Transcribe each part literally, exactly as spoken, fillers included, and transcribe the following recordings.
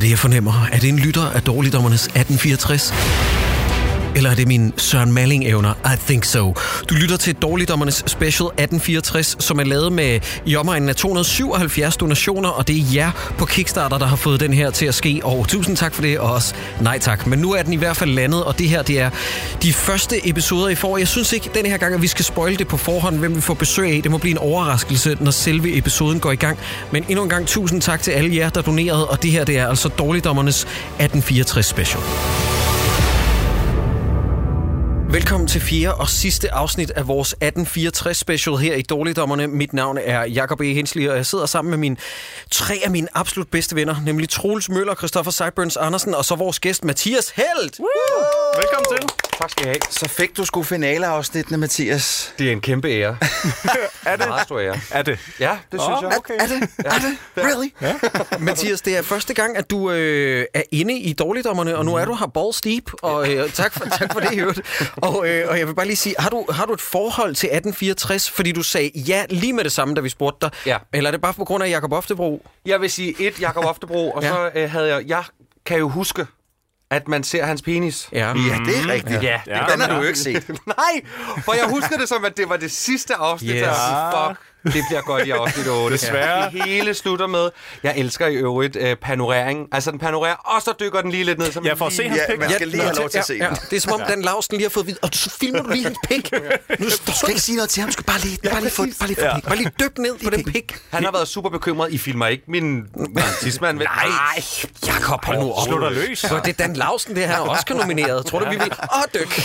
det, jeg fornemmer? Er det en lytter af Dårligdommernes atten fireogtres? Eller er det min Søren Malling-evner? I think so. Du lytter til Dårligdommernes Special atten fireogtres, som er lavet med i omegnen af to hundrede syvoghalvfjerds donationer, og det er jer på Kickstarter, der har fået den her til at ske. Og tusind tak for det, og også nej tak. Men nu er den i hvert fald landet, og det her, det er de første episoder, I får. Jeg synes ikke den her gang, at vi skal spoile det på forhånd, hvem vi får besøg af. Det må blive en overraskelse, når selve episoden går i gang. Men endnu en gang tusind tak til alle jer, der donerede, og det her, det er altså Dårligdommernes atten fireogtres Special. Velkommen til fjerde og sidste afsnit af vores atten fireogtres special her i Dårligdommerne. Mit navn er Jacob E. Hensley, og jeg sidder sammen med mine, tre af mine absolut bedste venner, nemlig Troels Møller, Christoffer Sideburns Andersen og så vores gæst Mathias Helt. Woo! Velkommen til. Tak skal I have. Så fik du sgu finaleafsnittene, Mathias. Det er en kæmpe ære. Er det? Meget stor ære. Er det? Ja, det oh, synes jeg. Okay. Er, er det? Ja. Er det? Really? Ja. Mathias, det er første gang, at du øh, er inde i Dårligdommerne, og nu er du her balls deep, og øh, tak, for, tak for det, Hørt. Og, øh, og jeg vil bare lige sige, har du, har du et forhold til atten fireogtres, fordi du sagde ja lige med det samme, da vi spurgte dig? Ja. Eller er det bare på grund af Jakob Oftebro? Jeg vil sige et, Jakob Oftebro, og ja. så øh, havde jeg... Jeg kan jo huske, at man ser hans penis. Ja, ja det er rigtigt. Ja, ja. Den har du jo ikke set. Nej, for jeg husker det som, at det var det sidste afsnit, yes. der fuck. Det bliver godt i afsnit otte. Desværre. Det hele slutter med. Jeg elsker i øvrigt øh, panorering. Altså, den panorerer, og så dykker den lige lidt ned. Som jeg får se hans pik. Ja, man skal lige have lov til at se ja, ja. Det er som om, Dan Lausten lige har fået vidt. Og så filmer du lige hans pik. Nu du skal ikke sige noget til ham. Du skal bare lige, ja, bare lige få, bare lige få ja. Bare lige dyb ned på den pik. Han har været super bekymret. I filmer ikke min, min tidsmand. Nej, Jakob, hold nu op. Slå dig løs. Så det er Dan Lausten, det her også kan nomineret. Tror du, vi vil? Åh, dyk.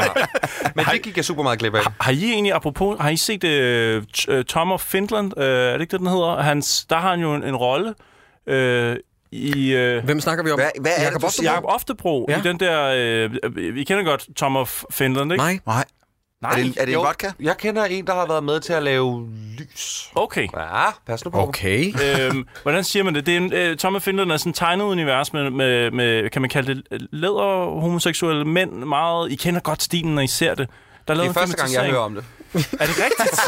Men det gik jeg super meget glip af. Har I egentlig, apropos, har I set uh, Tom of Finland? Uh, er det ikke det, den hedder? Hans, der har han jo en, en rolle uh, i... Uh, Hvem snakker vi om? Hvad, hvad er Jakob Oftebro? Jakob Oftebro. Ja. I den der... Uh, vi kender godt Tom of Finland, ikke? Nej. Nej. Nej. Er det, er det en vodka? Jeg kender en, der har været med til at lave lys. Okay. Ja, pas nu på. Okay. øhm, hvordan siger man det? Det er en, uh, Tom of Finland er sådan et tegnet univers med, med, med, kan man kalde det, læder homoseksuelle mænd meget. I kender godt stilen, når I ser det. Der det er første gang, jeg hører om det. Er det rigtigt?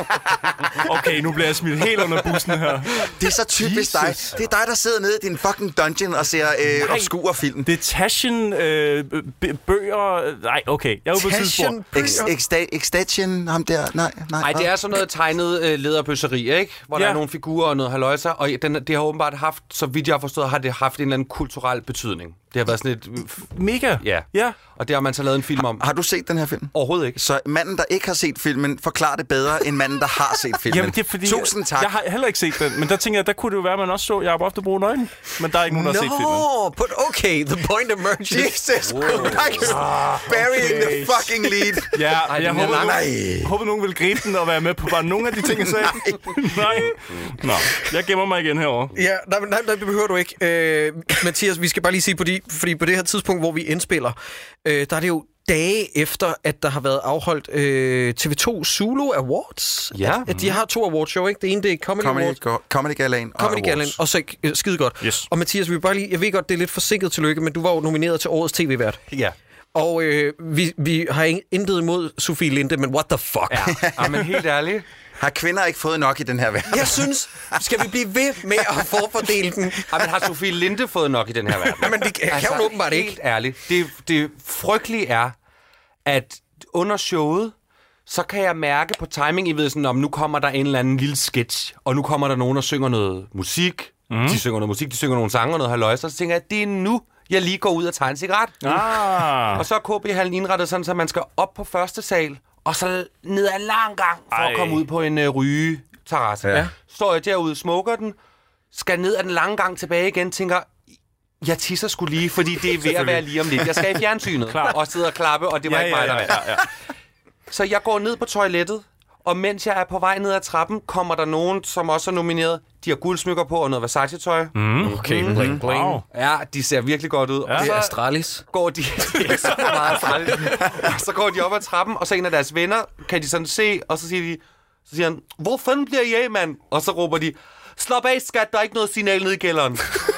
Okay, nu bliver jeg smidt helt under bussen her. Det er så typisk Jesus. dig. Det er dig, der sidder nede i din fucking dungeon og ser øh, obskure film. Det er Taschen øh, bøger... Nej, okay. Jeg er ude på tidspunkt. Extension, ham der... Nej, nej. Nej, det er sådan noget tegnet øh, lederbøsseri, ikke? Hvor ja. der er nogle figurer og noget halløjser. Og den, det har åbenbart haft, så vidt jeg har forstået, har det haft en eller anden kulturel betydning. Det har været sådan et... Mega. Ja. ja. Og det har man så lavet en film om. Har, har du set den her film? Overhovedet ikke. Så manden, der ikke har set filmen, forklarer det bedre end manden, der har set filmen. Jamen, det er fordi... Tusind tak. Jeg har heller ikke set den, men der tænker jeg, der kunne det jo være, at man også så Jakob Oftebro nøgen. Men der er ikke nogen, der har no, set filmen. No, but okay, the point emerges. Jesus Christ. Burying the fucking lead. Ja, Ej, jeg håber, nogen, håber, nogen vil gribe den og være med på bare nogle af de ting, jeg sagde. Nej. Nå, jeg gemmer mig igen herovre. Ja, nej, nej, nej, det behøver du ikke. Øh, Mathias, vi skal bare lige sige, fordi, fordi på det her tidspunkt, hvor vi indspiller, øh, der er det jo dage efter, at der har været afholdt øh, T V to Zulu Awards. Ja. At, at de har to awardshow, ikke? Det ene, det er Comedy, Comedy Awards. Go- Comedy Galaen og Comedy Galaen, og så øh, skide godt. Yes. Og Mathias, vi vil bare lige, jeg ved godt, det er lidt forsinket tillykke, men du var jo nomineret til årets tv-vært. Ja. Og øh, vi, vi har intet imod Sofie Linde, men what the fuck? Ja, ja men helt ærligt. Har kvinder ikke fået nok i den her verden? Jeg synes, skal vi blive ved med at forfordele den? Ja, men har Sofie Linde fået nok i den her verden? Ja, men det kan altså, hun åbenbart ikke. Helt ærligt. Det, det frygtelige er, at under showet, så kan jeg mærke på timing, I ved sådan, om nu kommer der en eller anden lille sketch, og nu kommer der nogen, der synger noget musik. Mm. De synger noget musik, de synger nogle sange og noget halløjser, så tænker jeg, at det er nu, jeg lige går ud og tager en cigaret. Ah. Og så er K B-hallen indrettet sådan, så man skal op på første sal, og så ned ad en lang gang, for Ej. at komme ud på en uh, rygeterrasse. Ja. Står jeg derude, smukker den, skal ned ad den lange gang tilbage igen, tænker, jeg tisser sgu lige, fordi det er ved at være lige om lidt. Jeg skal i fjernsynet og sidde og klappe, og det var ja, ikke mig, der ja, ja, ja. Så jeg går ned på toilettet, og mens jeg er på vej ned ad trappen, kommer der nogen, som også er nomineret. De har guldsmykker på og noget Versace-tøj. Mm. Okay, mm. bling, bling. Wow. Ja, de ser virkelig godt ud. Ja. Og så det er Astralis. Går de, det er så meget Astralis. Og så går de op ad trappen, og så en af deres venner, kan de sådan se, og så siger de, så siger han, hvor fanden bliver I af, mand? Og så råber de, slap af, skat, der er ikke noget signal nede i kælderen.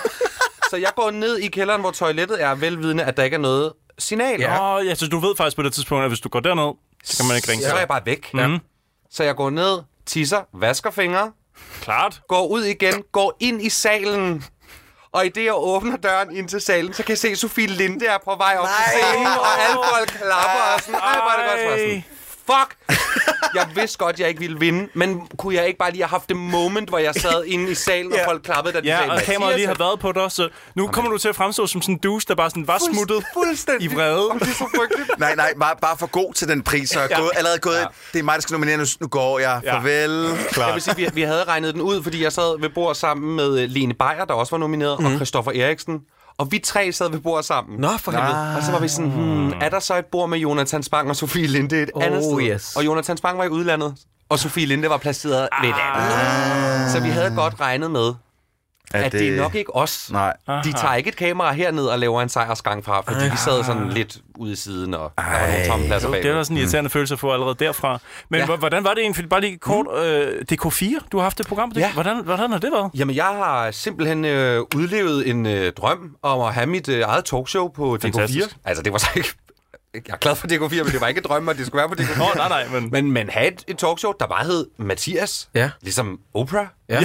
Så jeg går ned i kælderen, hvor toilettet er, velvidende, at der ikke er noget signal. Ja. Oh, ja, så du ved faktisk på det tidspunkt, at hvis du går derned, så kan man ikke ringe. Så er jeg bare væk. Mm. Så jeg går ned, tisser, vasker fingre. Klart. Går ud igen, går ind i salen, Og i det, jeg åbner døren ind til salen, så kan jeg se, at Sofie Linde er på vej op til scenen, og alle folk klapper og sådan, ej, hvor er det godt, så var jeg sådan, fuck! Jeg vidste godt, jeg ikke ville vinde, men kunne jeg ikke bare lige have haft det moment, hvor jeg sad inde i salen, og Ja. folk klappede, da de Ja, sagde, og kameraet lige har været på dig, så nu kommer du til at fremstå som sådan en douche, der bare sådan var smuttet fuldstændig i vrede. Det er så frygteligt. Nej, nej, bare, bare for god til den pris, og ja. gået, allerede gået, ja. det er mig, der skal nominere, nu, nu går jeg, Ja. farvel. Klar. Jeg vil sige, vi, vi havde regnet den ud, fordi jeg sad ved bord sammen med øh, Lene Beyer, der også var nomineret, mm. og Christoffer Eriksen. Og vi tre sad ved bord sammen. Nå, for helvede. Ah. Og så var vi sådan, hmm, er der så et bord med Jonathan Spang og Sofie Linde et Oh, andet sted? yes. Og Jonathan Spang var i udlandet, og Sofie Linde var placeret ah. ved et andet. Så vi havde godt regnet med, at, at det er nok ikke os. Nej. De tager ikke et kamera herned og laver en sejrsgang fra, fordi vi sad sådan lidt ude i siden, og der var nogle tomme pladser Jo, bag. det er da sådan en irriterende mm. følelse at få allerede derfra. Men ja. hvordan var det egentlig? Bare lige kort. Mm. Øh, D K fire, du har haft det program. Ja. Hvordan, hvordan har det været? Jamen, jeg har simpelthen øh, udlevet en øh, drøm om at have mit øh, eget talkshow på D K fire. Fantastisk. Altså, det var så ikke... Jeg er glad for D K fire, men det var ikke et drøm, at det skulle være på D K fire. Nå, nej, nej, men... Men man havde et, et talkshow, der bare hed Mathias. Ja. Ligesom Oprah. Ja.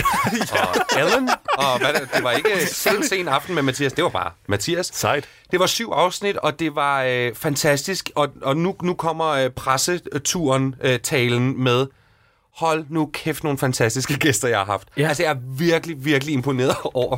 Og Ellen. Og hvad det, det var ikke sen, sen aften med Mathias. Det var bare Mathias. Sejt. Det var syv afsnit, og det var øh, fantastisk. Og, og nu, nu kommer øh, presseturen, øh, talen med... Hold nu kæft, nogle fantastiske gæster, jeg har haft. Ja. Altså, jeg er virkelig, virkelig imponeret over,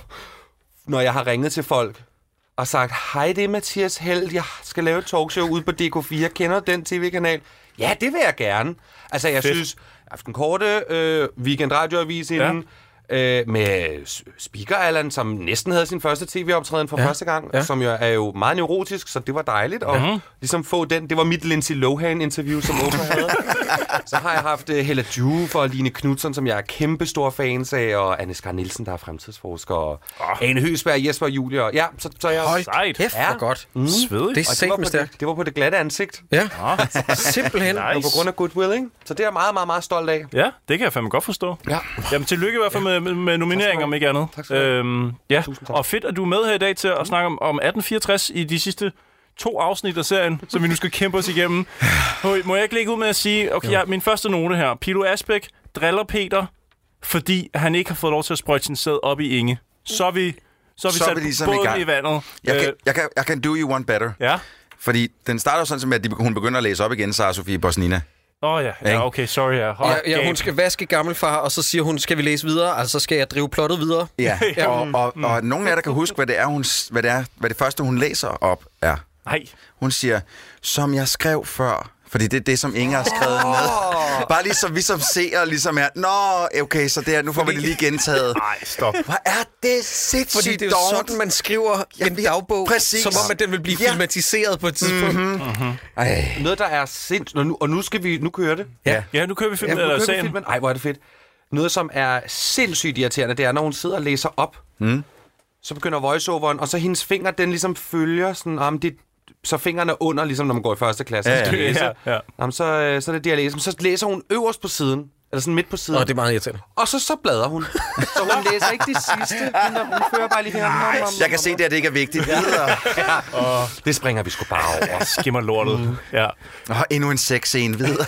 når jeg har ringet til folk og sagt, hej, det er Mathias Held, jeg skal lave et talkshow ude på D K fire. Kender du den tv-kanal? Ja, det vil jeg gerne. Altså, jeg Fedt. synes, Aftenkorte, øh, Weekend Radioavis inden, øh, med Speaker Allan, som næsten havde sin første tv-optræden for Ja. første gang, Ja. som jo er jo meget neurotisk, så det var dejligt at Mhm. ligesom få den. Det var mit Lindsay Lohan-interview, som Oprah havde. Så har jeg haft uh, Hella Juf og Line Knudsen, som jeg er kæmpe stor fans af, og Anne Skar Nielsen, der er fremtidsforsker, og oh. Ane Høgsberg, Jesper og Julie. Og ja, så, så jeg... Høj, Sejt. kæft, Ja. hvor godt. Mm. Svedigt. Det er Og det, var sæt på med det, stærkt. det var på det glatte ansigt. Ja, simpelthen. Nice. Og på grund af goodwill, ikke? Så det er jeg meget, meget, meget stolt af. Ja, det kan jeg fandme godt forstå. Ja. Jamen, tillykke i hvert fald med, med, med nomineringen, om ikke andet. Tak skal du have. Øhm, ja, Tusind tak. og fedt, at du er med her i dag til at snakke om, om atten fireogtres i de sidste to afsnit af serien, som vi nu skal kæmpe os igennem. Høj, må jeg ikke lægge ud med at sige, okay, ja, min første note her. Pilo Asbæk driller Peter, fordi han ikke har fået lov til at sprøjte sin sæd op i Inge. Så er vi, så er vi Så er sat vi ligesom båden i gang. i vandet. Jeg Øh, kan, jeg, kan, jeg kan do you one better. Ja. Fordi den starter jo sådan, som at de- hun begynder at læse op igen, Sara Sofie Bosnina. Åh oh, ja. ja, okay, sorry. Ja. Oh, Ja, ja, hun skal vaske gammelfar, og så siger hun, skal vi læse videre? Altså, skal jeg drive plottet videre? Ja, og, og, og, og nogen af jer, der kan huske, hvad det er, hun, hvad det er, hvad det første, hun læser op, er. Nej. Hun siger, som jeg skrev før. Fordi det er det, som Inger har skrevet ned. Bare lige så vi som seere ligesom er, nå, okay, så det er, nu får vi det lige gentaget. Nej, stop. Hvad er det sindssygt Fordi det er jo dårligt? sådan, man skriver Ja, en vi- dagbog, præcis. som om, at den vil blive Ja. filmatiseret på et tidspunkt. Mm-hmm. Ej. Noget, der er sindssygt... Og nu, og nu skal vi... Nu kører det. Ja. Ja, nu kører vi Ja, filmen, nu eller kører vi serien. filmen. Ej, hvor er det fedt. Noget, som er sindssygt irriterende, det er, når hun sidder og læser op. Mm. Så begynder voiceoveren, og så hendes finger, den ligesom følger sådan... Om det, så fingrene under, ligesom når man går i første klasse. Ja, og skal ja. læse. Ja, ja. Jamen, så, øh, så er det det, jeg læser. Men så læser hun øverst på siden. Eller sådan midt på siden. Og det er meget irriterende. Og så, så bladrer hun. Så hun læser ikke de sidste. Hun, hun fører bare lige fingrene. Jeg kan se, det, at det ikke er vigtigt. Videre. Og det springer vi sgu bare over. Skimmer lortet. Mm. Ja. Og endnu en sexscene videre.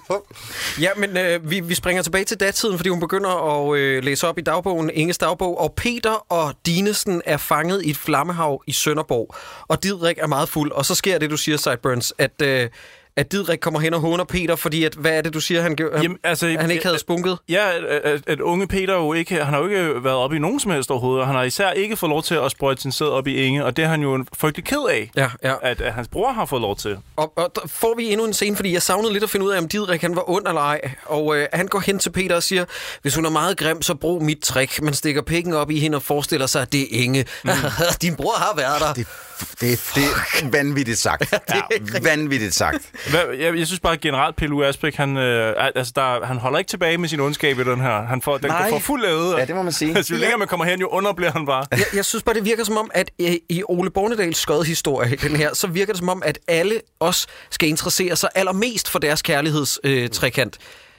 Ja, men øh, vi, vi springer tilbage til datiden, fordi hun begynder at øh, læse op i dagbogen, Inges dagbog, og Peter og Dinesen er fanget i et flammehav i Sønderborg, og Didrik er meget fuld, og så sker det, du siger, Sideburns, at... Øh, at Didrik kommer hen og håner Peter, fordi at, hvad er det, du siger, han, han, Jamen, altså, han ikke havde spunket? Ja, at, at, at unge Peter jo ikke, han har jo ikke været oppe i nogen som helst overhovedet, og han har især ikke fået lov til at sprøjte sin sæd op i Inge, og det er han jo frygtelig ked af, Ja, ja. at, at hans bror har fået lov til. Og, og der får vi endnu en scene, fordi jeg savnede lidt at finde ud af, om Didrik han var ond eller ej. Og øh, han går hen til Peter og siger, hvis hun er meget grim, så brug mit trick. Man stikker pikken op i hende og forestiller sig, at det er Inge. Mm. Din bror har været der. Det, det, det er vanvittigt sagt. Ja. Vanvittigt sagt. Hvad, jeg, jeg synes bare generelt, Pilo Asbæk, han, øh, altså der, han holder ikke tilbage med sin ondskab i den her. Han får, den Nej. går for fuld af. Ja, det må man sige. Altså, jo længere man kommer hen, jo under bliver han bare. Jeg, jeg synes bare, det virker som om, at øh, i Ole Bornedals skødhistorie, den her, så virker det som om, at alle os skal interessere sig allermest for deres kærlighedstrekant.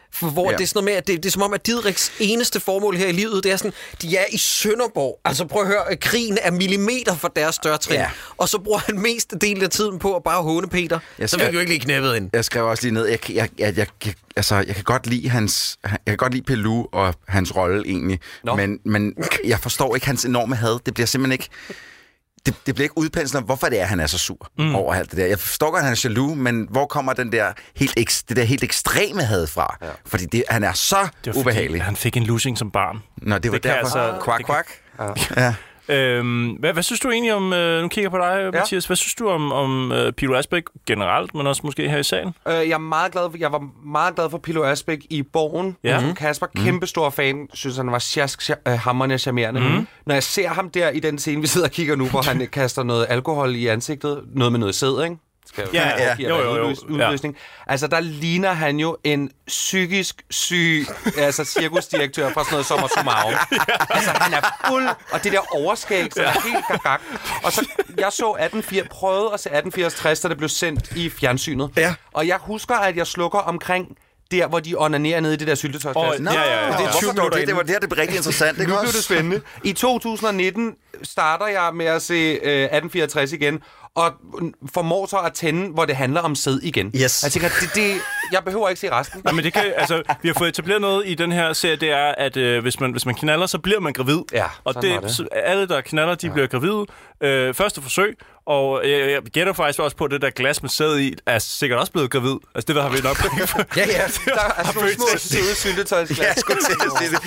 For hvor Ja. det er sådan noget med, at det, det er som om, at Didriks eneste formål her i livet, det er sådan, de er i Sønderborg. Altså prøv at høre, krigen er millimeter fra deres dørtrin. Ja. Og så bruger han mest del af tiden på at bare håne Peter. Jeg Så skal- fik jo ikke lige knæppet ind. Jeg skrev også lige ned, jeg, jeg, jeg, jeg, jeg, altså, jeg kan godt lide hans, jeg kan godt lide Pelou og hans rolle egentlig, Nå. men, men jeg forstår ikke hans enorme had. Det bliver simpelthen ikke, det, det bliver ikke udpenslet om, hvorfor det er, han er så sur mm. over alt det der. Jeg forstår godt, at han er jaloux, men hvor kommer den der helt, eks, det der helt ekstreme had fra? Ja. Fordi det, han er så Det var ubehagelig. fordi, han fik en losing som barn. Nå, det var det kan derfor. altså- Kvak, det kan- kvak. Ja. Øhm, hvad, hvad synes du egentlig om, øh, nu kigger jeg på dig, ja. Mathias, hvad synes du om, om øh, Pilo Asbæk generelt, men også måske her i salen? Øh, jeg er meget glad for, jeg var meget glad for Pilo Asbæk i Borgen. Ja. Mm-hmm. Kasper, kæmpestor fan, synes han var sjask, øh, hamrende charmerende. Mm-hmm. Når jeg ser ham der i den scene, vi sidder og kigger nu, hvor han kaster noget alkohol i ansigtet, noget med noget sæd, ikke? Skal jeg Ja, ja. give Jo, jer jo, jo. udløs- udløsning. Altså, der ligner han jo en psykisk syg altså cirkusdirektør fra sådan noget Sommer Summarum. Altså, han er fuld, og det der overskæg, så er helt gagag. Og så, jeg så atten firs, prøvede at se atten firs, da det blev sendt i fjernsynet. Ja. Og jeg husker, at jeg slukker omkring der, hvor de onanerer nede i det der syltetøjsglas. Åh, Nå, Ja, ja, ja. det er tyve minutter det, det var der, det blev rigtig interessant. Ikke Nu også? blev det spændende. I to tusind nitten starter jeg med at se øh, atten fireogtres igen, og formår så at tænde, hvor det handler om sæd igen. Yes. Jeg tænker, det, det, jeg behøver ikke se resten. Ja, men det kan, altså, vi har fået etableret noget i den her serie, det er, at øh, hvis, man, hvis man knaller, så bliver man gravid. Ja, og sådan det, var det. Så alle, der knaller, de ja. bliver gravide. Øh, første forsøg, og øh, jeg gætter faktisk også på, at det der glas med sæd i, er sikkert også blevet gravid. Altså, det der har vi nok. Ja, ja. Der er sådan nogle små søde syltetøjsglas. Jeg skulle til at sige det.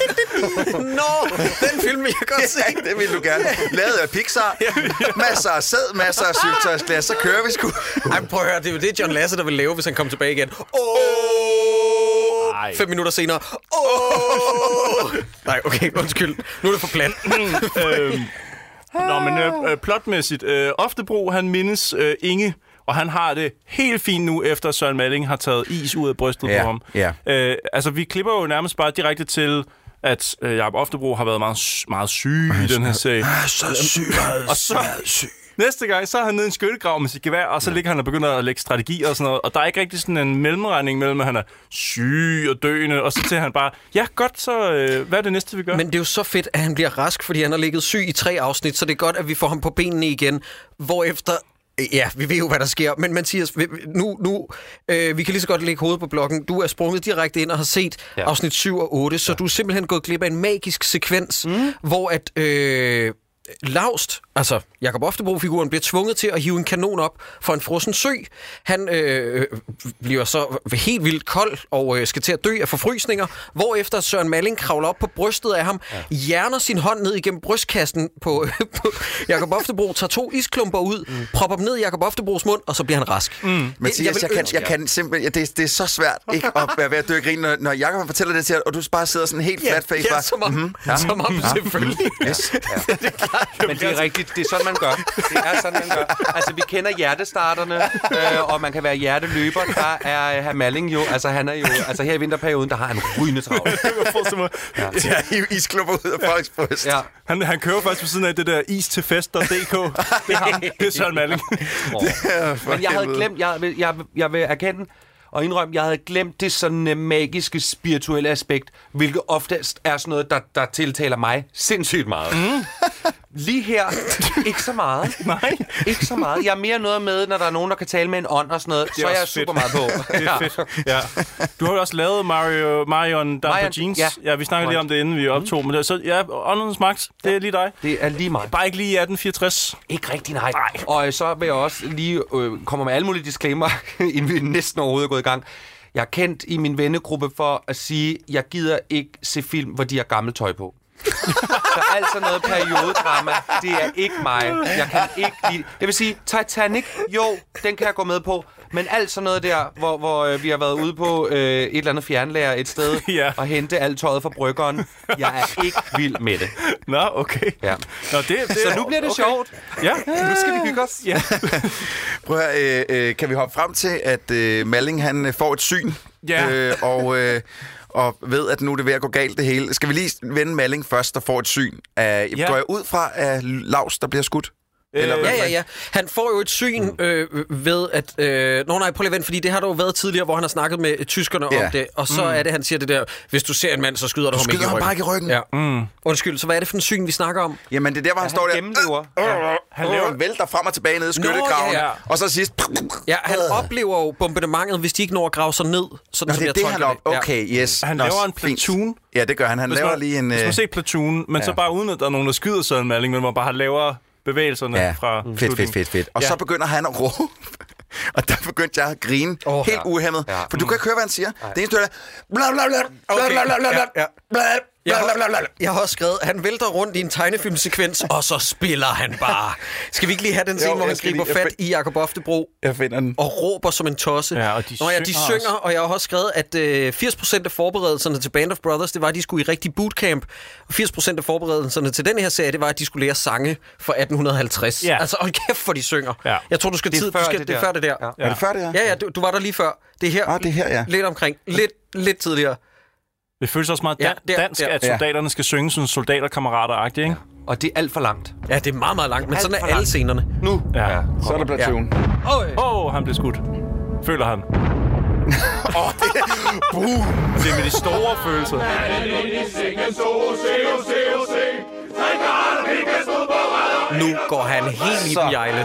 Nå, den film vil jeg godt se. Ja, det vil du gerne. Lavet af Pixar. Masser af sæd, masser af syltetøjsglas. Så kører vi sgu. Ej, prøv at høre, det er jo det, John Lasse, der vil lave, hvis han kommer tilbage igen. Åh! Ej. Fem minutter senere. Åh! Nej, okay, undskyld. Nu er det for plat. øhm, Nå, men øh, øh, plotmæssigt. Øh, Oftebro, han mindes øh, Inge, og han har det helt fint nu, efter Søren Malling har taget is ud af brystet Ja, på ham. ja. Øh, altså, vi klipper jo nærmest bare direkte til, at øh, Jacob Oftebro har været meget, sy- meget syg i den her serie. Så syg. Og så næste gang, så er han nede i en skyttegrav med sit gevær, og så ligger han og begynder at lægge strategier og sådan noget. Og der er ikke rigtig sådan en mellemregning mellem, at han er syg og døende, og så til han bare, ja godt, så øh, hvad er det næste, vi gør? Men det er jo så fedt, at han bliver rask, fordi han har ligget syg i tre afsnit, så det er godt, at vi får ham på benene igen, hvorefter... Ja, vi ved jo, hvad der sker. Men Mathias, nu, nu øh, vi kan lige så godt lægge hovedet på blokken. Du er sprunget direkte ind og har set ja. afsnit syv og otte, så ja. du er simpelthen gået glip af en magisk sekvens, mm. hvor at øh, Laust, altså Jacob Oftebro-figuren, bliver tvunget til at hive en kanon op for en frossen sø. Han øh, bliver så helt vildt kold og øh, skal til at dø af forfrysninger, hvorefter Søren Malling kravler op på brystet af ham, ja. hjerner sin hånd ned igennem brystkassen på, på Jacob Oftebro, tager to isklumper ud, mm. propper dem ned i Jacob Oftebros mund, og så bliver han rask. Mm. Det, Mathias, jeg, jeg, kan, jeg kan simpelthen... Ja, det, det er så svært ikke at være ved at dø af grin, når, når Jacob fortæller det til dig, og du bare sidder sådan helt ja, flat face. Ja, bare, som om, mm-hmm, ja. som om ja. selvfølgelig. Yes. Ja. det er Men det er rigtigt, det er sådan, man gør. Det er sådan, man gør. Altså, vi kender hjertestarterne, øh, og man kan være hjerteløber. Der er herr Malling jo, altså han er jo, altså her i vinterperioden, der har han rygende travlt. Ja, det er hive isklumper ud af folks bryst. Ja. Han, han kører faktisk ved siden af det der is til fest punktum d k. Det er ham. Det er Søren Malling. Oh. Men jeg havde glemt, jeg, jeg, jeg, jeg vil erkende og indrømme, jeg havde glemt det sådan uh, magiske, spirituelle aspekt, hvilket oftest er sådan noget, der, der tiltaler mig sindssygt meget. Mm. Lige her, ikke så meget. Nej. Ikke så meget. Jeg er mere noget med, når der er nogen, der kan tale med en ånd og sådan noget, så er jeg super meget på. Det er fedt. Ja. Du har jo også lavet Mario, Marion Down på Jeans. Ja. ja, vi snakkede lige om det, inden vi optog. Men det, så ja, åndens magt, det er lige dig. Det er lige mig. Bare ikke lige atten fireogtres. Ikke rigtig, nej. nej. Og så vil jeg også lige øh, komme med alle mulige disclaimer, inden vi næsten overhovedet er gået i gang. Jeg er kendt i min vennegruppe for at sige, jeg gider ikke se film, hvor de har gammelt tøj på. Så alt sådan noget periodedrama, det er ikke mig. Jeg kan ikke lide... Det vil sige, Titanic, jo, den kan jeg gå med på. Men alt sådan noget der, hvor, hvor øh, vi har været ude på øh, et eller andet fjernlager et sted, ja. og hente alt tøjet fra bryggeren. Jeg er ikke vild med det. Nå, okay. Ja. Nå, det, det, så nu bliver det okay. sjovt. Ja. Nu skal vi hygge os. Ja. Prøv at, øh, øh, kan vi hoppe frem til, at øh, Malling han øh, får et syn, Ja. øh, og... Øh, og ved, at nu er det ved at gå galt det hele. Skal vi lige vende Malling først, der får et syn? Af, Ja. Går jeg ud fra, at Laust, der bliver skudt? Eller Ja, ja, ja. Han får jo et syn øh, ved at... Øh, Nå nej, prøv lige at vente, fordi det har der jo været tidligere, hvor han har snakket med tyskerne Ja. om det. Og så mm. er det, han siger det der, hvis du ser en mand, så skyder du, Du ham ikke i skyder ham ryggen. bare ikke i ryggen. Ja. Mm. Undskyld, så hvad er det for en syn, vi snakker om? Jamen, det er der, hvor han Han står der. gennemlever. Ja. Han Han laver- vælter frem og tilbage ned i skyttegraven. ja, ja. Og så sidst... Ja, han oplever jo bombardementet, hvis de ikke når at grave sig ned. Sådan Nå, som det er jeg det, tolker han op. Ja. Okay, yes. Han Nå, laver en fint. platoon. Ja, det gør han. Han Hvis laver man, lige en... Hvis man øh, ser platoon, men ja. så bare uden, at der er nogen, der skyder Søren Malling, men man bare har lavere bevægelserne Ja, fra fedt, fedt, slutningen. fedt, fedt. Og Ja. så begynder han at råbe. Og der begyndte jeg at grine Åh, helt ja. uhæmmet. Ja. For du kan ikke høre, hvad han siger. Det eneste, du er bla bla bla bla Okay, bla bla bla ja, ja. bla Jeg bla bla bla har, jeg har også skrevet, han vælter rundt i en tegnefilmsekvens, og så spiller han bare. Skal vi ikke lige have den scene, Jo, hvor han jeg skal griber lige- jeg fat i Jakob Oftebro Jeg finder den. og råber som en tosse? Ja, og de Nå ja, de synger synger, også. og jeg har også skrevet, at øh, firs procent af forberedelserne til Band of Brothers, det var, at de skulle i rigtig bootcamp. Og firs procent af forberedelserne til den her serie, det var, at de skulle lære sange fra atten halvtreds. Ja. Altså, hold kæft, for de synger. Ja. Jeg tror, du skal Det er tid. før Du skal, det det er der. før det der. Ja. Ja, Er det før det her? ja, du, du var der lige før. Det er her. Ah, det er her, ja. Lidt omkring. Lidt, lidt tidligere. Det føles også meget Ja, dan- der, dansk, der. at soldaterne skal synge sådan soldaterkammerater-agtigt, ikke? Og det er alt for langt. Ja, det er meget, meget langt, men Alt sådan er for alle langt. scenerne. Nu. Ja. Så er der platoon. Øj. Åh, oh, han blev skudt. Føler han. Åh, det Det er med de store følelser. Nu går han helt i den jejle.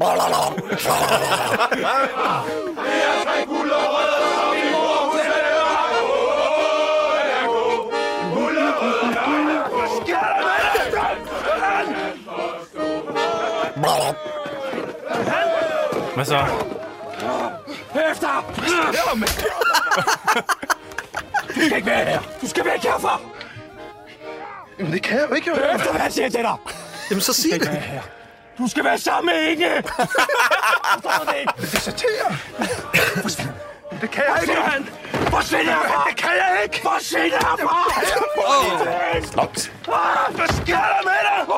Hvad så? Du skal ikke være her. Du skal væk herfra. Men det kan jeg jo ikke. Efter hvad jeg siger til dig. Jamen, så sig det. Du skal være sammen med Inge. Forstår du det ikke? Det sorterer. Det kan jeg ikke. Han. Forsvind herfra. Det kan jeg ikke. Forsvind herfra. Slot. Ah, hvad sker der med dig?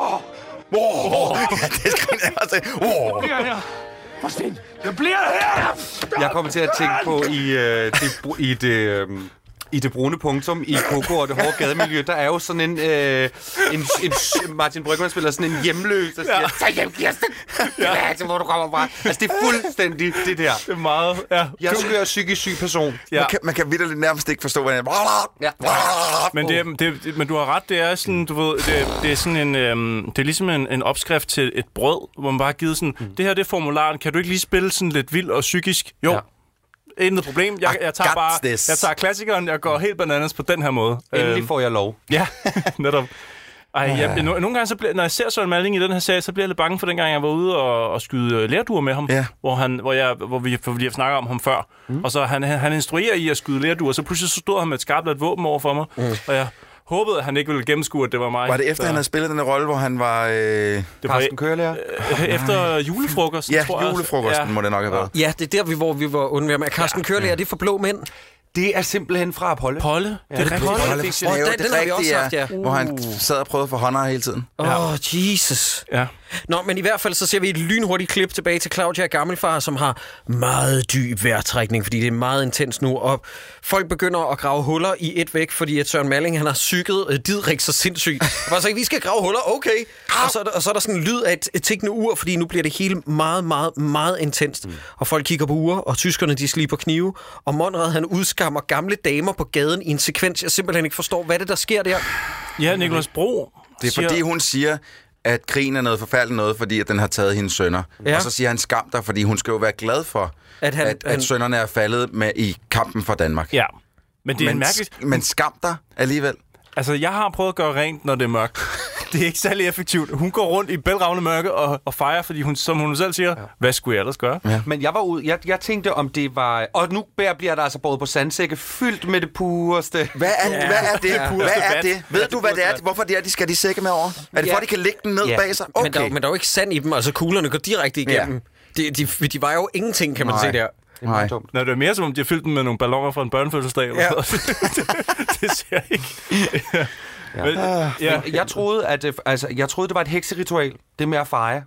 Åh, ja, det griner jeg også. Åh. Bliv her. Forsvind. Jeg bliver her. Jeg kommer til at tænke på i, øh, det, br- i det... Øh, I det brune punktum i Coco og det hårde gademiljø, der er jo sådan en... Øh, en, en Martin Brygmann spiller sådan en hjemløs, der siger, tag hjem, Kirsten! Ja, til hvor du kommer fra. Altså, det er fuldstændig det der. Det er meget... Ja. Jeg er psykisk syg person. Ja. Man kan, man kan vitterligt nærmest ikke forstå, hvad jeg... Ja. Men, det, er- det, det, men du har ret, det er sådan, du ved, det, det er sådan en, øhm, det er ligesom en, en opskrift til et brød, hvor man bare har givet sådan, mm. det her det er formularen, kan du ikke lige spille sådan lidt vild og psykisk? Jo. Ja. Intet problem. Jeg, jeg tager got bare, this. jeg tager klassikeren, jeg går helt bananas på den her måde. Endelig Øhm, får jeg lov. Ja, netop. Ej, jeg, no, nogle gange, så bliver, når jeg ser Søren Malling i den her serie, så bliver jeg lidt bange for dengang, jeg var ude og, og skyde lerduer med ham, Ja. hvor, han, hvor, jeg, hvor vi, hvor vi har snakket om ham før. Mm. Og så han, han, han instruerer i at skyde lerduer, og så pludselig så stod han med et skarpt våben over for mig, mm. og jeg håbede, at han ikke ville gennemskue, at det var mig. Var det efter, så, han havde spillet den rolle, hvor han var... Øh... det var Carsten Kørelærer. øh, efter julefrokosten, Ja, tror jeg. julefrokosten Ja. må det nok have været. Ja, det er der, vi, hvor vi var undvære med. Carsten Kørelærer, det er for blå mænd. Det er simpelthen fra Apollo. Polle, det er rigtigt. Polle Åh, for snæver, den- det den har vi også rigtige, haft, ja. Hvor han sad og prøvede at få hånder hele tiden. Åh, oh, Jesus. Ja. Nå, men i hvert fald så ser vi et lynhurtigt klip tilbage til Claudia og Gammelfar, som har meget dyb vejrtrækning, fordi det er meget intens nu, og folk begynder at grave huller i et væk, fordi at Søren Malling, han har psyket uh, Didrik så sindssygt. Og bare så, vi skal grave huller, okay. Og så, er der, og så er der sådan en lyd af et, et tikkende ur, fordi nu bliver det hele meget, meget, meget intenst. Mm. Og folk kigger på ure, og tyskerne, de sliber knive, og Monrad, han udskammer gamle damer på gaden i en sekvens, jeg simpelthen ikke forstår, hvad det der sker der. Ja, Nicolas Bro Det er siger, fordi, hun siger, at krigen er noget forfærdeligt noget, fordi at den har taget hendes sønner. Ja. Og så siger han skam dig, fordi hun skal jo være glad for, At at, han- han, at, han- at sønnerne er faldet med i kampen for Danmark. Ja, men det er men, mærkeligt. men skam dig alligevel. Altså, jeg har prøvet at gøre rent, når det er mørkt. Det er ikke særlig effektivt. Hun går rundt i bælragende mørke og, og fejrer, fordi hun, som hun selv siger, ja. Hvad skulle jeg ellers gøre? Ja. Men jeg var ude, jeg, jeg tænkte, om det var... Og nu bær- bliver der altså båret på sandsække, fyldt med det pureste. Hvad er, ja. hvad er det? Ja. Hvad er Vand. det? Ved Ja, du, det hvad det er? burde Hvorfor det er, de skal de sække med over? Er det Ja. for, at de kan lægge den ned Ja. bag sig? Okay. Okay. Men, der, men der er jo ikke sand i dem, altså kuglerne går direkte igennem. Ja. De, de, de vejer jo ingenting, kan man Nej. se der. Det er meget dumt. Nå, det er mere som om, de har fyldt den med nogle balloner fra en børnefødselsdag. Eller Ja. sådan noget. det, det ser jeg ikke. Ja. Ja. Men, ja. Jeg troede, at det, altså, jeg troede, det var et hekseritual. Det med at feje.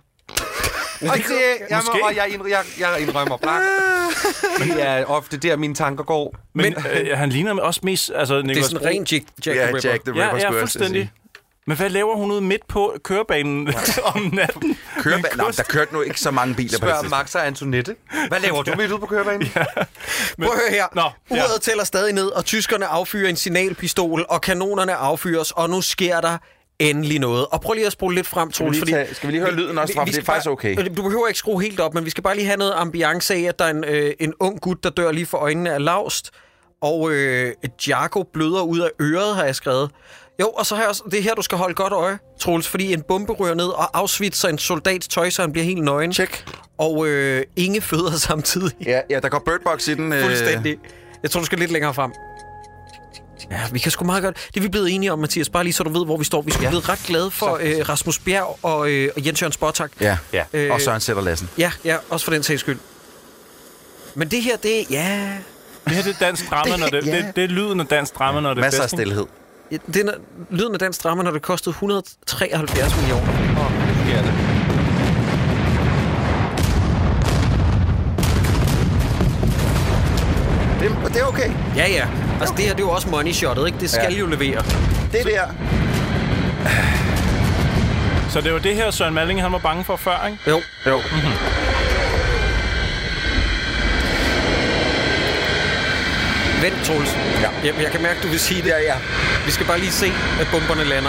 Og det, jeg, må, og jeg, indr- jeg, jeg indrømmer blank. Det er ofte der, mine tanker går. Men øh, han ligner også mest... Altså, Det er Nicolas sådan Bro- ren Jack, Jack Ja, the Ripper. Jack the Ripper, Ja, skulle ja, jeg til at fuldstændig. sige. Men hvad laver hun ude midt på kørebanen om natten? Kørebanen? Nej, der kørte nu ikke så mange biler på det Spørg Max og Antoinette. Hvad laver du midt ude på kørebanen? Ja. Men, prøv at høre her. Nå, ja. Uret tæller stadig ned, og tyskerne affyrer en signalpistol, og kanonerne affyres, og nu sker der endelig noget. Og prøv lige at spole lidt frem, Troels. Skal, tage, skal vi lige høre lyden også, for det er faktisk okay. Du behøver ikke skrue helt op, men vi skal bare lige have noget ambiance af, at der er en, øh, en ung gut, der dør lige for øjnene af Laust, og øh, Djago bløder ud af øret, har jeg skrevet. Jo, og så har jeg også, det er her, du skal holde godt øje, Troels, fordi en bombe rører ned og afsvitser en soldats tøj, så han bliver helt nøgen. Check. Og øh, ingen fødder samtidig. Ja, ja, der går birdbox i den. Øh... Fuldstændig. Jeg tror, du skal lidt længere frem. Ja, vi kan sgu meget godt. Det er vi blevet enige om, Mathias. Bare lige så du ved, hvor vi står. Vi er ja. blevet ret glade for øh, Rasmus Bjerg og, øh, og Jens Jørgen Spottak. Ja, ja. Øh, og Søren Sætter Lassen. Ja, ja, også for den sags skyld. Men det her, det er... Ja... Det her, det er dansk drama, det, når det, ja. det, det er lyden af dansk drama, når det er masser bedst. af stillhed. Ja, det er lyden af dansk drama, når det kostede et hundrede og treoghalvfjerds millioner. Åh, nu sker det. Det, det er okay. Ja, ja. Altså, okay. Det her, det er jo også money shotet, ikke? Det skal ja. jo levere. Det er der. Så det var det her, Søren Malling, han var bange for før, ikke? Jo. Jo. Mm-hmm. Vent, Troels. Ja. Jeg, jeg kan mærke, du vil sige det. Ja, ja. Vi skal bare lige se, at bomberne lander.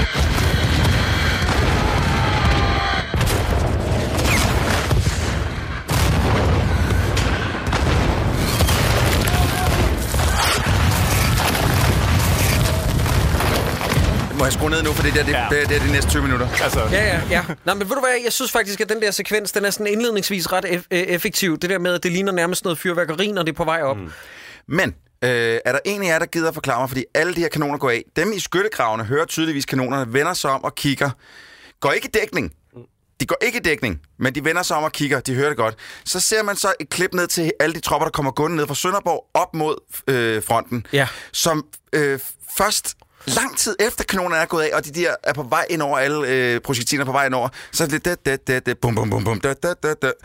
Må jeg skrue ned nu, for det der, det, ja. det, det er de næste tyve minutter. Altså. Ja, ja, ja. Nå, men ved du hvad, jeg synes faktisk, at den der sekvens, den er sådan indledningsvis ret eff- effektiv. Det der med, at det ligner nærmest noget fyrværkeri, når det er på vej op. Mm. Men øh, er der en af jer, der gider at forklare mig, fordi alle de her kanoner går af. Dem i skyttegravene hører tydeligvis kanonerne, vender sig om og kigger. Går ikke i dækning. De går ikke i dækning, men de vender sig om og kigger. De hører det godt. Så ser man så et klip ned til alle de tropper, der kommer gående ned fra Sønderborg op mod øh, fronten. Ja. Som øh, først... lang tid efter kanonerne er gået af, og de der er på vej ind over alle øh, projektiler på vej ind over, så er det da, da, da, da, bum, bum, bum, bum, da, da, da, da.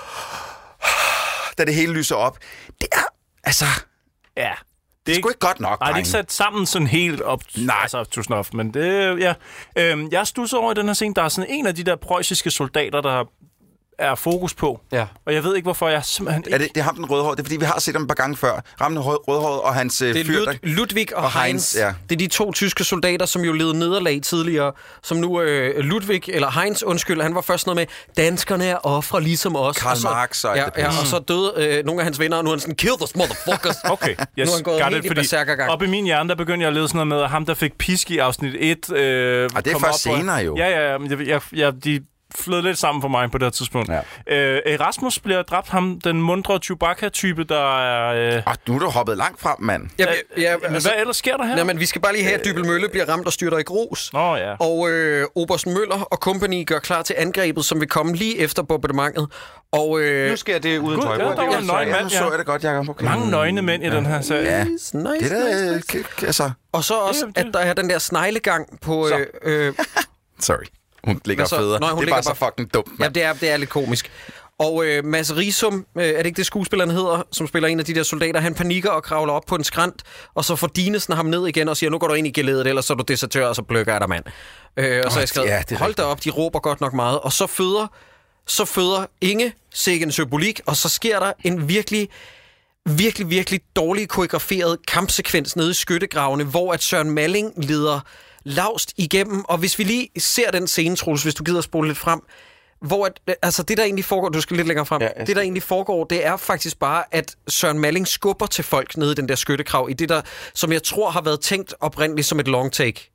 Da det hele lyser op. Det er, altså... Ja. Det er sgu ikke godt nok, nej, det er ikke sat sammen sådan helt op nej. Altså, to snuff, men det, ja. Øhm, jeg stusser over i den her scene, der er sådan en af de der preussiske soldater, der er fokus på. Ja. Og jeg ved ikke, hvorfor jeg simpelthen ikke... Er det, det er ham, den rødhårede. Det er, fordi vi har set ham et par gange før. Rammen rødhåret og hans fyr... Det er Lud- Ludwig og, og Heinz. Heinz ja. Det er de to tyske soldater, som jo led nederlag tidligere. Som nu... Øh, Ludwig, eller Heinz, undskyld, han var først noget med, danskerne er ofre ligesom os. Karl og så, Marx og... Ja, ja, og så døde øh, nogle af hans venner, og nu er han sådan, kill those motherfuckers. Okay, yes, nu er han gået helt it, i berserkergang. Op i min hjerne, der begyndte jeg at lede sådan noget med, at ham, der fik pisk i afsnit et... Øh, og det er først senere jo. Ja, ja, ja. Jeg, jeg, de flød lidt sammen for mig på det her tidspunkt. Ja. Øh, Erasmus bliver dræbt, ham, den mundre Chewbacca-type, der er... Øh... Arh, nu er du hoppet langt frem, mand. Ja, ja, men altså, hvad ellers sker der her? Nej, men vi skal bare lige have, at Dybel Mølle bliver ramt og styrter i grus. Nå, ja. Og øh, Oberst Møller og company gør klar til angrebet, som vil komme lige efter bombardementet. Og, øh, nu sker det uden tøj. Ja, der var en nøgen mand, ja. Nu så jeg det godt, Jacob. Okay. Mange nøgne mænd i ja. den her sag. Ja. Nice, nice, det der, nice, nice. Altså. Og så også, at der er den der sneglegang på... Øh, øh, Sorry. Hun ligger og føder. Nå, hun det er bare så fucking dumt, man. Ja, det er, det er lidt komisk. Og øh, Mads Risum, øh, er det ikke det skuespilleren hedder, som spiller en af de der soldater, han panikker og kravler op på en skrant, og så får Dinesen ham ned igen og siger, nu går du ind i gelædet, ellers så er du desertør, og så bløkker jeg dig, mand. Øh, og så har jeg skrevet, ja, hold da op, de råber godt nok meget. Og så føder, så føder Inge sikke en symbolik, og så sker der en virkelig... virkelig, virkelig dårlig koreograferet kampsekvens nede i skyttegravene, hvor at Søren Malling leder Laust igennem. Og hvis vi lige ser den scene, Troels, hvis du gider at spole lidt frem, hvor at, altså det, der egentlig foregår, du skal lidt længere frem, ja, det, der egentlig foregår, det er faktisk bare, at Søren Malling skubber til folk nede i den der skyttegrav, i det der, som jeg tror har været tænkt oprindeligt som et long take.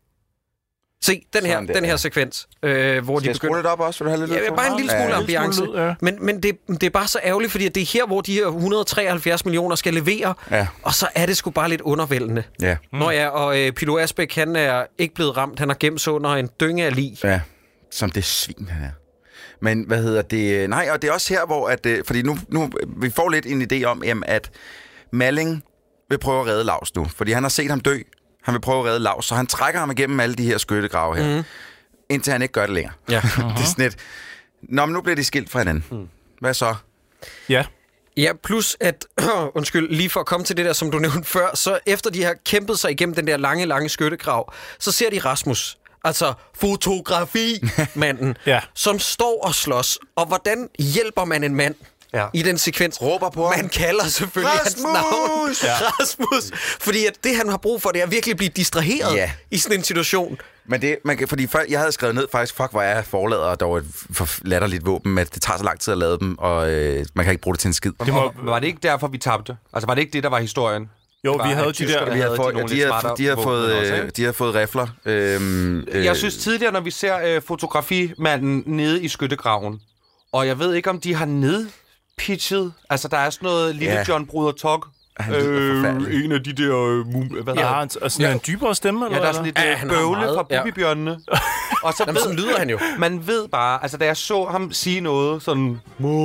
Se, den her, der, den her ja. sekvens, øh, hvor skal de begynder... Skal jeg op også? Vil du have lidt ja, bare en lille smule ja, ambiance. Lille smule, ja. Men, men det, det er bare så ærgerligt, fordi det er her, hvor de her et hundrede og treoghalvfjerds millioner skal levere, ja. og så er det sgu bare lidt undervældende. Ja. Mm. Nå ja, og øh, Pilo Asbæk, han er ikke blevet ramt, han har gemt sig under en dynge af lig. Ja, som det svin, han er. Men hvad hedder det? Nej, og det er også her, hvor... At, fordi nu, nu vi får lidt en idé om, jamen, at Malling vil prøve at redde Laust nu, fordi han har set ham dø. Han vil prøve at redde Laust, så han trækker ham igennem alle de her skyttegrave her, mm. indtil han ikke gør det længere. Ja. Uh-huh. Det er sådan et... Nå, men nu bliver de skilt fra hinanden. Mm. Hvad så? Ja. Ja, plus at, undskyld, lige for at komme til det der, som du nævnte før, så efter de har kæmpet sig igennem den der lange, lange skyttegrav, så ser de Rasmus. altså fotografi-manden, ja. som står og slås. Og hvordan hjælper man en mand ja. i den sekvens? Råber på Man ham. kalder selvfølgelig Rasmus! hans navn. Ja. Rasmus! Fordi at det, han har brug for, det er at virkelig blive distraheret ja. i sådan en situation. Men det, man kan, fordi før, jeg havde skrevet ned faktisk, fuck, hvor er forlader dog et for latterligt våben, men det tager så lang tid at lade dem, og øh, man kan ikke bruge det til en skid. Det må... Var det ikke derfor, vi tabte? Altså, var det ikke det, der var historien? Jo, var, vi havde de der... Vi havde fået, de, de, har, de, har fået, også, de har fået rifler. Øhm, øh, jeg synes tidligere, når vi ser øh, fotografimanden nede i skyttegraven, og jeg ved ikke, om de har nedpitchet. Altså, der er sådan noget lille ja. John Bruder Tog. Øh, en af de der... Øh, mum, hvad ja, han og sådan ja. en dybere stemme, eller ja, der er sådan lidt ja, øh, bøvle fra Bubibjørnene. Ja. Og så Jamen, ved, sådan lyder han jo. Man ved bare... Altså, da jeg så ham sige noget sådan...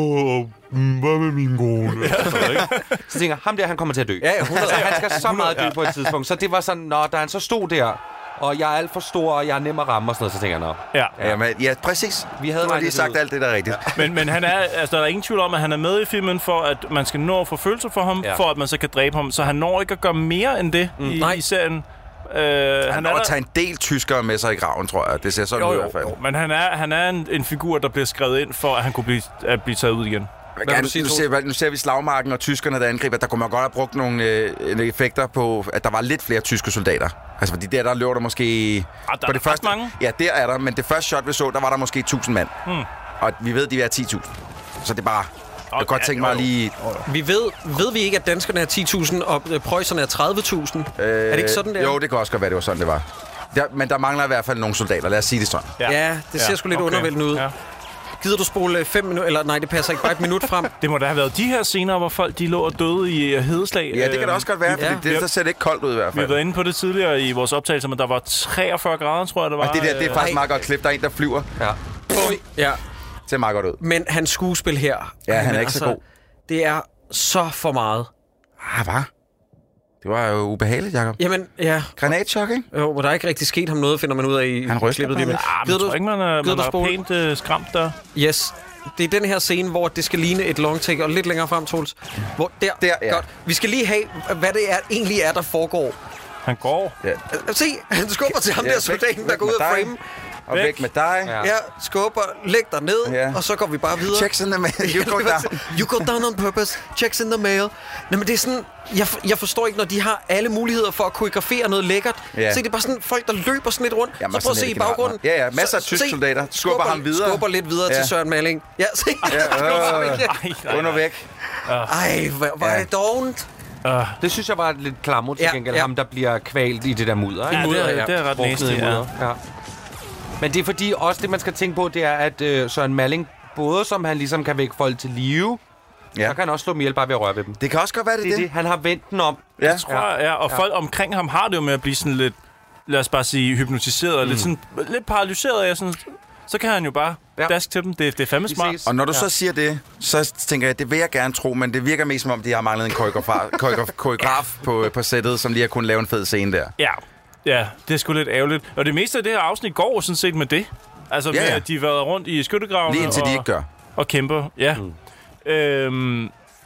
Hvad med min kone? Ja, så tænker jeg, ham der, han kommer til at dø. Ja, ja, altså, han skal så meget dø på et tidspunkt. Så det var sådan, når da han så stod der, og jeg er alt for stor, og jeg er nem at ramme og sådan noget, så tænker jeg, nå. Ja, ja, men, ja præcis. Vi havde du har lige sagt ud. Alt det, der er rigtigt. Ja. Men, men han er, altså, der er ingen tvivl om, at han er med i filmen for, at man skal nå at få følelser for ham, ja. for at man så kan dræbe ham. Så han når ikke at gøre mere end det mm. i, i serien. Uh, han, han når at tage en del tyskere med sig i graven, tror jeg. Det ser sådan ud i hvert fald. Men han er, han er en, en figur, der bliver skrevet ind for, at han kunne blive, at blive taget ud igen. Ja, nu, ser, nu ser vi slagmarken og tyskerne, der angriber. Der kunne man godt have brugt nogle øh, effekter på, at der var lidt flere tyske soldater. Altså, fordi der, der løb der måske... Ah, der på det første, mange. Ja, der er der. Men det første shot, vi så, der var der måske tusind mand. Hmm. Og vi ved, de er ti tusind. Så det er bare... Jeg kan godt tænke mig lige... Vi ved, ved vi ikke, at danskerne er ti tusind, og preusserne er tredive tusind? Øh, er det ikke sådan, det er? Jo, det kan også godt være, det var sådan, det var. Der, men der mangler i hvert fald nogle soldater. Lad os sige det sådan. Ja, ja det ser ja. sgu lidt okay. undervældende ud. Ja. Gider du spole fem minutter? Eller nej, det passer ikke. Bare et minut frem. Det må da have været de her scener, hvor folk de lå og døde i hedeslag. Ja, det kan da også godt være, fordi ja. det der ser det ikke koldt ud i hvert fald. Vi har været inde på det tidligere i vores optagelser, men der var treogfyrre grader, tror jeg, det var. Og det der, det er faktisk meget godt klip. Der er en, der flyver. Ja. Ja. Det ser meget godt ud. Men hans skuespil her... Ja, han er ikke altså, så god. Det er så for meget. Ah, hvad? Det var jo ubehageligt, Jacob. Jamen, ja. Granatchok, ikke? Jo, hvor der er ikke rigtig sket ham noget, finder man ud af i han ryster klippet. Ja, men jeg tror ikke, man er, man er pænt uh, skræmt der. Yes. Det er den her scene, hvor det skal ligne et long take, og lidt længere frem, Troels. Hvor der, der ja. Godt. Vi skal lige have, hvad det er, egentlig er, der foregår. Han går. Ja. Se, han skubber til ham ja, der soldaten, der går ud af frame. Og væk, væk med dig. Ja, ja skubber, læg dig ned, ja. og så går vi bare videre. Checks in the mail. You go down. You go down on purpose. Checks in the mail. Nej, men det er sådan... Jeg, jeg forstår ikke, når de har alle muligheder for at koreografere noget lækkert. Ja. Så det er bare sådan folk, der løber sådan lidt rundt. Ja, så prøv at se i baggrunden. Ja, ja. Masser af tyske soldater. Skubber, skubber ham videre. Skubber lidt videre ja. til Søren Malling. Ja, se. Ja, under væk. Ej, hvor, hvor ja. er det dovent. Uh, det synes jeg var lidt klammer til gengæld. Ja, ja. Ham, der bliver kvalt i det der mudder. Ja, mudder, det, er, det er ret næstigt, ja. ja. Men det er fordi, også det man skal tænke på, det er, at øh, Søren Malling, både som han ligesom kan vække folk til live, ja. så kan han også slå dem ihjel bare ved at røre ved dem. Det kan også godt være, det, det er det. Han har vendt den om. Ja, det tror jeg, ja. Og ja. folk omkring ham har det jo med at blive sådan lidt, lad os bare sige, hypnotiseret, mm. lidt, sådan, lidt paralyseret af sådan... Så kan han jo bare ja. daske til dem. Det, det er fandme smart. Og når du ja. så siger det, så tænker jeg, det vil jeg gerne tro, men det virker mest som om, de har manglet en koreograf, koreograf, koreograf på, på sættet, som lige har kunnet lave en fed scene der. Ja. Ja, det er sgu lidt ærgerligt. Og det meste af det her afsnit går sådan set med det. Altså ja, ja. med, at de har været rundt i skyttegravene. Lige indtil og, de ikke gør. Og kæmper, ja. Mm. Øhm,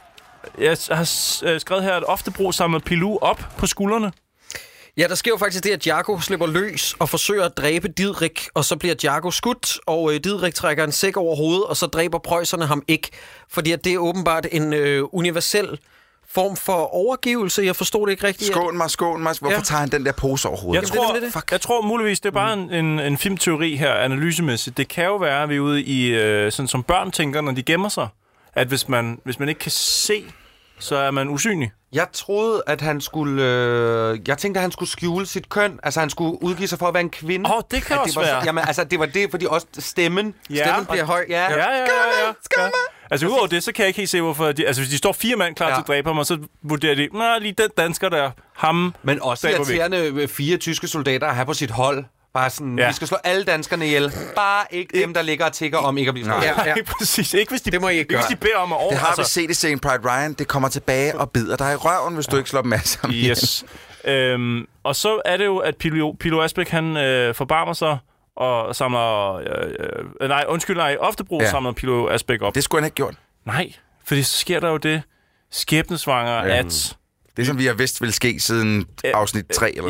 jeg har skrevet her, at Oftebro samler Pilou op på skuldrene. Ja, der sker jo faktisk det, at Djago slipper løs og forsøger at dræbe Didrik, og så bliver Djago skudt, og øh, Didrik trækker en sæk over hovedet, og så dræber preusserne ham ikke. Fordi at det er åbenbart en øh, universel form for overgivelse. Jeg forstod det ikke rigtigt. Skål mig, skål mig. Hvorfor ja. tager han den der pose over hovedet? Jeg tror, det, det, det. jeg tror muligvis, det er bare mm. en, en, en filmteori her, analysemæssigt. Det kan jo være, at vi er ude i, øh, sådan som børn tænker, når de gemmer sig, at hvis man, hvis man ikke kan se, så er man usynlig. Jeg troede, at han skulle... Øh, jeg tænkte, at han skulle skjule sit køn. Altså, han skulle udgive sig for at være en kvinde. Åh, oh, det kan at også det var, være. Jamen, altså, det var det, fordi også stemmen... Ja, stemmen bliver høj. Ja, ja, ja. ja, ja, ja. Altså, udover det, så kan jeg ikke helt se, hvorfor... De, altså, hvis de står fire mand klar ja. til at dræbe ham, og så vurderer de, nå, lige den dansker der, ham... Men også irriterende fire tyske soldater at have på sit hold. Bare sådan, ja. vi skal slå alle danskerne ihjel. Bare ikke dem, der ligger og tigger om ikke at blive slået. Ja, ja. Præcis. Ikke hvis de, det må I ikke gøre. Hvis de beder om at over. Det har altså. vi set i scenen Pride Ryan. Det kommer tilbage og bider dig i røven, hvis ja. du ikke slår dem af sammen. Yes. øhm, og så er det jo, at Pilo, Pilo Asbæk, han øh, forbarmer sig og samler... Øh, øh, nej, undskyld, nej. Oftebro ja. samler Pilo Asbæk op. Det skulle han ikke gjort. Nej, fordi så sker der jo det skæbnesvanger, ja. at... Det, som vi har vidst vil ske siden afsnit tre eller ja. sådan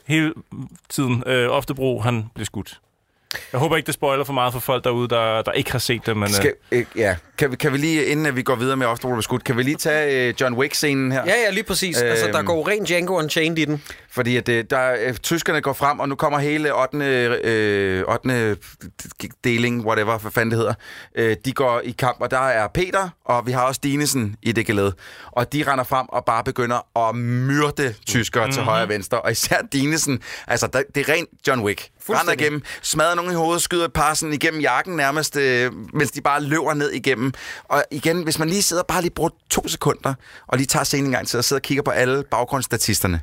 hele tiden. Øh, Oftebro, han blev skudt. Jeg håber ikke, det spoiler for meget for folk derude, der, der ikke har set det, men... Skal, øh, ja. kan, vi, kan vi lige, inden vi går videre med Oftebro blev skudt, kan vi lige tage øh, John Wick-scenen her? Ja, ja, lige præcis. Øh, altså, der går ren Django Unchained i den. Fordi at, øh, der, øh, tyskerne går frem, og nu kommer hele ottende Øh, ottende deling, whatever, hvad fanden det hedder. Øh, de går i kamp, og der er Peter, og vi har også Dinesen i det geled. Og de render frem og bare begynder at myrde tyskere mm-hmm. til højre og venstre. Og især Dinesen, altså der, det er rent John Wick. Render igennem, smadrer nogen i hovedet, skyder et par sådan igennem jakken nærmest, øh, mens de bare løber ned igennem. Og igen, hvis man lige sidder bare lige bruger to sekunder, og lige tager scenen en gang til, og sidder og kigger på alle baggrundsstatisterne.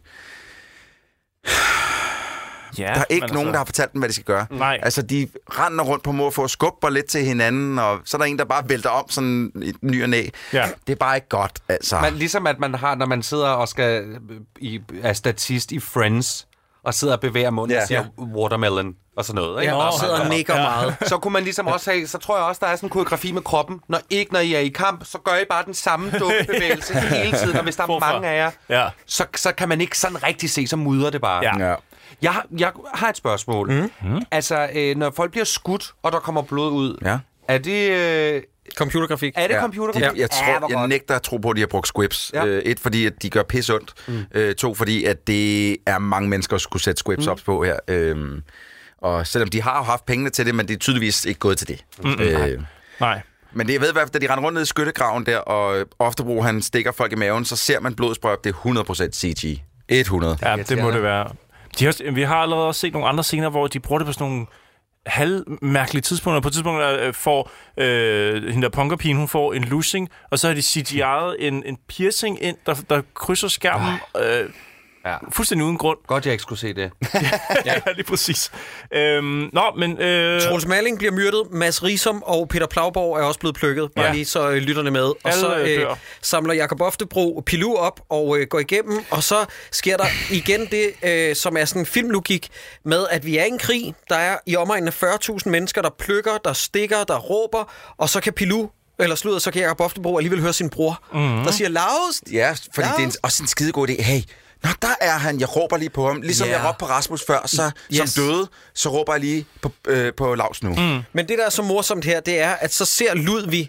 Ja, der er ikke nogen, altså... der har fortalt dem, hvad de skal gøre. Nej. Altså, de render rundt på må få skubber lidt til hinanden, og så er der en, der bare vælter om sådan et ny og næ. Ja. Det er bare ikke godt, altså. Men ligesom at man har, når man sidder og skal i, er statist i Friends, og sidder og bevæger munden ja. og siger watermelon og sådan noget. Ikke? Ja, og sidder og nikker ja. meget. Så kunne man ligesom også have, så tror jeg også, der er sådan en koreografi med kroppen. Når ikke når I er i kamp, så gør I bare den samme dumme bevægelse hele tiden, og hvis der er Hvorfor? mange af jer, ja. så, så kan man ikke sådan rigtig se, så mudrer det bare. Ja. Ja. Jeg, har, jeg har et spørgsmål. Mm. Mm. Altså, øh, når folk bliver skudt, og der kommer blod ud, ja. er det... Øh, computergrafik. Er det ja. computergrafik? Jeg, jeg, tror, ja, jeg nægter at tro på, at de har brugt squibs. Ja. Øh, et, fordi at de gør pis ondt. Mm. Øh, to, fordi at det er mange mennesker, der skulle sætte squibs mm. op på her. Øh, og selvom de har haft pengene til det, men det er tydeligvis ikke gået til det. Mm. Øh, Nej. Men det, jeg ved i hvert fald, da de render rundt ned i skyttegraven der, og Oftebro, han stikker folk i maven, så ser man blodsprøjt, det er hundrede procent C G. hundrede. Ja, det må det være. De har, vi har allerede også set nogle andre scener, hvor de bruger det på sådan nogle halvmærkelige tidspunkter. På et tidspunkt øh, får øh, hende der punkerpigen, hun får en lussing, og så har de C G I'et en, en piercing ind, der, der krydser skærmen. Øh, Ja. Fuldstændig uden grund. Godt, jeg ikke skulle se det. ja, lige præcis. Øhm, nå, men... Øh... Troels Malling bliver myrdet. Mads Risum og Peter Plauborg er også blevet plukket. Bare ja. lige så øh, lytterne med. Og Alle så øh, dør. samler Jakob Oftebro Pilou op og øh, går igennem. Og så sker der igen det, øh, som er sådan en filmlogik med, at vi er i en krig. Der er i omegnen af fyrre tusind mennesker, der plukker, der stikker, der råber. Og så kan Pilou... Eller slutter, så kan Jakob Oftebro alligevel høre sin bror, mm-hmm. der siger, Laust! Ja, fordi Laust. Det er en, også en skidegod idé. Hey, nå, der er han. Jeg råber lige på ham. Ligesom yeah. jeg råbte på Rasmus før, så yes. som døde, så råber jeg lige på, øh, på Laust nu. Mm. Men det, der er så morsomt her, det er, at så ser Ludvig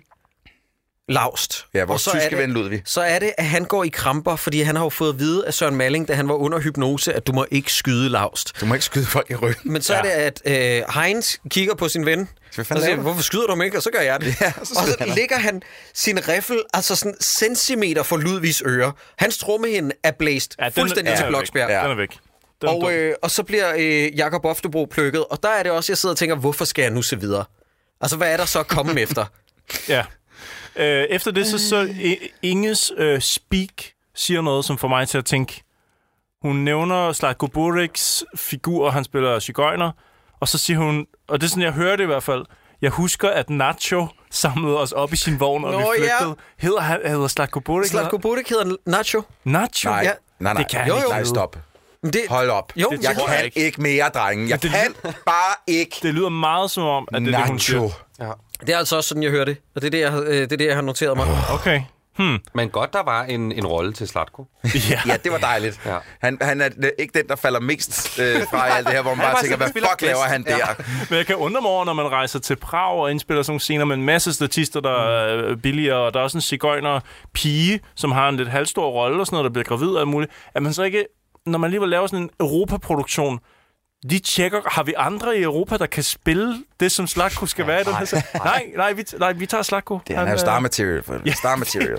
Laust. Ja, vores tyske ven Ludvig. Så er det, at han går i kramper, fordi han har jo fået at vide af Søren Malling, da han var under hypnose, at du må ikke skyde Laust. Du må ikke skyde folk i ryggen. Men så ja. er det, at øh, Heinz kigger på sin ven, og siger, hvorfor skyder du ham ikke? Og så gør jeg det. Ja, så og så han lægger han sin riffel, altså sådan centimeter for Ludvigs øre. Hans trommehinde er blæst ja, fuldstændig ja, til Bloksbjerg. Ja. Den er væk. Den og, øh, og så bliver øh, Jakob Oftebro plukket, og der er det også, jeg sidder og tænker, hvorfor skal jeg nu se videre? Altså, hvad er der så at komme efter? Ja. Øh, efter det, så, så Inges øh, speak siger noget, som får mig til at tænke. Hun nævner Zlatko Burics figur, han spiller sigøjner, og så siger hun, og det er sådan, jeg hører det i hvert fald, jeg husker, at Nacho samlede os op i sin vogn, og Nå, vi flygtede. Ja. Hedder, han, hedder Zlatko Buric? Zlatko Buric hedder Nacho. Nacho? Nej, ja. nej, nej. Det kan jo, jo. Nej, stop. Det, Hold op. Jo, det jeg kan ikke. ikke mere, drenge. Jeg det, kan bare ikke. Det lyder meget som om, at det er det, hun siger. Ja. Det er altså også sådan, jeg hører det. Og det er det, jeg, det, er det, jeg har noteret mig. Okay. Hmm. Men godt, der var en, en rolle til Zlatko. ja. ja, det var dejligt. Ja. Han, han er ikke den, der falder mest øh, fra alt det her, hvor man bare tænker, hvad fuck laver han der? Ja. Men jeg kan undre mig over, når man rejser til Prag og indspiller sådan nogle scener med en masse statister, der er billigere, og der er også en sigøjner pige, som har en lidt halvstor rolle og sådan noget, der bliver gravid og alt muligt. At man så ikke, når man alligevel laver sådan en Europa-produktion, de tjekker, har vi andre i Europa, der kan spille det, som Zlatko skal være i den her? Nej, nej, vi, nej, vi tager Zlatko. Det er han er jo star material. For ja. Star material.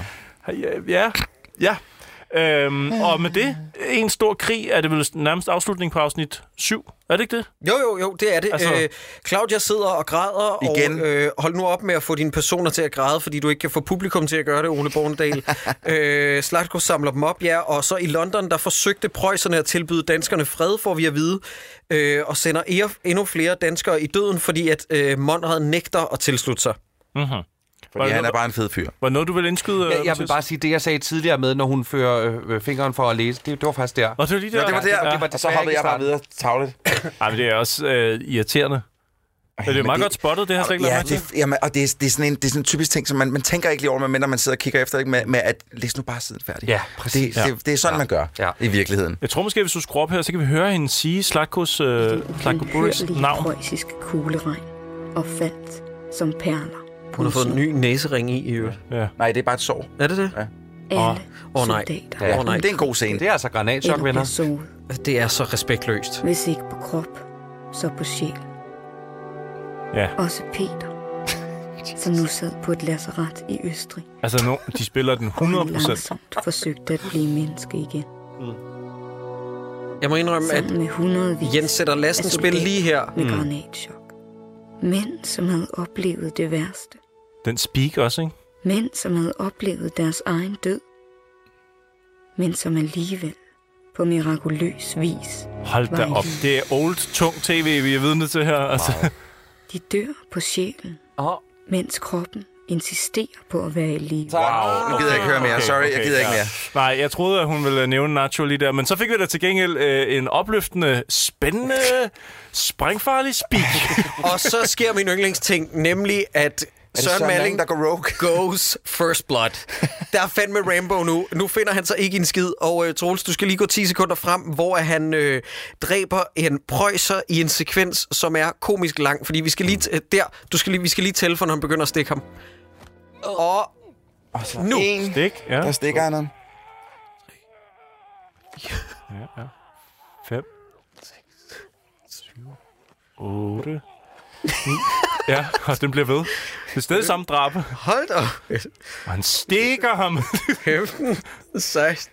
ja, ja. Øhm, og med det, en stor krig, er det vel nærmest afslutning på afsnit syv? Er det ikke det? Jo, jo, jo, det er det. Altså... Øh, Claudia sidder og græder, igen. og øh, hold nu op med at få dine personer til at græde, fordi du ikke kan få publikum til at gøre det, Ole Bornedal. øh, Zlatko samler dem op, ja, og så i London, der forsøgte preusserne at tilbyde danskerne fred, får vi at vide, øh, og sender endnu flere danskere i døden, fordi at øh, Monrad nægter at tilslutte sig. Mhm. Fordi han er bare en fed fyr. Var noget, du vil indskyde? Ja, jeg vil bare sige, det jeg sagde tidligere med, når hun fører øh, fingeren for at læse, det, det var faktisk der. Nå, det var lige der. Ja, det var der, ja. Det var, og så hoppede jeg bare videre tavlet. Nej, men det er også øh, irriterende. Ja, det er meget det, godt spottet, det har jeg slet ikke ja, lagt det, jamen, og det er, det, er sådan en, det er sådan en typisk ting, som man, man tænker ikke lige over, men når man sidder og kigger efter, ikke, med, med at læs nu bare siden færdig. Ja, præcis. Det, det, det er sådan, ja. man gør ja. i virkeligheden. Jeg tror måske, hvis du skruer op her, så kan vi høre hende sige Zlatkos øh, Zlatkoburis navn. Preussiske kugleregn og faldt som perler. Hun har fået en ny næsering i, i øvrigt. Ja. Nej, det er bare et sår. Er det det? Ja. Alle Åh oh, nej. soldater. Ja. Oh, nej. Det er en god scene. Det er altså granatchok, venner. Såret. Det er så respektløst. Hvis ikke på krop, så på sjæl. Ja. Også Peter, som nu sad på et lazaret i Østrig. Altså, no, de spiller den hundrede procent. langsomt forsøgte at blive menneske igen. Jeg må indrømme, at Sammen med hundredvis Jens sætter lasten af spil lige her. med mm. granatchok. Mænd, som havde oplevet det værste. Den speak også, ikke? Mænd, som havde oplevet deres egen død. Men som alligevel på mirakuløs vis Hold da op. Det er old, tung tv, vi er vidne til her. Altså. Wow. De dør på sjælen, Oh. mens kroppen insisterer på at være i live. Wow, nu gider jeg ikke høre mere. Sorry, okay, jeg gider ikke mere. Nej, jeg troede, at hun ville nævne Nacho lige der. Men så fik vi da til gengæld øh, en opløftende, spændende, sprængfarlig speak. Og så sker min yndlingsting, nemlig at Søren, Søren Malling, der går rogue? goes first blood. Der er fandme Rambo nu. Nu finder han sig ikke en skid. Og uh, Troels, du skal lige gå ti sekunder frem, hvor han øh, dræber en prøjser i en sekvens, som er komisk lang. Fordi vi skal lige t- der, du skal lige, vi skal lige tælle, for når han begynder at stikke ham. Og Og så nu. En, Stik, ja. der stikker han ham. Ja, ja. Fem. Seks. Syv. Otte. Ja, og den bliver ved. Det er stadig samme drab. Hold da. Og han stikker ham. femten, seksten.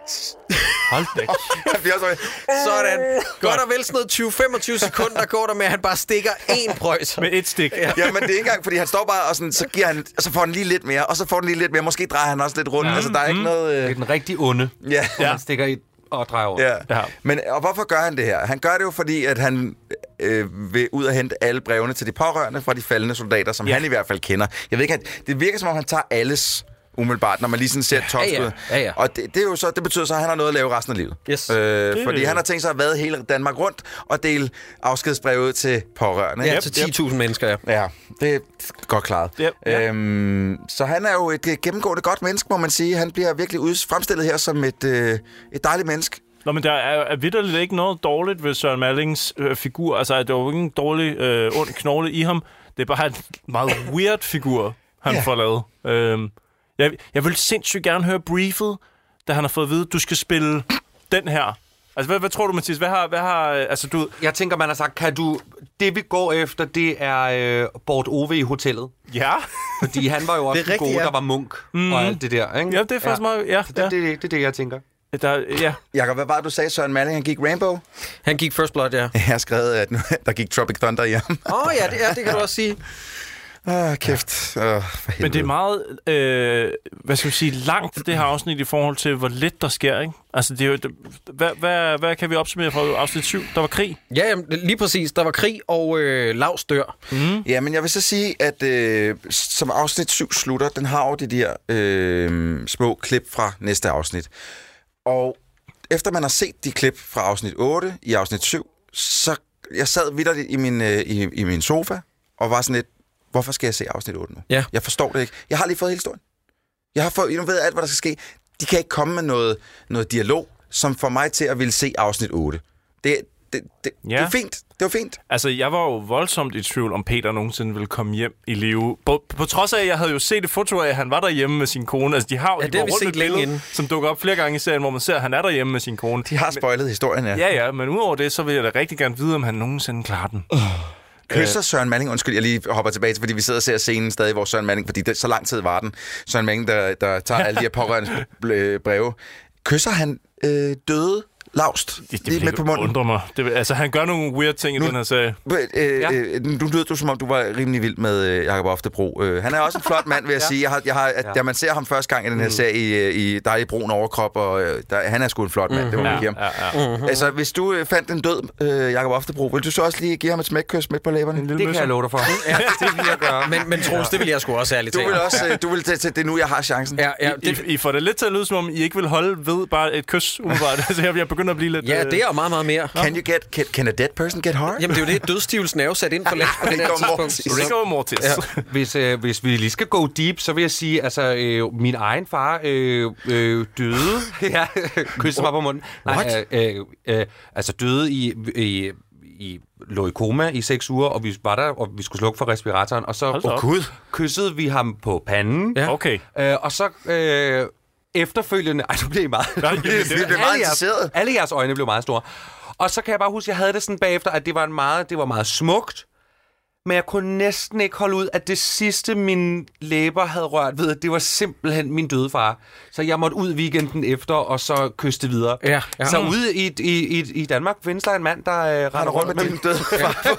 Hold da. Han bliver også... Sådan. Godt og vel sådan noget tyve til femogtyve sekunder går der med, at han bare stikker én prøjser. Med et stik. Ja. Ja, men det er ikke engang, fordi han står bare og sådan, så giver han, og så får han lige lidt mere, og så får han lige lidt mere. Måske drejer han også lidt rundt. Mm, altså, der er ikke mm. noget... Øh... Det er den rigtig onde, Ja. hvor man stikker i og drejer over. Ja. Ja. Men og hvorfor gør han det her? Han gør det jo, fordi at han øh, vil ud og hente alle brevene til de pårørende fra de faldne soldater, som Ja. han i hvert fald kender. Jeg ved ikke, at det virker som om, han tager alles umiddelbart, når man lige sådan ser topskud. ja. Ja, ja. Og det, det, er jo så, det betyder så, at han har noget at lave resten af livet. Yes. Øh, fordi han har tænkt sig at vade hele Danmark rundt og dele afskedsbreve ud til pårørende. Ja, Yep, til ti tusind mennesker, ja. Ja, det er godt klaret. Yep, ja. Øhm, så han er jo et gennemgående godt menneske, må man sige. Han bliver virkelig ud, fremstillet her som et, øh, et dejligt menneske. Nå, men der er, er vitterligt ikke noget dårligt ved Søren Mallings øh, figur. Altså, der er jo ikke en dårlig øh, ond knogle i ham. Det er bare en meget weird figur, han Ja. får lavet. Øhm, jeg, jeg vil sindssygt gerne høre briefet, da han har fået at vide, at du skal spille den her. Altså, hvad, hvad tror du, Mathias? Hvad har... Hvad har altså, du... Jeg tænker, man har sagt, kan du... Det, vi går efter, det er øh, Bort Ove i hotellet. Ja. Fordi han var jo også Det er den gode, rigtigt, ja. der var munk Mm. og alt det der, ikke? Ja, det er faktisk meget... Ja, Så ja. det, det, det, det er det, jeg tænker. Der, ja. Jakob, hvad var det, du sagde, Søren Malling? Han gik Rambo? Han gik first blood, ja. Jeg har skrevet, at nu, der gik Tropic Thunder i ham. Åh oh, ja, det, ja, det kan du også sige. Ah, kæft. Oh, Men det er meget, øh, hvad skal vi sige, langt, det her afsnit i forhold til, hvor lidt der sker, ikke? Altså, det er jo... Det, hvad, hvad, hvad kan vi opsummere fra afsnit syv? Der var krig. Ja, jamen, lige præcis. Der var krig, og øh, Laus dør. Mm. Ja, men jeg vil så sige, at øh, som afsnit syv slutter, den har jo de der øh, små klip fra næste afsnit. Og efter man har set de klip fra afsnit otte i afsnit syv, så jeg sad vitterligt i min, øh, i, i min sofa og var sådan lidt, hvorfor skal jeg se afsnit otte nu? Ja. Jeg forstår det ikke. Jeg har lige fået hele historien. Jeg har fået, jeg ved alt, hvad der skal ske. De kan ikke komme med noget, noget dialog, som får mig til at ville se afsnit otte. Det, det, det, Ja. det er fint. Det var fint. Altså, jeg var jo voldsomt i tvivl, om Peter nogensinde ville komme hjem i live. På, på trods af, at jeg havde jo set et foto af, at han var derhjemme med sin kone. Altså, de har jo Ja, de det har går vi rundt set med et længe billede, inden. som dukker op flere gange i serien, hvor man ser, at han er derhjemme med sin kone. De har spoilet historien, ja. Ja, ja, men udover det, så vil jeg da rigtig gerne vide, om han nogensinde klarer den. Kysser Søren Malling, undskyld, jeg lige hopper tilbage til, fordi vi sidder og ser scenen stadig, hvor Søren Malling, fordi det, så lang tid var den, Søren Malling, der, der tager alle de her pårørende breve. Kysser han øh, døde Laust Det, det lige med på munden? undrer mig. Det, altså, han gør nogle weird ting Nu- i den her serie. Øh, Ja. øh, nu lød du, som om du var rimelig vild med øh, Jakob Oftebro. Øh, han er også en flot mand, vil jeg Ja. sige. Jeg har, jeg har, at, Ja. da man ser ham første gang i den her serie i, øh, i dejlig brun overkrop, og øh, der, han er sgu en flot mand, det må man Ja, give ham. ja, ja. Altså, hvis du øh, fandt en død øh, Jakob Oftebro, vil du så også lige give ham et smækkys midt på læberne? Det kan jeg love dig for. Ja, det vil jeg gøre. Men, men Troels, det vil jeg sgu også ærligt Du tale. vil også, øh, du vil til, til det er nu, jeg har chancen. Ja, ja, I, det, I får det lidt til at lyde, som om I ikke vil holde ved bare et kys, umiddelbart. Altså, jeg, jeg begynder begynder at blive lidt... Ja, øh... det er meget, meget mere. Can you get, can, can a dead person get hard? Jamen, det er jo det, dødstivelsen er jo sat ind for længst på det her tidspunkt. Rigor Mortis. Ja. Hvis, øh, hvis vi lige skal gå deep, så vil jeg sige, altså, øh, min egen far øh, øh, døde. Ja, kyssede mig på munden. Nej, øh, øh, øh, altså døde i... i I lå i koma i seks uger, og vi var der, og vi skulle slukke for respiratoren, og så oh, Gud. kyssede vi ham på panden. Ja. Okay. Øh, og så øh, efterfølgende... Ej, nu bliver I meget... Nej, det, det, det, det meget interesseret. Alle jeres øjne blev meget store. Og så kan jeg bare huske, at jeg havde det sådan bagefter, at det var, en meget, det var meget smukt, men jeg kunne næsten ikke holde ud, at det sidste, mine læber havde rørt ved, det var simpelthen min døde far. Så jeg måtte ud weekenden efter, og så kyste videre. Ja, ja. Så ude i, i, i, i Danmark findes der en mand, der øh, render rundt med din døde far.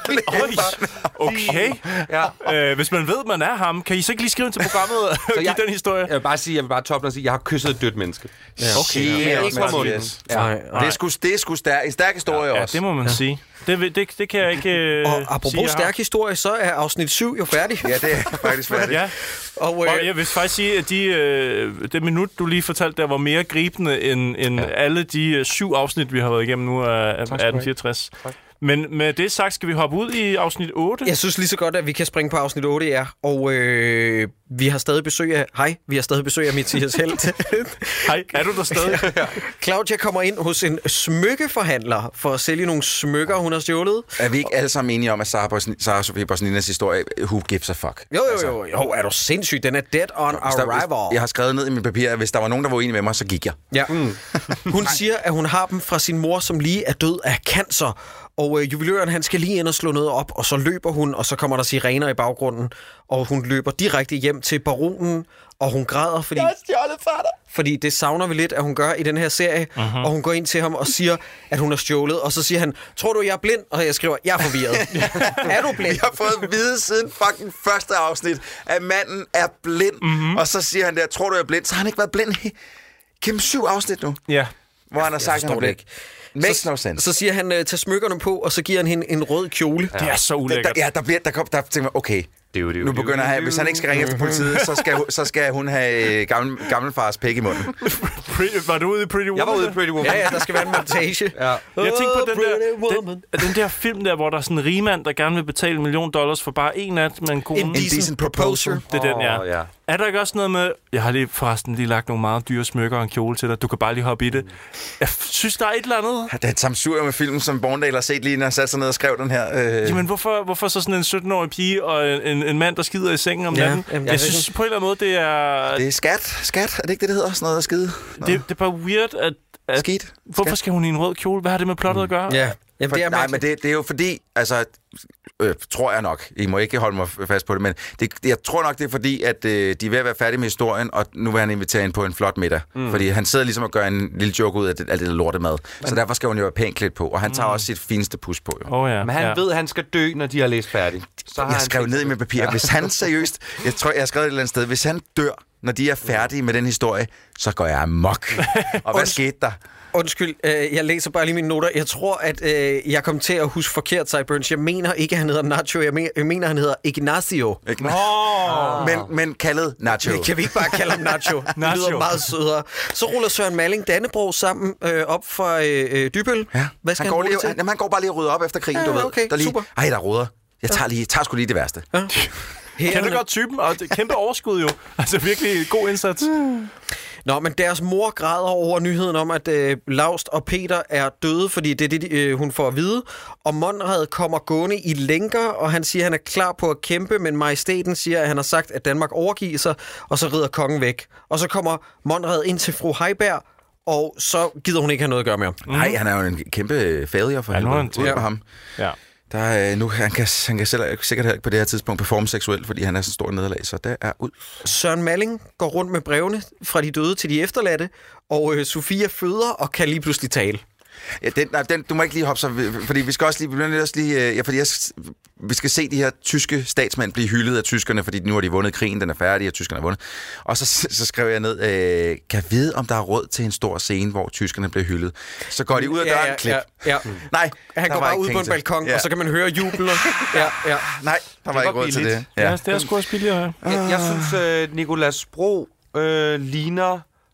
Okay. Ja. Øh, hvis man ved, man er ham, kan I så ikke lige skrive ind til programmet og give jeg, den historie? Jeg vil bare sige, jeg vil bare toppe og sige, jeg har kysset et dødt menneske. Ja. Okay. Ja, ja, ikke på munden. Yes. Ja. Det er sgu, det er sgu stær, en stærk historie ja, også. Ja, det må man ja. sige. Det, det, det kan jeg ikke øh, Og apropos sige, stærk historie, så er afsnit syv jo færdig. Ja, det er faktisk færdigt. Ja. Og, øh, og jeg vil faktisk sige, at de, øh, det minut, du lige fortalte, der var mere gribende end, end ja. alle de øh, syv afsnit, vi har været igennem nu af atten fireogtres. Tak. Men med det sagt, skal vi hoppe ud i afsnit otte? Jeg synes lige så godt, at vi kan springe på afsnit otte, ja. Og øh, vi har stadig besøg af... Hej, vi har stadig besøg af Mathias Helt. Hej, er du der stadig? Ja. Claudia kommer ind hos en smykkeforhandler for at sælge nogle smykker, hun har stjålet. Er vi ikke alle sammen enige om, at Sarah, Bosni- Sarah Sofie Bosninas historie, who gives a fuck? Jo, jo, jo. Jo, er du sindssyg? Den er dead on arrival. Jeg har skrevet ned i mit papir, at hvis der var nogen, der var uenig med mig, så gik jeg. Ja. Mm. Hun siger, at hun har dem fra sin mor, som lige er død af cancer. Og øh, juveløren, han skal lige ind og slå noget op, og så løber hun, og så kommer der sirener i baggrunden, og hun løber direkte hjem til baronen, og hun græder, fordi... Jeg har stjålet for dig! Fordi det savner vi lidt, at hun gør i den her serie, uh-huh. og hun går ind til ham og siger, at hun har stjålet, og så siger han, tror du, jeg er blind? Og jeg skriver, jeg er forvirret. Er du blind? Jeg har fået at vide siden fucking første afsnit, at manden er blind, uh-huh. og så siger han der, tror du, jeg er blind? Så har han ikke været blind i gennem syv afsnit nu. Ja. Hvor han har sagt, at han er blind. Makes så, no sense. Så siger han, uh, tag smykkerne på, og så giver han hende en rød kjole. Ja. Det er så ulækkert. Der, ja, der bliver, der kom, der tænker man, okay, det det nu begynder han, hvis han ikke skal ringe efter politiet, så skal, så skal hun have gammel, gammelfars pæk i munden. Var du ude i Pretty Woman? Jeg var ude i Pretty Woman. Ja, ja, der skal være en montage. Ja. Jeg tænkte på den der, den, den der film der, hvor der er sådan en rigmand, der gerne vil betale en million dollars for bare en nat med en kone. Indecent, Indecent Proposal. Det er den, ja. Oh, ja. Er der ikke også noget med, jeg har lige forresten lige lagt nogle meget dyre smykker og en kjole til dig, du kan bare lige hoppe i det. Jeg synes, der er et eller andet. Ja, det er et samsur med filmen, som Borndale har set lige, når han satte sig ned og skrev den her. Øh... Jamen, hvorfor, hvorfor så sådan en sytten-årig pige og en, en mand, der skider i sengen om ja, natten? Jamen, jeg synes på en eller anden måde, det er... Det er skat. Skat, er det ikke det, det hedder? Sådan noget at skide? Det, det er bare weird, at... at Skidt. Hvorfor skal hun i en rød kjole? Hvad har det med plottet at gøre? Ja. Jamen, For, det er nej, men det, det er jo fordi, altså, øh, tror jeg nok, I må ikke holde mig fast på det, men det, jeg tror nok, det er fordi, at øh, de er ved at være færdige med historien, og nu vil han invitere hende på en flot middag. Mm. Fordi han sidder ligesom og gør en lille joke ud af det, alt det der lortemad. Men, så derfor skal hun jo være pænt klædt på, og han tager mm. også sit fineste pus på. Jo. Oh, ja. Men han ja. ved, at han skal dø, når de har læst færdigt. Så har jeg skrev ned i mit papir, hvis han seriøst, jeg tror, jeg har skrevet et eller andet sted, hvis han dør, når de er færdige med den historie, så går jeg amok. Og hvad skete der? Undskyld, øh, jeg læser bare lige mine noter. Jeg tror, at øh, jeg kom til at huske forkert, Sideburns. Jeg mener ikke, at han hedder Nacho. Jeg mener, jeg mener han hedder Ignacio. Oh. Men, men kaldet Nacho. Kan vi ikke bare kalde ham Nacho? Det lyder meget sødere. Så ruller Søren Malling Dannebro sammen øh, op fra øh, Dybøl. Ja. Hvad skal han, han, går lige, til? han, jamen, han går bare lige og rydder op efter krigen, ja, du ved. Okay, der lige, super. Ej, der er ruder. Jeg tager, lige, tager sgu lige det værste. Ja. Kan du godt typen? Og det kæmpe overskud jo. Altså virkelig god indsats. Mm. Nå, men deres mor græder over nyheden om, at øh, Laust og Peter er døde, fordi det er det, øh, hun får at vide. Og Monrad kommer gående i lænker, og han siger, at han er klar på at kæmpe, men majestæten siger, at han har sagt, at Danmark overgiver sig, og så rider kongen væk. Og så kommer Monrad ind til fru Heiberg, og så gider hun ikke have noget at gøre mere. Nej, mm. han er jo en kæmpe failure for helvede. Ud på ham. Ja. Der er, nu, han kan, han kan selv, sikkert heller ikke på det her tidspunkt performe seksuelt, fordi han er så stor nederlag, så der er ud. Søren Malling går rundt med brevene fra de døde til de efterladte, og øh, Sofia føder og kan lige pludselig tale. Ja, den, nej, den, du må ikke lige hoppe så, fordi vi skal også lige, vi bliver også lige, ja, fordi jeg, vi skal se de her tyske statsmænd blive hyldet af tyskerne, fordi nu har de vundet krigen, den er færdig, og tyskerne har vundet. Og så, så skrev jeg ned, øh, kan jeg vide, om der er råd til en stor scene, hvor tyskerne bliver hyldet. Så går de ud af døren, ja, ja, klip. Ja, ja. Nej, han går bare ud på en balkon, ja. Og så kan man høre jublen. Ja, ja. Nej, der var, var ikke råd til det. Ja, ja det er sgu også billigere. Jeg, jeg synes, uh, Nicolas Bro uh, ligner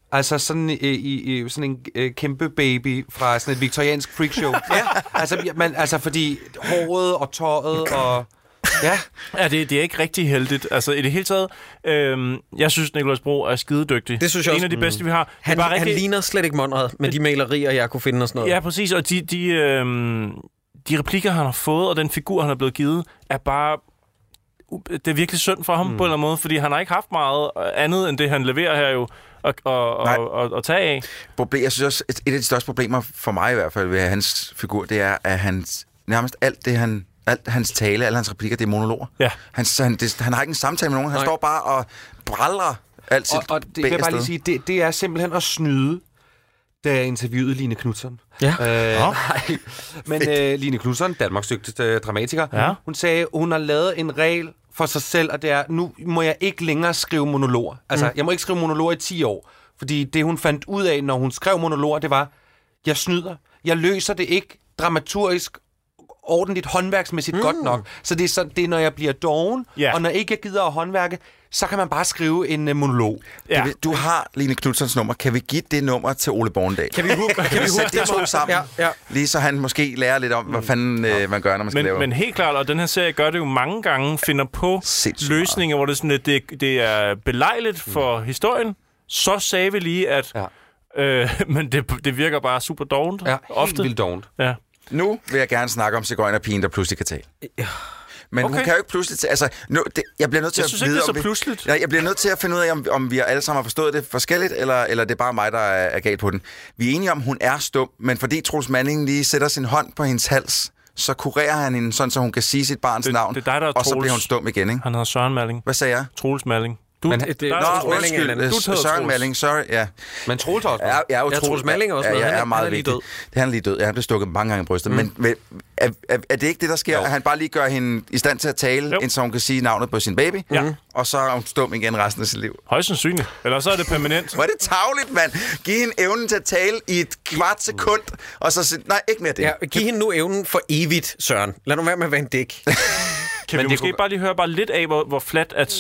Altså sådan, i, i, i, sådan en øh, kæmpe baby fra sådan et viktoriansk freakshow. Ja. Altså, man, altså, fordi håret og tøjet og... Ja, ja det, det er ikke rigtig heldigt. Altså, i det hele taget, øhm, jeg synes, Nicolas Bro er skidedygtig. Det synes jeg en også. af de bedste, vi har. Han, bare rigtig... han ligner slet ikke Monrad med de malerier, jeg kunne finde og sådan noget. Ja, præcis. Og de, de, øhm, de replikker, han har fået, og den figur, han er blevet givet, er bare... Det er virkelig synd for ham mm. på en eller anden måde, fordi han har ikke haft meget andet, end det, han leverer her jo, og, og, og, og, og tage af. Problem, jeg synes også, et, et af de største problemer for mig i hvert fald ved hans figur, det er, at hans, nærmest alt det, han... Alt hans tale, alle hans replikker, det er monologer. Ja. Han, han, det, han har ikke en samtale med nogen. Han Nej. står bare og brælder alt sit Og, og det kan jeg bare lige sige, det, det er simpelthen at snyde, da jeg interviewede Line Knutzon. Ja. Øh, oh. Nej, men øh, Line Knutzon, Danmarks dygtigste dramatiker, ja. hun sagde, hun har lavet en regel for sig selv, og det er, nu må jeg ikke længere skrive monologer. Altså, mm. jeg må ikke skrive monologer i ti år. Fordi det, hun fandt ud af, når hun skrev monologer, det var, jeg snyder. Jeg løser det ikke dramaturgisk ordentligt håndværksmæssigt mm. godt nok. Så det er, så, det er, når jeg bliver doven, yeah. og når ikke jeg gider at håndværke, så kan man bare skrive en uh, monolog. Ja. Du, du har Line Knutzons nummer. Kan vi give det nummer til Ole Bornedal? Kan vi sætte det to sammen? Ja, ja. Lige så han måske lærer lidt om, hvad fanden ja. øh, man gør, når man skal men, lave. Men helt klart, og den her serie gør det jo mange gange, finder på Sindssygt løsninger, meget. Hvor det, sådan, det, det er belejligt for mm. historien. Så sagde vi lige, at ja. øh, men det, det virker bare super dovent. Ja, ofte. helt vildt dovent. Ja. Nu vil jeg gerne snakke om sigøjnerpigen, der pludselig kan tale. Ja. Men okay. hun kan jo ikke pludselig... T- altså, nu, det, jeg bliver nødt til jeg at synes vide, ikke, det er så vi, pludseligt. Ja, jeg bliver nødt til at finde ud af, om, om vi alle sammen har forstået det forskelligt, eller, eller det er bare mig, der er, er galt på den. Vi er enige om, hun er stum, men fordi Troels Malling lige sætter sin hånd på hendes hals, så kurerer han hende sådan, så hun kan sige sit barns det, navn, det er dig, der er og så bliver hun stum igen, ikke? Han hedder Søren Malling. Hvad sagde jeg? Troels Malling. Du, men, det, det, Nå, undskyld, du Søren Malling, sorry, ja. Men Troels også. Ja, jeg er jo ja, Troels Malling også. Ja, jeg er meget vigtig. Han er lige død. Ja, han blev stukket mange gange i brystet. Mm. Men er, er, er det ikke det, der sker? Jo. At han bare lige gør hende i stand til at tale, jo. indtil hun kan sige navnet på sin baby? Ja. Og så er hun stum igen resten af sit liv. Højst sandsynligt. Eller så er det permanent. Hvor er det tarveligt, mand. Giv hende evnen til at tale i et kvart sekund, og så sige, nej, ikke mere det. Ja, giv hende nu evnen for evigt, Søren. Lad nu være med at være en dæk. Kan men vi måske kunne... bare lige høre bare lidt af, hvor, hvor flat at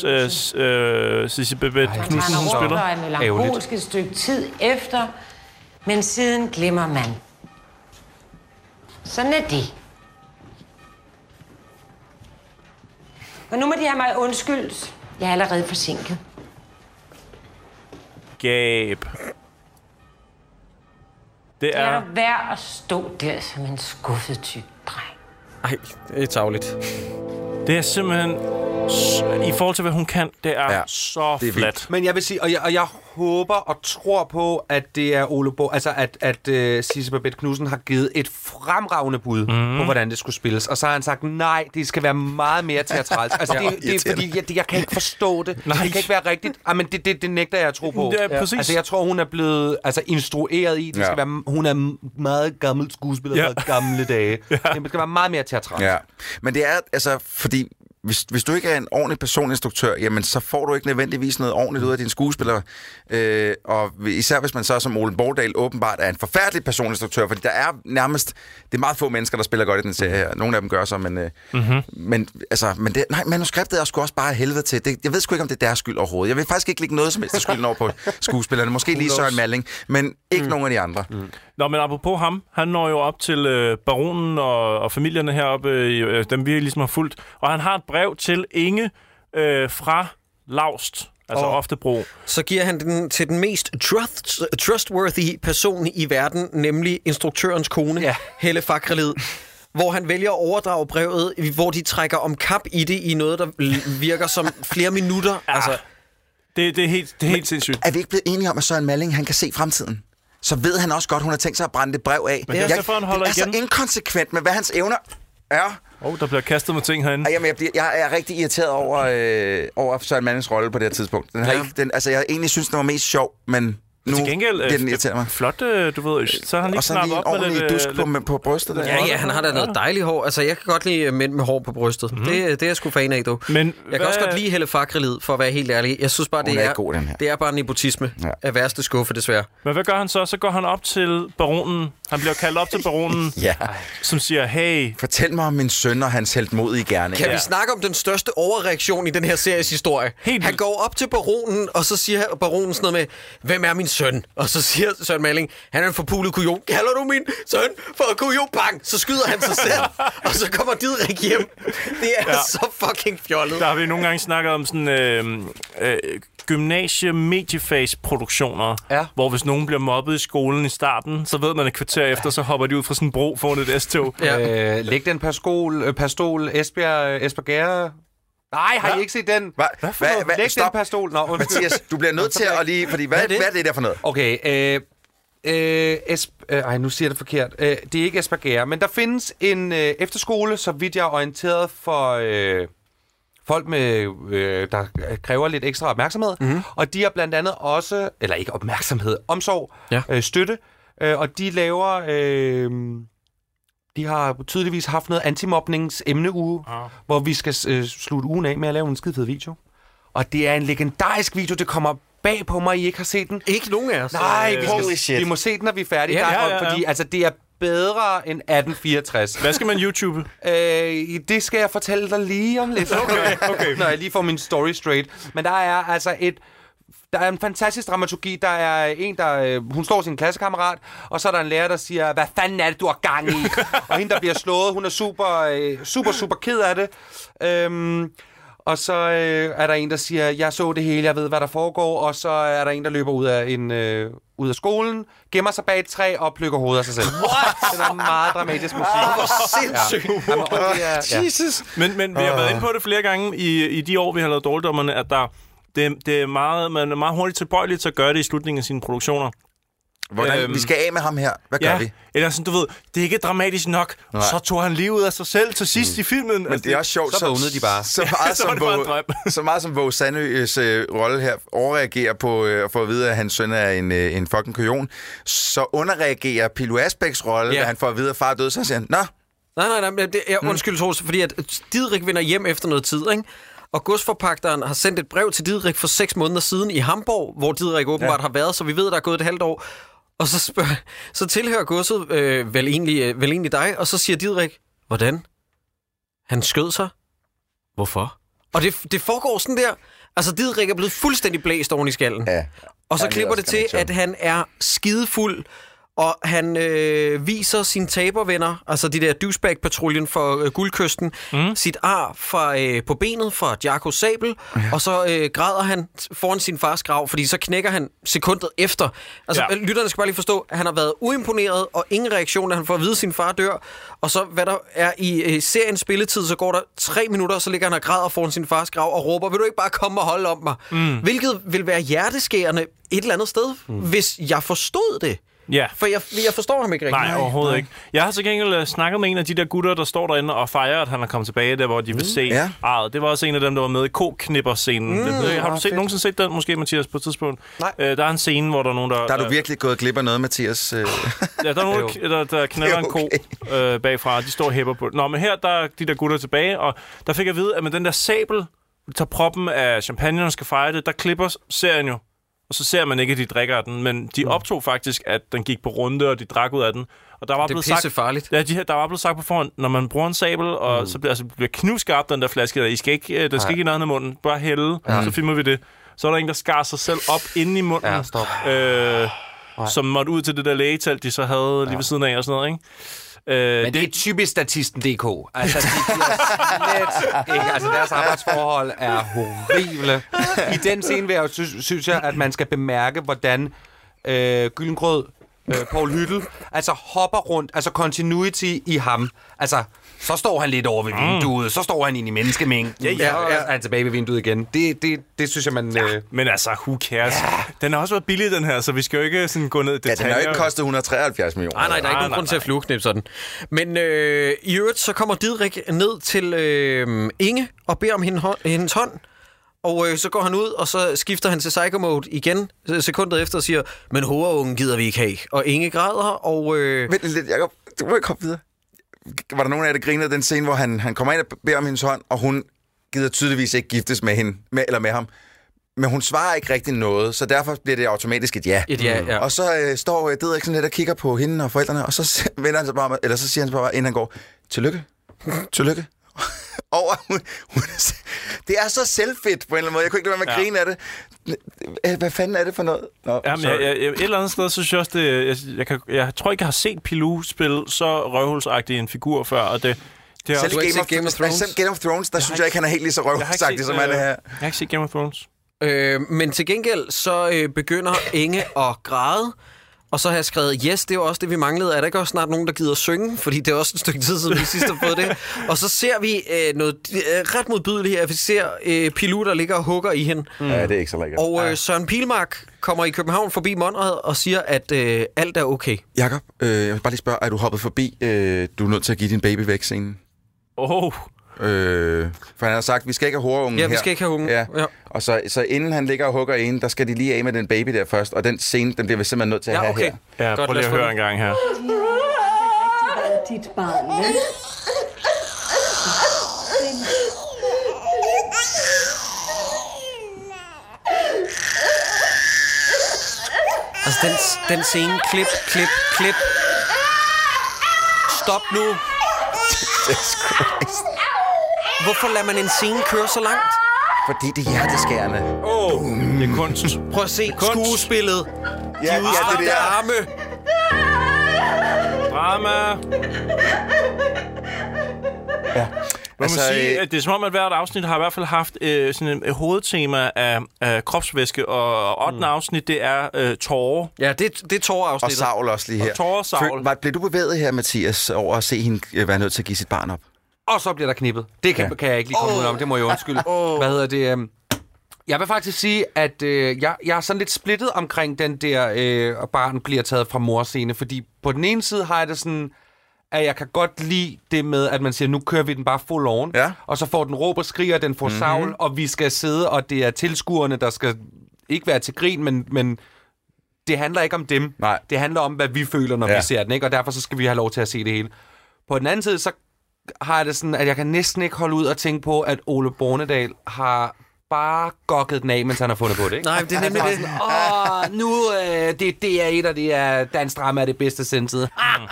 øh, Sissi Babett Knudsen hun spiller? Han har melankolsk et stykke tid efter, men siden glemmer man. Sådan er det. Og nu må de have mig undskyldt. Jeg er allerede forsinket. Gab. Det er... Det er værd at stå der som en skuffet tyk dreng. Ej, det er tarveligt. Det er simpelthen... I forhold til, hvad hun kan, det er ja, så det er flat. Men jeg vil sige, og jeg, og jeg håber og tror på, at det er Ole Bo, altså at, at uh, Sissi Babett Knudsen har givet et fremragende bud mm. på, hvordan det skulle spilles. Og så har han sagt, nej, det skal være meget mere teatralt. Altså, ja, det, det er fordi, jeg, jeg kan ikke forstå det. Nej. Det kan ikke være rigtigt. Ah, men det, det, det nægter jeg at tro på. Det er præcis. Altså, jeg tror, hun er blevet altså, instrueret i. Det skal ja. være, hun er meget gammel skuespiller ja. fra gamle dage. Ja. Det skal være meget mere teatralt. Ja. Men det er, altså, fordi... Hvis, hvis du ikke er en ordentlig personinstruktør, jamen så får du ikke nødvendigvis noget ordentligt ud af dine skuespillere. Øh, og især hvis man så som Ole Bornedal åbenbart er en forfærdelig personinstruktør, fordi der er nærmest... Det er meget få mennesker, der spiller godt i den serie her. Nogle af dem gør så, men... Øh, mm-hmm. Men, altså, men det, nej, manuskriptet er sgu også bare helvede til. Det, jeg ved sgu ikke, om det er deres skyld overhovedet. Jeg vil faktisk ikke lægge noget som helst af skylden over på skuespillerne. Måske lige Søren Malling, men ikke mm. nogen af de andre. Mm. Nå, men apropos ham, han når jo op til øh, baronen og, og familierne heroppe, øh, dem vi ligesom har fulgt, og han har et brev til Inge øh, fra Laust, altså og Oftebro. Så giver han den til den mest trust, trustworthy person i verden, nemlig instruktørens kone, ja. Helle Fagrelid, hvor han vælger at overdrage brevet, hvor de trækker om kap i det i noget, der virker som flere minutter. Ja. Altså, det, det er helt, det er helt sindssygt. Er vi ikke blevet enige om, at Søren Malling han kan se fremtiden? Så ved han også godt, hun har tænkt sig at brænde det brev af. Men det er, jeg, derfor, han holder det er igen. Så inkonsekvent med, hvad hans evner er. Åh, oh, der bliver kastet med ting herinde. Ej, jamen, jeg, bliver, jeg er rigtig irriteret over, øh, over Søren Mallings rolle på det her tidspunkt. Den har ja. ikke, den, altså, jeg egentlig synes, den var mest sjov, men nu til gengæld, bliver den irriteret mig. Flot, du ved, så har han lige knappet op med lidt... Og så lige en ordentlig dusk på, med, på brystet. Der. Ja, ja, han har da noget dejligt hår. Altså, jeg kan godt lide mænd med hår på brystet. Mm. Det, det er jeg sgu fan af, du. Men jeg hvad... kan også godt lide Helle Fagrelid, for at være helt ærlig. Jeg synes bare, det er, er, god, det er bare nepotisme ja. af værste skuffe, desværre. Men hvad gør han så? Så går han op til baronen. Han bliver kaldt op til baronen, ja. som siger, hey... Fortæl mig om min søn og hans heldmodige gerne. Kan ja. vi snakke om den største overreaktion i den her series historie? Helt han går op til baronen, og så siger baronen sådan noget med, hvem er min søn. Og så siger Søren Malling, han er en forpulet kujon. Kalder du min søn for kujon? Bang! Så skyder han sig selv, og så kommer Didrik hjem. Det er ja. så fucking fjollet. Der har vi nogle gange snakket om sådan øh, øh, gymnasie-mediefase-produktioner, ja. hvor hvis nogen bliver mobbet i skolen i starten, så ved man et kvarter efter, så hopper de ud fra sådan en bro foran et S-tog. Ja. Øh, læg den pastol, pastol Esbjerg, Esbjerg Nej, har I ikke set den? Hva? Hva? Hva? Læg Stop. den pastol. Nå, Mathias, du bliver nødt til at lige... Fordi, hvad, hvad, er det? hvad er det der for noget? Okay, øh... Øh, esp, øh, ej, nu siger jeg det forkert. Øh, det er ikke Esbjerg, men der findes en øh, efterskole, så vidt jeg er orienteret for øh, folk, med, øh, der kræver lidt ekstra opmærksomhed. Mm-hmm. Og de har blandt andet også, eller ikke opmærksomhed, omsorg, ja. øh, støtte. Øh, og de laver... Øh, de har tydeligvis haft noget antimobningsemneuge, ah. hvor vi skal øh, slutte ugen af med at lave en skide fed video. Og det er en legendarisk video, det kommer bag på mig, I ikke har set den. Ikke nogen af os. Nej, vi, Holy skal, shit. vi må se den, når vi er færdige. Ja, der, ja, ja, ja. Fordi altså, det er bedre end atten fireogtres. Hvad skal man YouTube? Øh, det skal jeg fortælle dig lige om lidt. Okay, okay. Når jeg lige får min story straight. Men der er altså et... Der er en fantastisk dramaturgi. Der er en, der... Hun står sin klassekammerat, og så er der en lærer, der siger, hvad fanden er det, du har gang i? Og hende, der bliver slået, hun er super, super, super ked af det. Øhm, og så øh, er der en, der siger, jeg så det hele, jeg ved, hvad der foregår. Og så er der en, der løber ud af, en, øh, ud af skolen, gemmer sig bag et træ og plukker hovedet af sig selv. What? Det er en meget dramatisk musik. Oh, hvor sindssygt. Ja. Jamen, og det er, ja. Jesus. Men, men vi har været inde på det flere gange i, i de år, vi har lavet Dårligdommerne, at der... Det, det er meget, man er meget hurtigt tilbøjelig til at gøre det i slutningen af sine produktioner. Hvordan, øhm, vi skal af med ham her. Hvad gør ja, vi? Eller sådan, du ved, det er ikke dramatisk nok. Nej. Så tog han livet af sig selv til sidst mm. i filmen. Men altså, det er også sjovt, så vågnede de bare. Så meget, som, Våge, så meget som Våge Sandøs øh, rolle her overreagerer på øh, at få at vide, at hans søn er en, øh, en fucking kujon. Så underreagerer Pilo Asbæks rolle, ja. da han får at vide, at far er død, så siger han, nå. Nej, nej, nej, det er undskyld, mm. fordi at Didrik vender hjem efter noget tid, ikke? Og godsforpagteren har sendt et brev til Didrik for seks måneder siden i Hamburg, hvor Didrik åbenbart ja. har været, så vi ved, der er gået et halvt år. Og så, spørger, så tilhører godset øh, vel, egentlig, øh, vel egentlig dig, og så siger Didrik, hvordan? Han skød sig? Hvorfor? Og det, det foregår sådan der. Altså, Didrik er blevet fuldstændig blæst oven i skallen. Ja. Og så ja, klipper det til, at han er skidefuld, og han øh, viser sine tabervenner, altså de der douchebag-patruljen for øh, Guldkysten, mm. sit ar fra, øh, på benet fra Jarko Sabel, ja. og så øh, græder han foran sin fars grav, fordi så knækker han sekundet efter. Altså, ja. lytterne skal bare lige forstå, at han har været uimponeret, og ingen reaktion, da han får at vide, at sin far dør. Og så, hvad der er i øh, seriens spilletid, så går der tre minutter, så ligger han og græder foran sin fars grav og råber, vil du ikke bare komme og holde om mig? Mm. Hvilket vil være hjerteskærende et eller andet sted, mm. hvis jeg forstod det. Ja. For jeg, jeg forstår ham ikke rigtig. Nej, overhovedet Nej. ikke. Jeg har så gengæld snakket med en af de der gutter, der står derinde og fejrer, at han er kommet tilbage, der hvor de vil mm. se ja. arret. Det var også en af dem, der var med i K-knipper-scenen. Mm, har du set, nogensinde set den, måske, Mathias, på et tidspunkt? Nej. Øh, der er en scene, hvor der er nogen, der... Der er du virkelig gået glip af noget, Mathias. Øh. Ja, der er nogen, der, der knalder okay. en ko øh, bagfra, de står og hæpper på. Nå, men her der er de der gutter tilbage, og der fik jeg at vide, at med den der sabel, tager proppen af champagne, og skal fejre det, der klipper serien jo. Og så ser man ikke, at de drikker den, men de optog faktisk, at den gik på runde, og de drak ud af den. Og der var det er blevet pisse farligt. Ja, de, der var blevet sagt på forhånd, når man bruger en sabel, og mm. så bliver, altså, bliver knivskarp den der flaske, der I skal ikke, den skal ikke i nærheden af munden, bare hælde, ja. så filmer vi det. Så er der en, der skar sig selv op inde i munden, ja, stop. Øh, som måtte ud til det der lægetelt, de så havde lige ved siden af og sådan noget, ikke? Øh, Men det er typisk statisten punktum d k. Altså, de slet ikke. Altså, deres arbejdsforhold er horrible. I den scene vil jeg, synes, synes jeg, at man skal bemærke, hvordan øh, Gyllengrød, øh, Poul Hyttel, altså hopper rundt, altså continuity i ham. Altså, så står han lidt over ved vinduet, mm. så står han ind i menneskemængden, ja, ja, ja. Så er han tilbage ved vinduet igen. Det, det, det synes jeg, man... Ja. Øh... Men altså, who cares? Ja. Den har også været billig, den her, så vi skal jo ikke sådan gå ned i detaljer. Ja, den har jo ikke kostet et hundrede og treoghalvfjerds millioner. Nej, nej, der er ikke nogen grund til at flueknip sådan. Men øh, i øvrigt, så kommer Didrik ned til øh, Inge og beder om hende, hendes hånd. Og øh, så går han ud, og så skifter han til psycho mode igen sekundet efter og siger, men hovedungen gider vi ikke have. Og Inge græder, og... Øh... Vent lidt, Jacob. Du må ikke hoppe videre. Var der nogen af jer, der grinede den scene, hvor han, han kommer ind og beder om hendes hånd, og hun gider tydeligvis ikke giftes med hende, med, eller med ham. Men hun svarer ikke rigtig noget, så derfor bliver det automatisk et ja. Et ja, ja. Og så øh, står øh, Didrik sådan lidt og kigger på hende og forældrene, og så vender han sig bare, eller så siger han bare, inden han går, tillykke, tillykke. over, hun, hun, det er så selvfedt på en eller anden måde. Jeg kunne ikke lade være med at grine af det. Hvad fanden er det for noget? Nå, Jamen, jeg, jeg, et eller andet sted, så synes jeg også, det, jeg, jeg, kan, jeg tror ikke, jeg har set Pilou spille så røvhulsagtig en figur før, og det... det er selv også, Game, of, Game of Thrones, selv Game of Thrones der jeg synes jeg ikke, han er helt lige så røvhulsagtig, som han er her. Jeg har ikke set Game of Thrones. Øh, men til gengæld, så øh, begynder Inge at græde. Og så har jeg skrevet, yes, det er jo også det, vi manglede. Er der ikke også snart nogen, der gider synge? Fordi det er også et stykke tid siden, vi sidst har fået det. Og så ser vi øh, noget øh, ret modbydeligt her. Vi ser øh, Pilou, der ligger og hugger i hende. Mm. Ja, det er ikke så lækkert. Og øh, Søren Pilmark kommer i København forbi Monrad og siger, at øh, alt er okay. Jakob, øh, jeg vil bare lige spørge, er du hoppet forbi, øh, du er nødt til at give din baby væk scenen? Åh... Oh. Øh, for han har sagt, at vi skal ikke have horungen her. Ja, vi skal ikke have ungen. Ja. Ja. Og så, så inden han ligger og hugger en, der skal de lige af med den baby der først. Og den scene, den bliver vi simpelthen nødt til at ja, have okay. her. Ja, prøv lige at høre en gang her. Dit barn, ja? Altså, den, den scene, klip, klip, klip. Stop nu. Hvorfor lader man en scene køre så langt? Fordi det er hjerteskærende. Åh, oh, det er kunst. Prøv at se skuespillet. Ja, De udstrakte ja, arme. Drama. Ja. Man altså, må sige, at det er som om, at hvert afsnit har i hvert fald haft øh, sådan et hovedtema af, af kropsvæske, og ottende mm. afsnit, det er øh, tårer. Ja, det, det er tårer-afsnittet. Og savl også lige her. Og tårer og savl. Føl, blev du bevæget her, Mathias, over at se hende være nødt til at give sit barn op? Og så bliver der knippet. Det kan, ja. kan jeg ikke lige komme oh. ud om, det må jeg undskylde. Oh. Hvad hedder det? Um... Jeg vil faktisk sige, at øh, jeg, jeg er sådan lidt splittet omkring den der, øh, barn bliver taget fra morscene, fordi på den ene side har jeg det sådan, at jeg kan godt lide det med, at man siger, nu kører vi den bare full on, ja. Og så får den råb og skriger, den får mm-hmm. savl, og vi skal sidde, og det er tilskuerne, der skal ikke være til grin, men, men det handler ikke om dem. Nej. Det handler om, hvad vi føler, når ja. vi ser den, ikke? Og derfor så skal vi have lov til at se det hele. På den anden side, så har jeg det sådan, at jeg kan næsten ikke holde ud og tænke på, at Ole Bornedal har bare gokket den af, mens han har fundet på det, ikke? Nej, det er nemlig det. Åh, nu øh, det, det er et af det er dansk drama er det bedste sendtid.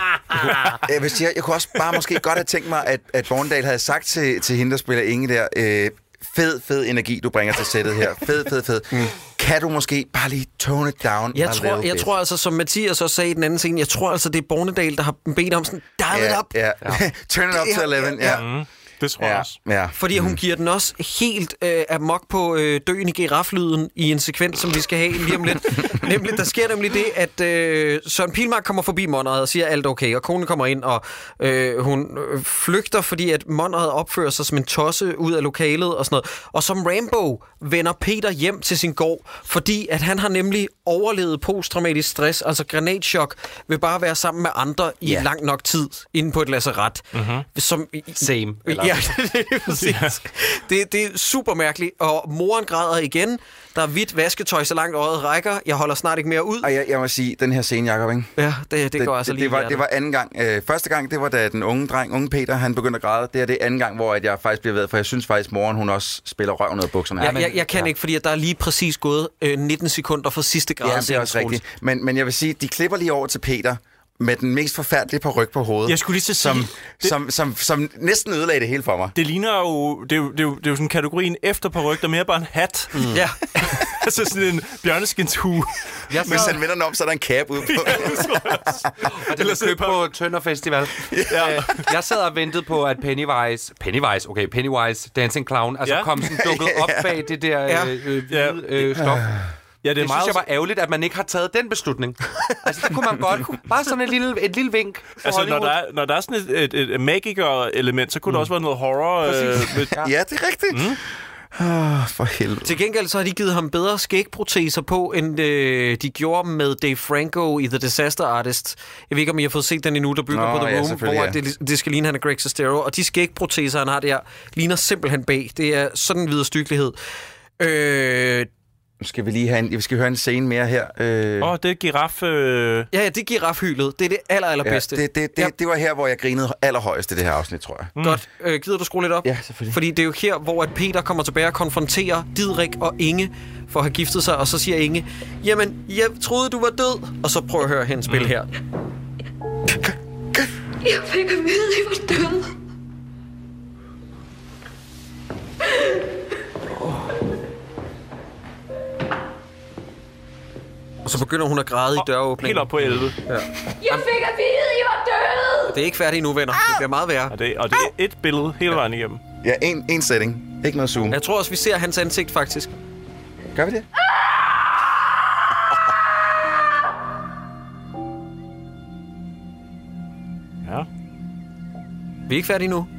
jeg, vil sige, jeg kunne også bare måske godt have tænkt mig, at, at Bornedal havde sagt til, til hende, der spiller Inge der, øh, fed, fed energi, du bringer til sættet her. Fed, fed, fed. Mm. Kan du måske bare lige tone it down? Jeg tror, jeg tror altså, som Mathias også sagde i den anden scene, jeg tror altså, det er Bornedal, der har bedt om sådan, dial ja, it up. Ja. Ja. Turn it up to eleven. Ja. Ja. Mm. Det tror jeg ja, også. Ja. Fordi hun mm. giver den også helt øh, amok på øh, døende giraflyden i en sekvens, som vi skal have lige om lidt. nemlig, der sker nemlig det, at øh, Søren Pilmark kommer forbi Monrad og siger, alt okay, og konen kommer ind, og øh, hun øh, flygter, fordi at Monrad opfører sig som en tosse ud af lokalet og sådan noget. Og som Rambo vender Peter hjem til sin gård, fordi at han har nemlig overlevet posttraumatisk stress, altså granatchok, ved bare at være sammen med andre i yeah. lang nok tid, inde på et lazaret. Mm-hmm. Som, Same. Ja, det er præcis. Ja. Det, det er super mærkeligt, og moren græder igen. Der er hvidt vasketøj, så langt øjet rækker. Jeg holder snart ikke mere ud. Og jeg, jeg må sige, den her scene, Jacob, ikke? Ja, det, det, det går altså det, lige det var, det var anden gang. Øh, første gang, det var da den unge dreng, unge Peter, han begyndte at græde. Det er det anden gang, hvor at jeg faktisk bliver ved, for jeg synes faktisk, moren, hun også spiller røven ud af bukserne. Ja, jeg, jeg kan ja. ikke, fordi der er lige præcis gået øh, nitten sekunder fra sidste grad. Ja, det er også rigtigt. Men, men jeg vil sige, de klipper lige over til Peter, med den mest forfærdelige paryk på hovedet. Jeg skulle lige til som, sige... Det, som, som, som næsten ødelagde det hele for mig. Det ligner jo... Det er jo, det er jo, det er jo sådan kategorien efter paryk, der er mere bare en hat. Mm. Ja. Altså sådan en bjørneskinshue. Ja, hvis han vender den om, så er der en cap ude på. Ja, og det er købt på Tønder Festival. Ja. Jeg sad og ventede på, at Pennywise... Pennywise, okay, Pennywise Dancing Clown, altså ja. kom sådan dukket op bag det der ja. øh, øh, hvide øh, stof. Ja, det, det meget... synes jeg var ærgerligt, at man ikke har taget den beslutning. Altså, det kunne man godt. Bare sådan et lille, et lille vink. Altså, når der, er, når der er sådan et, et, et magiker-element, så kunne mm. der også være noget horror. Øh, med... ja. ja, det er rigtigt. Mm. Oh, for helvede. Til gengæld så har de givet ham bedre skægproteser på, end øh, de gjorde med Dave Franco i The Disaster Artist. Jeg ved ikke, om I har fået set den endnu, der bygger Nå, på The Room, ja, hvor det, det skal ligne, han er Greg Sestero. Og de skægproteser, han har der, ligner simpelthen bag. Det er sådan en viderestykkelighed. Øh... Nu skal vi lige have en, vi skal høre en scene mere her. Åh, øh... oh, det er giraf... Øh... Ja, ja, det er girafhylet. Det er det aller, allerbedste. Ja, det, det, det, ja. det var her, hvor jeg grinede allerhøjst i det her afsnit, tror jeg. Mm. Godt. Øh, gider du skrue lidt op? Ja, selvfølgelig. Fordi det er jo her, hvor at Peter kommer tilbage og konfronterer Didrik og Inge for at have giftet sig, og så siger Inge, jamen, jeg troede, du var død. Og så prøv at høre hende spille mm. her. Jeg fik at vide, at I var døde. Og så begynder hun at græde i døråbningen. Helt op på elleve. Ja. Jeg fik at vide, I var døde! Det er ikke færdigt nu, venner. Det bliver meget værre. Og det, og det er et billede hele vejen igennem. Ja, en, en setting. Ikke noget zoom. Jeg tror også, vi ser hans ansigt, faktisk. Gør vi det? Ja. Vi er ikke færdige nu.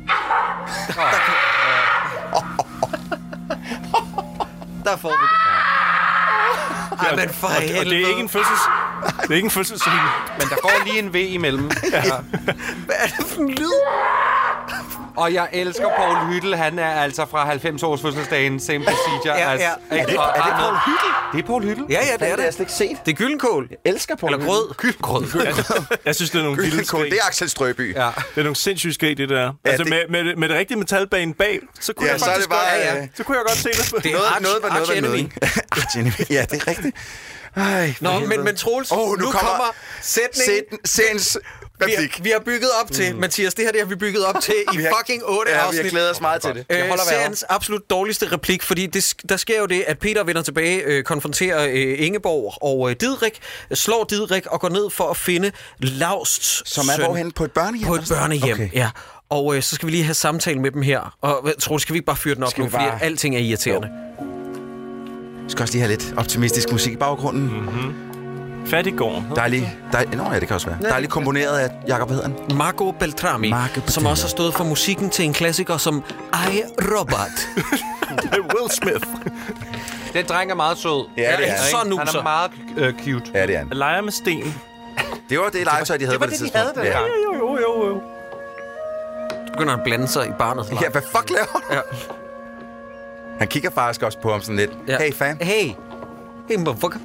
Der får vi det. Ej, men for helvede. Og det er ikke en fødsels... Det er ikke en fødselsscene. Men der går lige en V imellem. Ja. Hvad er det for en lyd? Og jeg elsker Poul Hyttel. Han er altså fra halvfems års fødselsdagen. Same procedure. Ja, altså, ja. Er det, er det Poul Hyttel? Det er Poul Hyttel. Ja, ja, det er Det har jeg det. slet ikke set. Det er gyldenkål. Jeg elsker Poul Eller grød. Grød. Jeg, jeg synes, det er nogle vilde Gyldenkål, skrig. det er Axel Strøby. Ja. Det er nogle sindssyge skrig, det der. Ja, Altså, det- med, med, med det rigtige metalbane bag, så kunne Ja, jeg så er faktisk det bare, godt, ja, ja, så kunne jeg godt se det. Det er Noget, Arch- noget var noget, var Arch noget. Enemy. Arch Enemy. Ja, det er rigtigt. Ej, Nå, men, men Troels, Åh, oh, nu nu, nu kommer kommer sætningen. Sens Vi replik. har, vi har bygget op til, mm. Mathias, det her det har vi bygget op til i Vi har- fucking otte Ja, vi afsnit. har glædet os meget til det. Øh, holder vejret. seriens absolut dårligste replik, fordi det, sk- der sker jo det, at Peter vender tilbage, øh, konfronterer øh, Ingeborg og øh, Didrik, slår Didrik og går ned for at finde Lausts Som er søn hvorhen på et børnehjem? på et børnehjem. Okay. Ja. Og øh, så skal vi lige have samtale med dem her. Og hvad, tror du, skal vi ikke bare fyre den op Skal nu, vi fordi bare- alting er irriterende. Vi skal også lige have lidt optimistisk musik i baggrunden. Mm. Fattiggården. Dejlig, dejlig, nå ja, det kan også være. Dejligt komponeret af Jacob, hvad hedder han? Marco Beltrami, Marco Beltrami. som også har stået for musikken til en klassiker som I, Robot. Det er Will Smith. Den dreng er meget sød. Ja, det er han. Så Han nuser. er meget øh, cute. Ja, det er han. Leger med sten. Det var det legetøj, de havde det var på det det, de tidspunkt. havde dengang. Ja. Jo, jo, jo, jo. Så begynder han at blande sig i barnets leg. Ja, hvad fuck laver du? Ja. Han kigger faktisk også på ham sådan lidt. Ja. Hey, fam. Hey. Hey, motherfucker.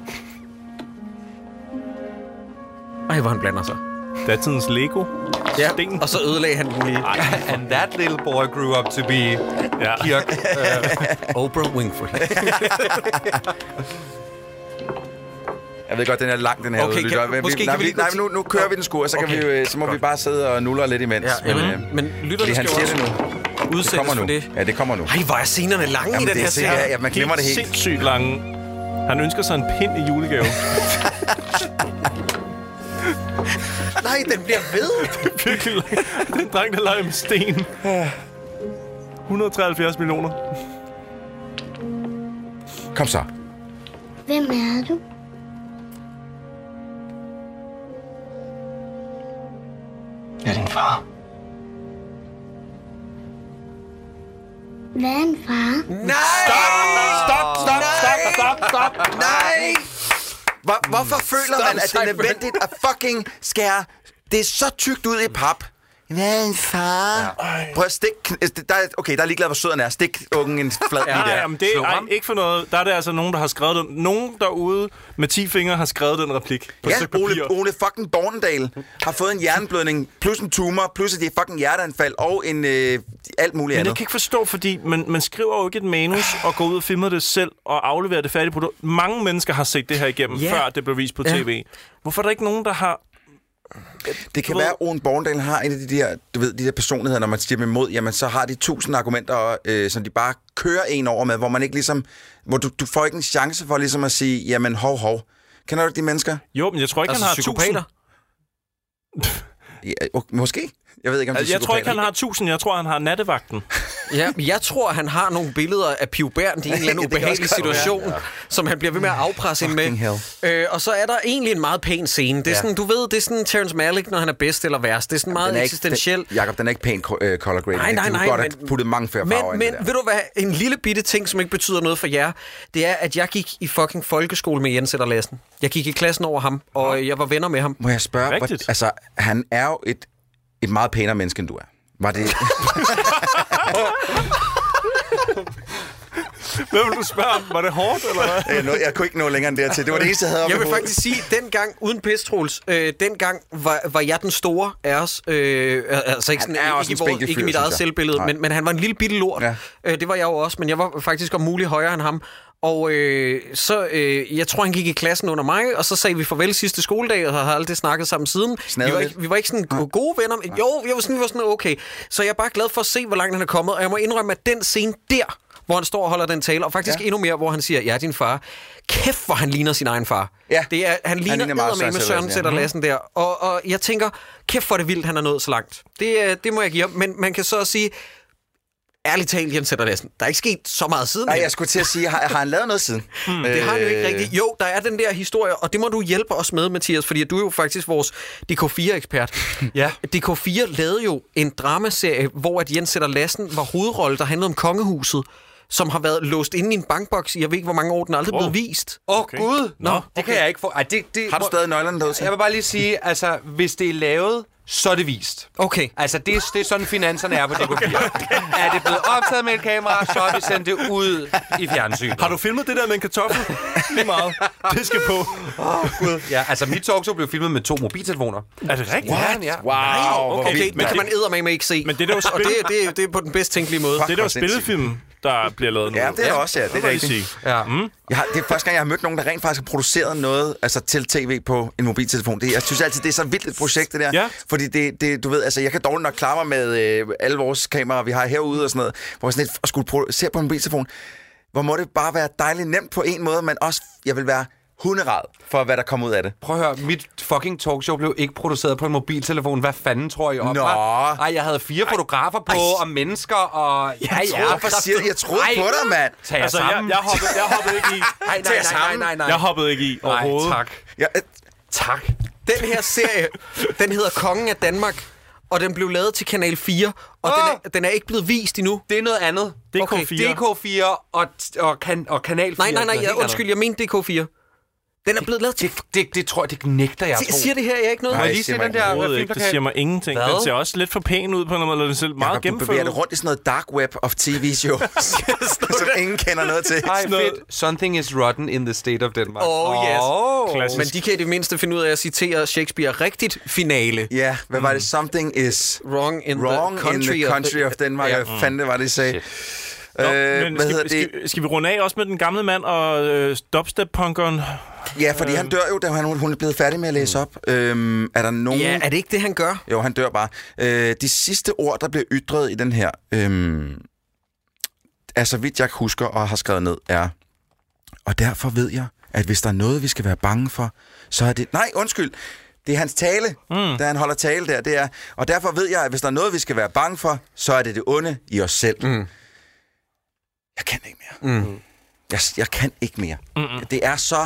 Ej, hvor han blander sig. Datidens Lego. Ja, Sten. og så ødelagde han den lige. And that little boy grew up to be Ja. Kirk. Oprah Winfrey. Jeg ved godt, den er lang, den her Okay, udlytter. kan- Men måske vi, kan nej, vi lige nej, gå nu, nu kører vi den sgu, og så, Okay. kan vi, jo, så må vi bare sidde og nuller lidt imens. Ja, men, men, øh, men lytterne fordi han skal jo siger også det nu. Det udsættes kommer for nu. det. Ja, det kommer nu. Ej, hvor er scenerne lange Jamen, i den det her er serie. ja, ja, man glemmer det helt. Sindssygt lange. Han ønsker sig en pind i julegave. Nej, den bliver ved. Virkelig lang. Den dreng, der leger med sten. et hundrede og treoghalvfjerds millioner. Kom så. Hvem er du? Jeg er din far. Hvad er en far? Nej! Stop, stop, stop, stop, stop. Nej! Hvor, hvorfor føler Stop, man, at det er Simon. nødvendigt at fucking skære det er så tykt ud i pap? Hvad er en far? Ja. Prøv at stik... Der er, okay, der er ligeglad, hvor sød han er. Stik ungen en flad Ja, i der. jamen det Slå er ham. ikke for noget. Der er det altså nogen, der har skrevet den. Nogen derude med ti fingre har skrevet den replik på et Ja, stykke papir. Ole, Ole fucking Bornedal har fået en hjerneblødning, plus en tumor, plus at det er fucking hjerteanfald og en øh, alt muligt Men jeg andet. kan ikke forstå, fordi man, man skriver jo ikke et manus og går ud og filmer det selv og afleverer det færdige produkt. Mange mennesker har set det her igennem, Ja. før det blev vist på tv. Hvorfor er der ikke nogen, der har... Det kan Du være, ved- at Owen Bornedal har en af de der, du ved, de der personligheder, når man stiger dem imod, jamen så har de tusind argumenter, øh, som de bare kører en over med, hvor man ikke ligesom, hvor du, du får ikke en chance for ligesom at sige, jamen hov, hov. Kender du ikke de mennesker? Jo, men jeg tror ikke, Altså han har psykopater. tusind. Ja, okay, måske. Jeg ved ikke, om de er Altså, jeg tror ikke, han psykopater. har tusind. Jeg tror, han har nattevagten. Ja, men jeg tror, han har nogle billeder af Piv Berndt i en eller anden Det kan ubehagelig også godt være. situation, ja. som han bliver ved med at afpresse hende Fucking med. Øh, og så er der egentlig en meget pæn scene. Det er Ja. sådan, du ved, det er sådan Terrence Malick, når han er bedst eller værst. Det er sådan meget Den er ikke- eksistentiel. Den, Jakob, den er ikke pæn uh, color grading. Nej, nej, Du nej, kunne godt men- have puttet mange flere Men, farver men ind i det ved du hvad, en lille bitte ting, som ikke betyder noget for jer, det er, at jeg gik i fucking folkeskole med Jens Etter Lassen. Jeg gik i klassen over ham, og jeg var venner med ham. Må jeg spørge? Hvor, Rigtigt. altså, han er jo et, et meget pænere menneske, end du er. Var det... Hvad vil du spørge om? Var det hårdt, eller hvad? jeg, nå, jeg kunne ikke nå længere end dertil. Det var det eneste, jeg havde oppe Jeg i vil hovedet. faktisk sige, at dengang, uden pis, Troels, øh, dengang var, var jeg den store af os. Øh, altså ikke, sådan, Han er også ikke, en i vores, spinkel ikke i fyr, mit synes eget jeg. selvbillede, Nej. men, men han var en lille bitte lort. Ja. Øh, det var jeg jo også, men jeg var faktisk om muligt højere end ham. Og øh, så, øh, jeg tror, han gik i klassen under mig, og så sagde vi farvel sidste skoledag, og har aldrig snakket sammen siden. Snadede Vi var, lidt. ikke, vi var ikke sådan gode venner. Men, jo, jeg var sådan, vi var sådan okay. Så jeg er bare glad for at se, hvor langt han er kommet, og jeg må indrømme, at den scene der hvor han står og holder den tale, og faktisk ja. endnu mere, hvor han siger, ja, din far. Kæft, hvor han ligner sin egen far. Ja. Det er, han ligner eddermame med Søren Sætter Lassen der. Og, og jeg tænker, kæft, hvor det vildt, han er nået så langt. Det, det må jeg give op. Men man kan så også sige, ærligt talt, Jens Sætter Lassen, der er ikke sket så meget siden. Nej, jeg skulle til at sige, har, har han lavet noget siden? Hmm, det har han jo ikke rigtigt. Jo, der er den der historie, og det må du hjælpe os med, Mathias, fordi du er jo faktisk vores D K fire-ekspert. Ja. D K fire lavede jo en dramaserie, hvor at Jens Sætter Lassen var hovedrolle, der handlede om kongehuset, som har været låst inde i en bankboks i, jeg ved ikke, hvor mange år den er aldrig oh. blevet vist. Åh, oh, okay. Gud! Nå, Nå det okay. kan jeg ikke få. Ej, det, det, har du stadig nøglerne derude til? Jeg vil bare lige sige, altså, hvis det er lavet, så er det vist. Okay. Altså, det, det er sådan, finanserne er på D K fire. Er det blevet optaget med et kamera, så er vi sendt det ud i fjernsynet. Har du filmet det der med en kartoffel? Lige meget. Det skal på. Åh, oh, Gud. Ja, altså, mit talkshow blev filmet med to mobiltelefoner. Er det rigtigt? What? Ja. Wow. Okay, okay, men kan man eddermame ikke se. Men det er jo spil... Og det, det, det er på den bedst tænkelige måde. Det er jo spillefilm, der bliver lavet nu. Ja, det er også, ja. Det er rigtigt. Ja. Mm. Jeg har, det er første gang, jeg har mødt nogen, der rent faktisk har produceret noget altså til tv på en mobiltelefon. Det, jeg synes altid, det er så vildt et projekt, det der. Ja. Fordi det, det, du ved, altså, jeg kan dårligt nok klare mig med øh, alle vores kameraer, vi har herude og sådan noget, hvor jeg sådan lidt at skulle producere på en mobiltelefon, hvor må det bare være dejligt nemt på en måde, men også, jeg vil være hunderad for, hvad der kommer ud af det. Prøv at høre, mit fucking talkshow blev ikke produceret på en mobiltelefon. Hvad fanden tror I om? Nå. Ej, jeg havde fire Ej. fotografer på, Ej. og mennesker, og... Ja, ja, hvorfor siger du? Jeg troede Ej. på dig, mand. Tag jer altså, sammen. Jeg, jeg, hoppede, jeg hoppede ikke i. Ej, nej, nej, nej, nej, nej. Jeg hoppede ikke i overhovedet. Nej, tak. Ja, øh. Tak. Den her serie, den hedder Kongen af Danmark, og den blev lavet til Kanal fire, og oh. den, er, den er ikke blevet vist endnu. Det er noget andet. D K fire. D K fire og, og, kan, og Kanal fire. Nej, nej, nej, jeg, undskyld, jeg mente D K fire. Den er blevet lavet til... Det, det, det tror jeg, det nægter jeg, tror. Siger det her, jeg ikke noget? Må jeg lige se den der film, Det siger mig ingenting. Hvad? Den ser også lidt for pæn ud på noget, eller den ser meget Jacob, gennemført. Du bevæger det rundt i sådan noget dark web of T V-show, som ingen kender noget til. Ej, fedt. Something is rotten in the state of Denmark. Oh, yes. Oh. Klassisk. Men de kan i det mindste finde ud af at citere Shakespeare rigtigt finale. Ja, hvad var det? Something is wrong in wrong the country, in the country of, of Denmark. Ja. Hvad fanden det var, det sagde? Nå, øh, men hvad skal, hedder skal, det? skal vi runde af også med den gamle mand og øh, dubstep-punkeren? Ja, fordi øh. han dør jo, da han, hun er blevet færdig med at læse op. Øhm, er der nogen... Ja, er det ikke det, han gør? Jo, han dør bare. Øh, de sidste ord, der blev ytret i den her, øhm, altså vidt jeg husker og har skrevet ned, er, og derfor ved jeg, at hvis der er noget, vi skal være bange for, så er det... Nej, undskyld! Det er hans tale, mm. da han holder tale der. Det er, og derfor ved jeg, at hvis der er noget, vi skal være bange for, så er det det onde i os selv. Mm. Jeg kan ikke mere. Mm. Jeg, jeg kan ikke mere. Mm-mm. Det er så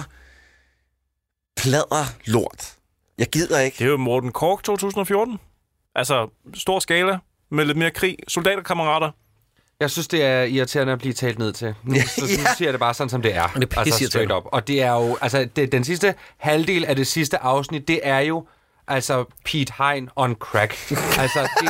plader lort. Jeg gider ikke. Det er jo Morten Korch to tusind og fjorten. Altså, stor skala med lidt mere krig. Soldaterkammerater. Jeg synes, det er irriterende at blive talt ned til. Nu, så, nu siger jeg det bare sådan, som det er. Det er altså, straight up. Og det er jo... Altså, det, den sidste halvdel af det sidste afsnit, det er jo... Altså, Pete Hein on crack. Altså, det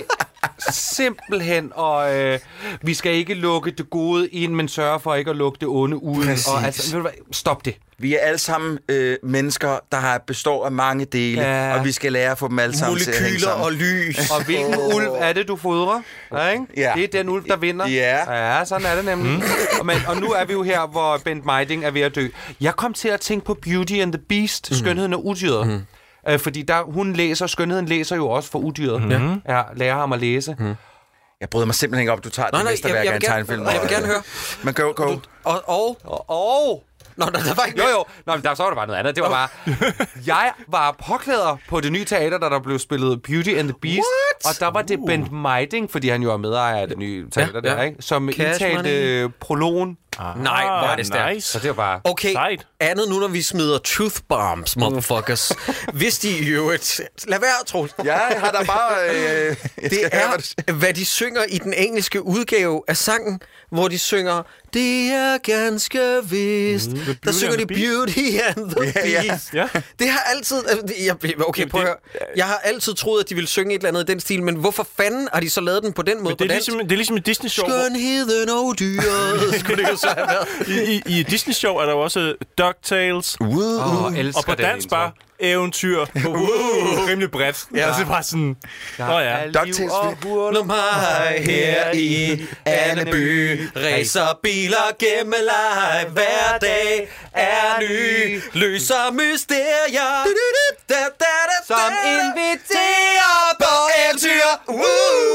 simpelthen, og øh, vi skal ikke lukke det gode ind, men sørge for ikke at lukke det onde ud. Og altså, stop det. Vi er alle sammen øh, mennesker, der har består af mange dele, ja. Og vi skal lære at få dem alle sammen til at hænge sammen. Og lys. Og hvilken oh. ulv er det, du fodrer? Ja, ikke? Ja. Det er den ulv, der vinder. Ja. Ja, sådan er det nemlig. Mm. Og, men, og nu er vi jo her, hvor Bent Mejding er ved at dø. Jeg kom til at tænke på Beauty and the Beast, mm. Skønheden og udyret. Mm. Øh, fordi der, hun læser, skønheden læser jo også for udyret. Mm. Ja, lærer ham at læse. Mm. Jeg bryder mig simpelthen ikke op, du tager nej, det mesterværk af en tegnefilm. Jeg vil gerne høre. Men go, go. Og, og, og, og. Nå, der, der var ikke... Jo, jo. Nå, men der, så var det bare noget andet. Det var bare... Jeg var påklæder på det nye teater, da der blev spillet Beauty and the Beast. What? Og der var det Bent Mejding, fordi han jo er medejer af det nye teater ja, der, ja. Ikke? Som Cash indtalte uh, prologen. Ah, Nej, hvor er det stærkt. Nice. Så det var bare... Okay, side. Andet nu, når vi smider truth bombs, motherfuckers. Hvis de jo et... Lad være, Troels. Ja, jeg har da bare... Øh, det er, hvad de synger i den engelske udgave af sangen, hvor de synger... Det er ganske vist. Mm, der synger de Beauty and the yeah, Beast. Yeah. Yeah. Det har altid... Jeg, okay, prøv at høre. Jeg har altid troet, at de ville synge et eller andet i den stil, men hvorfor fanden har de så lavet den på den måde? Men det, er ligesom, det er ligesom et Disney-show. Skønheden og dyret. Skulle det jo så have været. I, i, I Disney-show er der jo også DuckTales. Uh, uh, oh, og på dansk bare eventyr. Uh, rimelig bredt. Ja. Altså bare sådan... Åh oh, ja. DuckTales. Lad mig her i Anneby. Racerbiler gennem leg. Hver dag er ny. Løser mysterier. Som inviterer på eventyr. Uh.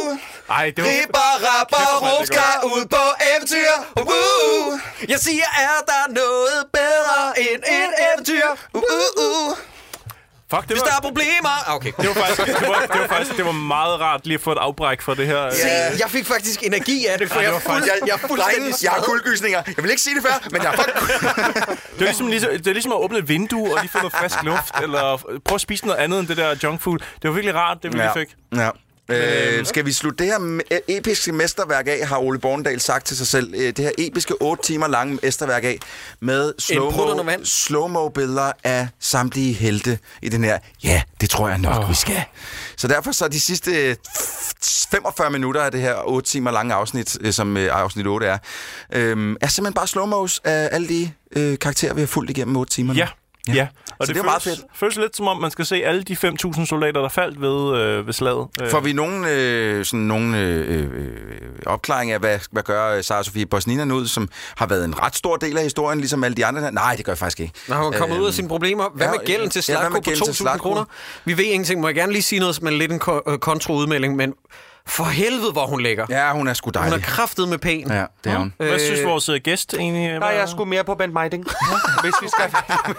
Ej, det var... Ripper, rapper, rumskar ud på eventyr. Uh-uh. Jeg siger, er der noget bedre end et eventyr? Uh-uh. Fuck, det Hvis var... der er problemer... Okay. Det var, faktisk, det, var, det var faktisk det var meget rart lige at få et afbræk for det her. Se, jeg fik faktisk energi af det, for ja, jeg, er fuld, jeg, jeg er fuldstændig Jeg har kuldegysninger. Jeg vil ikke sige det før, men jeg har fucking... Det er, ligesom, det er ligesom at åbne et vindue og lige få noget frisk luft, eller prøve at spise noget andet end det der junk food. Det var virkelig rart, det vi ja. lige fik. Ja. Øh, skal vi slutte det her episke mesterværk af, har Ole Bornedal sagt til sig selv. Det her episke otte timer lange mesterværk af med slow-mo, slow-mo-billeder af samtlige helte i den her. Ja, det tror jeg nok, oh. vi skal. Så derfor så de sidste femogfyrre minutter af det her otte timer lange afsnit, som afsnit otte er, øh, er simpelthen bare slow-mos af alle de øh, karakterer, vi har fulgt igennem otte timer. Ja. Ja, ja. Og så det, det er meget fedt. Føles lidt som om, man skal se alle de fem tusind soldater, der faldt ved, øh, ved slaget. Får vi nogen, øh, sådan nogen øh, øh, opklaring af, hvad, hvad gør Sara Sofie Bosnina ud, som har været en ret stor del af historien, ligesom alle de andre? Nej, det gør jeg faktisk ikke. Når hun kommer øh, ud af sine problemer. Hvad ja, med gælden til Zlatko ja, på to tusind kroner? Vi ved ingenting. Må jeg gerne lige sige noget med lidt en kontraudmelding, men for helvede, hvor hun lægger. Ja, hun er sgu dejlig. Hun er kraftet med pæn. Ja, det er hun. Hvad synes vores uh, gæst egentlig? Nej, jeg er sgu mere på Bent Meiding. Hvis vi skal...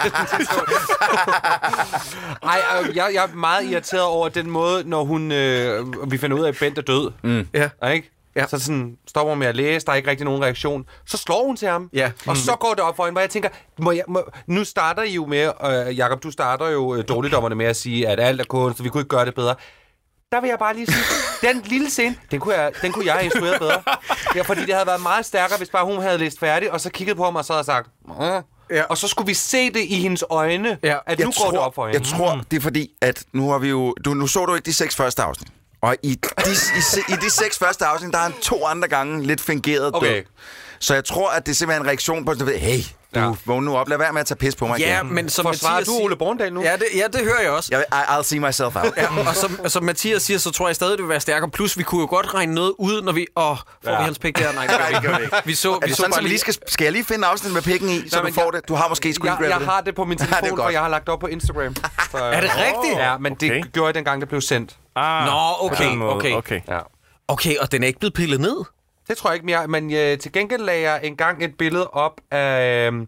Ej, jeg, jeg er meget irriteret over den måde, når hun... Øh, vi finder ud af, at Bent er død. Mm. Ja. Er ikke? Ja. Så sådan, stopper med at læse, der er ikke rigtig nogen reaktion. Så slår hun til ham. Ja. Og så går det op for hende, hvor jeg tænker, må jeg, må, nu starter I jo med... Øh, Jakob, du starter jo øh, dårligdommerne med at sige, at alt er kunst, så vi kunne ikke gøre det bedre. Der vil jeg bare lige sige, den lille scene, den kunne jeg, den kunne jeg have instrueret bedre. Ja, fordi det havde været meget stærkere, hvis bare hun havde læst færdigt, og så kigget på ham og så havde sagt... Åh. Ja. Og så skulle vi se det i hendes øjne, ja. At nu jeg går tror, det op for hende. Jeg tror, det er fordi, at nu har vi jo... Du, nu så du ikke de seks første afsnit. Og i de, i, i de seks første afsnit, der er han to andre gange lidt fingeret okay. død. Så jeg tror, at det er simpelthen en reaktion på, at hey, du ja. vågn nu op, lad være med at tage pis på mig ja, igen. Men som forsvarer Mathias du Ole Bornedal nu? Ja, det, ja, det hører jeg også. Jeg, I, I'll see myself out. Ja, og som, som Mathias siger, så tror jeg stadig, det vil være stærkere. Plus, vi kunne jo godt regne noget ud, når vi... Åh, oh, får ja. vi hans pik der? Nej, det gør vi ikke. Vi så, er vi det så sådan, bare lige... lige skal, skal jeg lige finde afsnit med pikken i, så nej, du får jeg, det? Du har måske screen grab jeg, jeg det. har det på min telefon, for jeg har lagt op på Instagram. Så, er det rigtigt? Ja, men det okay. gjorde jeg dengang, det blev sendt. Ah, Nå, okay, okay. Okay. Ja. Okay, og den er ikke blevet pillet ned? Det tror jeg ikke mere, men øh, til gengæld lagde jeg engang et billede op af... Øh,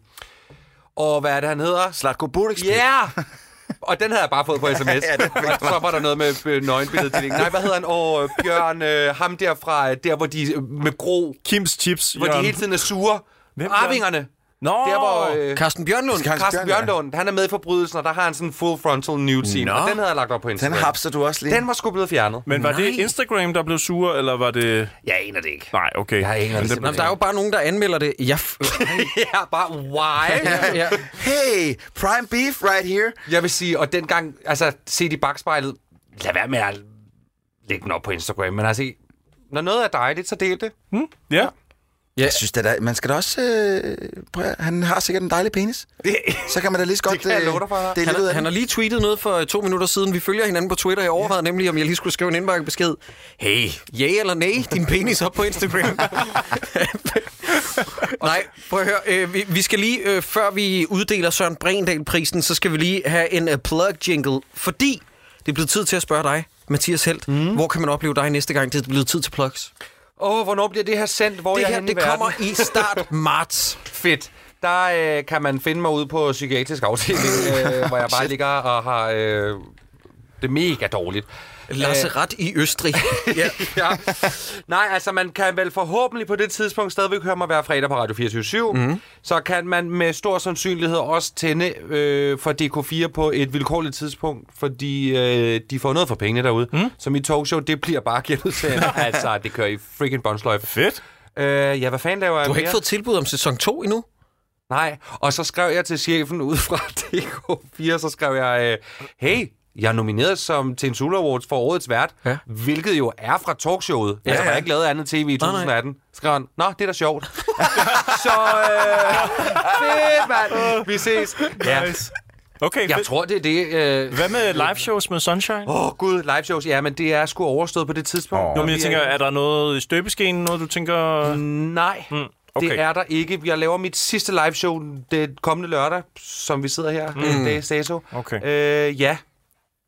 og hvad er det, han hedder? Zlatko Buric. Ja! Yeah! Og den havde jeg bare fået på sms. Ja, og så var der noget med øh, nøgenbilledet. Nej, hvad hedder han? Og Bjørn, øh, ham der fra, der hvor de med Gro. Kims Chips. Hvor Jørgen. de hele tiden er sure. Hvem Arvingerne. Nå! Der hvor... Øh, Carsten Bjørnlund. Carsten Bjørnlund. Han er med i Forbrydelsen, og der har han sådan en full frontal nude scene. Og den havde jeg lagt op på Instagram. Den hapser du også lige. Den var sgu blevet fjernet. Men var Nej. det Instagram, der blev sur, eller var det... Jeg aner det ikke. Nej, okay. Jeg aner det, det Nå, der er jo bare nogen, der anmelder det. Jeg f- ja, bare why? ja, ja. Hey, prime beef right here. Jeg vil sige, og dengang, altså, set i bagspejlet, lad være med at lægge den op på Instagram, men altså, når noget er dejligt, så del det. Hmm? Ja. Ja. Jeg synes, at man skal da også... Øh, prøv at, han har sikkert en dejlig penis. Så kan man da lige så godt... Det kan jeg love dig for. Det han, har, han har lige tweetet noget for to minutter siden. Vi følger hinanden på Twitter. Jeg overvejede ja. nemlig, om jeg lige skulle skrive en indbakkebesked. Hey, ja eller nej, din penis op på Instagram. Nej, prøv at høre. Øh, vi, vi skal lige, øh, før vi uddeler Søren Bregendahl-prisen, så skal vi lige have en uh, plug-jingle. Fordi det er blevet tid til at spørge dig, Mathias Helt. Mm. Hvor kan man opleve dig næste gang? Det er blevet tid til plugs. Åh, oh, hvornår bliver det her sendt? Hvor det er her, jeg henne det i kommer verden? i start marts. Fedt. Der øh, kan man finde mig ude på psykiatrisk afdeling, øh, hvor jeg bare ligger og har øh, det mega dårligt. Lasseret i Østrig. ja. ja. Nej, altså man kan vel forhåbentlig på det tidspunkt stadigvæk høre mig hver fredag på Radio fireogtyve syv. Mm. Så kan man med stor sandsynlighed også tænde øh, for D K fire på et vilkårligt tidspunkt, fordi øh, de får noget for pengene derude. Mm. Så mit talkshow, det bliver bare genudsendt. altså, det kører i freaking båndsløjfe. Fedt. Øh, ja, hvad fanden laver jeg Du har mere? ikke fået tilbud om sæson to endnu? Nej, og så skrev jeg til chefen ud fra D K fire, så skrev jeg, øh, hey, jeg er nomineret som til en Zulu Awards for årets vært, ja. Hvilket jo er fra talkshowet. Ja, altså, jeg har ikke lavet andet tv i to tusind atten. Skrev han, nå, det er da sjovt. så, øh, fedt, mand. Vi ses. Ja. Nice. Okay, jeg fedt. tror, det er det. Øh, Hvad med live shows med Sunshine? Åh, oh, gud, live shows. Ja, men det er sgu overstået på det tidspunkt. Oh. Nå, men jeg tænker, er der noget i støbeskeen, noget du tænker... Nej. Mm. Okay. Det er der ikke. Jeg laver mit sidste liveshow det kommende lørdag, som vi sidder her. Mm. Det er dato. Okay. Øh, ja.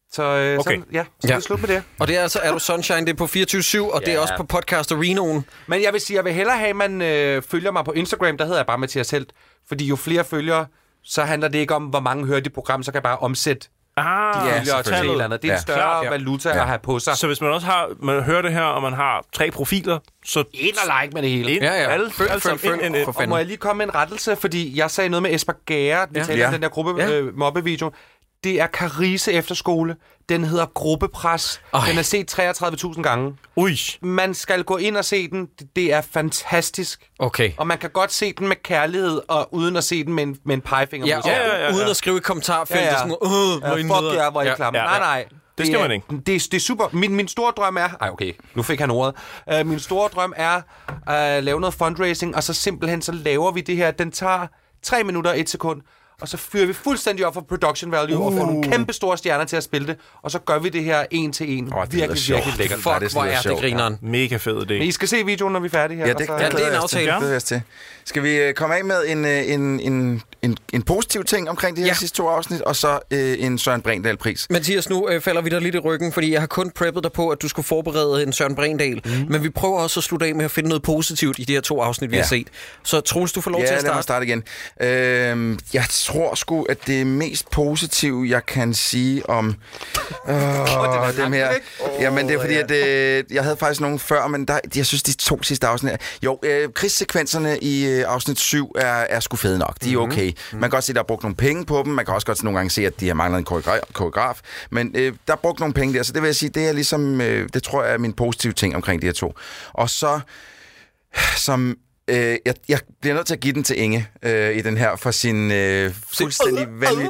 Så, øh, Okay. sådan, ja, så ja. det er slut med det. Og det er altså Er du Sunshine, det er på fireogtyve syv, og ja. det er også på Podcast Arenaen. Men jeg vil sige, jeg vil hellere have, at man øh, følger mig på Instagram, der hedder jeg bare Mathias Helt. Fordi jo flere følgere, så handler det ikke om, hvor mange hører de program, så kan jeg bare omsætte Ah, ja, følgere til et eller andet. Det er ja. en større Klart, ja. valuta ja. at have på sig. Så hvis man også har, man hører det her, og man har tre profiler, så... Ind og like med det hele. Ind, ja, ja. Alle, følg, alle følg, følg, ind, ind, ind. Og må jeg lige komme med en rettelse, fordi jeg sagde noget med Espargare, vi ja. talte ja. om den der gruppe ja. øh, mobbevideo. Det er Carise Efterskole. Den hedder Gruppepres. Ej. Den er set treogtredive tusind gange. Ui. Man skal gå ind og se den. Det er fantastisk. Okay. Og man kan godt se den med kærlighed, og uden at se den med en, med en pegefinger. Ja, og ja, ja, ja. uden at skrive i kommentarfeltet. Ja, ja. Sådan, uh, ja, fuck jer, hvor er I ja. klamme. Ja, ja. Nej, nej. Det skal er, man ikke. Det, det er super. Min, min store drøm er... Ej, okay. Nu fik han ordet. Uh, min store drøm er at uh, lave noget fundraising, og så simpelthen så laver vi det her. Den tager tre minutter og et sekund, og så fyrer vi fuldstændig op for production value, uh. og får nogle kæmpe store stjerner til at spille det, og så gør vi det her en til en. Oh, virkelig, virkelig lækkert. Fuck, hvor er det grineren. Mega fed idé. Men I skal se videoen, når vi er færdige her. Ja, det, og det, så, Ja, det er en aftale. Det glæder til. Skal vi uh, komme af med en, uh, en, en, en, en positiv ting omkring de her Ja. sidste to afsnit, og så uh, en Søren Bregendahl-pris? Mathias, nu øh, falder vi der lidt i ryggen, fordi jeg har kun preppet dig på, at du skulle forberede en Søren Bregendahl. Mm. Men vi prøver også at slutte af med at finde noget positivt i de her to afsnit, vi Ja. har set. Så Troels, du får lov Ja, til at lad mig starte. starte igen. Øh, jeg tror sgu, at det mest positive, jeg kan sige om øh, er dem her... langt Oh, jamen, det er fordi, ja. at øh, jeg havde faktisk nogen før, men der, jeg synes, de to sidste afsnit... Jo, øh, krigssekvenserne i øh, afsnit syv er, er sgu fede nok. De er okay. Mm-hmm. Man kan også se, at der er brugt nogle penge på dem. Man kan også godt nogle gange se, at de har manglet en koreograf. koreograf. Men øh, der er brugt nogle penge der, så det vil jeg sige, det er ligesom... Øh, det tror jeg er min positive ting omkring de her to. Og så... Som... Øh, jeg, jeg bliver nødt til at give den til Inge øh, i den her for sin øh, fuldstændig vanvittige...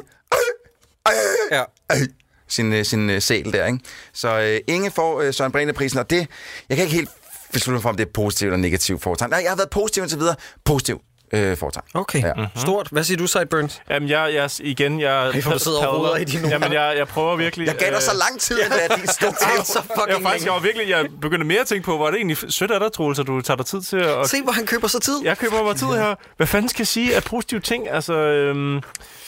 Ja. Sin, øh, sin øh, sæl der, ikke? Så øh, Inge får øh, Søren Bregendahl-prisen, og det... Jeg kan ikke helt beslutte mig for, om det er positivt eller negativt foretegn. Nej, jeg har været positiv indtil videre. Positiv øh, foretegn. Okay, Ja. mm-hmm. Stort. Hvad siger du, Sideburns? Jamen, jeg, jeg igen, jeg... Ej, hvor du sidder og roder i dine ord. Jamen, jeg, jeg prøver virkelig... Jeg gav dig så lang tid, at det stod til. Så Jeg, fucking faktisk, jeg var virkelig... Jeg begyndte mere at tænke på, hvor er det egentlig sødt af dig, Troels, at du tager dig tid til at... Se, hvor han køber sig tid. Jeg køber mig tid her. Hvad fanden skal jeg sige af positive ting? Altså... Øhm,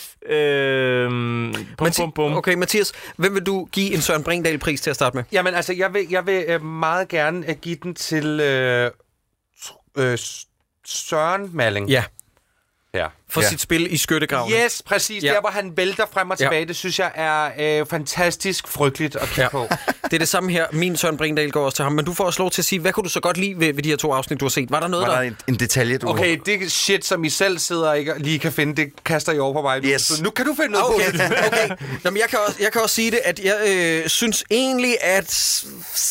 øhm, bum, Mathi- bum, bum. Okay, Mathias, hvem vil du give en Søren Bregendahl-pris til at starte med? Jamen, altså, jeg vil, jeg vil øh, meget gerne øh, give den til øh, øh, Søren Malling. Ja. Ja. For Ja. sit spil i skyttegraven. Yes, præcis. Ja. Ja. Der, hvor han vælter frem og Ja. tilbage, det synes jeg er øh, fantastisk frygteligt at kigge Ja. på. Det er det samme her. Min Søren Bregendahl går også til ham. Men du får også lov til at sige, hvad kunne du så godt lide ved, ved de her to afsnit, du har set? Var der noget, Var der der... en, en detalje, du... Okay, det shit, som I selv sidder og ikke lige kan finde, det kaster I over på mig. Yes. Så nu kan du finde noget Okay, på det. okay. Nå, men jeg, kan også, jeg kan også sige det, at jeg øh, synes egentlig, at...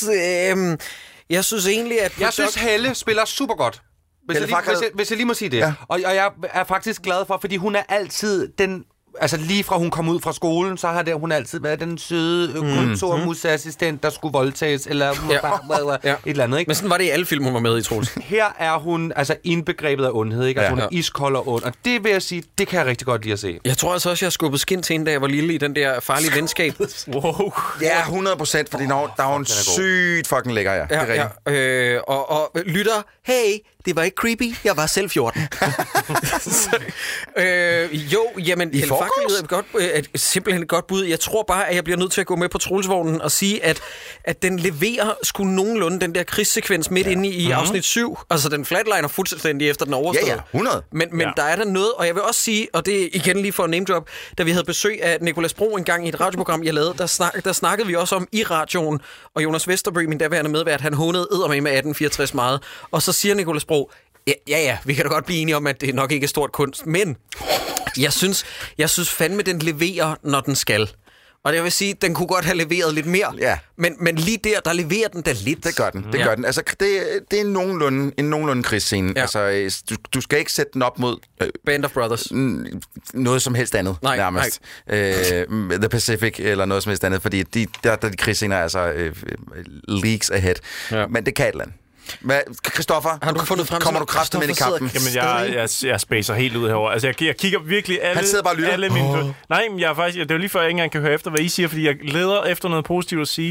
Øh, jeg synes egentlig, at... Jeg synes, Helle spiller super godt. Hvis jeg, Helle lige, Fakred. hvis, jeg, hvis jeg lige må sige det. Ja. Ja. Og, og jeg er faktisk glad for, fordi hun er altid den... Altså lige fra hun kom ud fra skolen, så har det, hun altid været den søde mm. kontormuseassistent, der skulle voldtages, eller Ja. ja. Ja. et eller andet, ikke? Men sådan var det i alle film, hun var med i, Troels. Her er hun altså indbegrebet af ondhed, ikke? Altså Ja. hun er iskold og ond, og det vil jeg sige, det kan jeg rigtig godt lide at se. Jeg tror altså også, jeg skubbede skin til en, da jeg var lille i den der farlige venskab. Wow. Ja, hundrede procent, fordi når, der er hun sygt fucking lækker, ja. Det er Ja, rigtigt. ja. Øh, og, og lytter, hey, det var ikke creepy, jeg var selv fjorten. Så, øh, jo, jamen, Helle forgårs? Fakred er et godt, øh, et, simpelthen et godt bud. Jeg tror bare, at jeg bliver nødt til at gå med på Troelsvognen og sige, at, at den leverer sgu nogenlunde den der krigssekvens midt ja. inde i, i afsnit syv. Altså, den flatliner fuldstændig efter den overstået. Ja, ja, hundrede. Men, men Ja. der er der noget, og jeg vil også sige, og det er igen lige for en name drop, da vi havde besøg af Nicolas Bro en gang i et radioprogram, jeg lavede, der, snak, der snakkede vi også om i radioen, og Jonas Vesterbø, min daværende medvært, han hånede eddermame med atten fireogtres meget. Og så siger Nicolas Bro, ja, ja, ja, vi kan da godt blive enige om, at det nok ikke er stort kunst, men jeg synes, jeg synes fandme, den leverer, når den skal. Og det vil sige, den kunne godt have leveret lidt mere. Ja. Men, men lige der, der leverer den da lidt. Det gør den, det Ja. gør den. Altså, det, det er nogenlunde, en nogenlunde krigsscene. Ja. Altså, øh, du, du skal ikke sætte den op mod øh, Band of Brothers. n- noget som helst andet, Nej, nærmest. Øh, The Pacific eller noget som helst andet, fordi de, der, der de krigsscener er altså øh, leagues ahead. Ja. Men det kan et eller andet. Hvad, Christoffer, Har du fundet frem til, kommer du at kraftigt med i Christoffer kampen? sidder- Jamen, jeg, jeg, jeg spacer helt ud herover. Altså, jeg, jeg kigger virkelig alle... Han sidder bare og lytter. Alle mine, oh. Nej, men jeg er faktisk... Det er jo lige før, jeg ikke engang kan høre efter, hvad I siger, fordi jeg leder efter noget positivt at sige.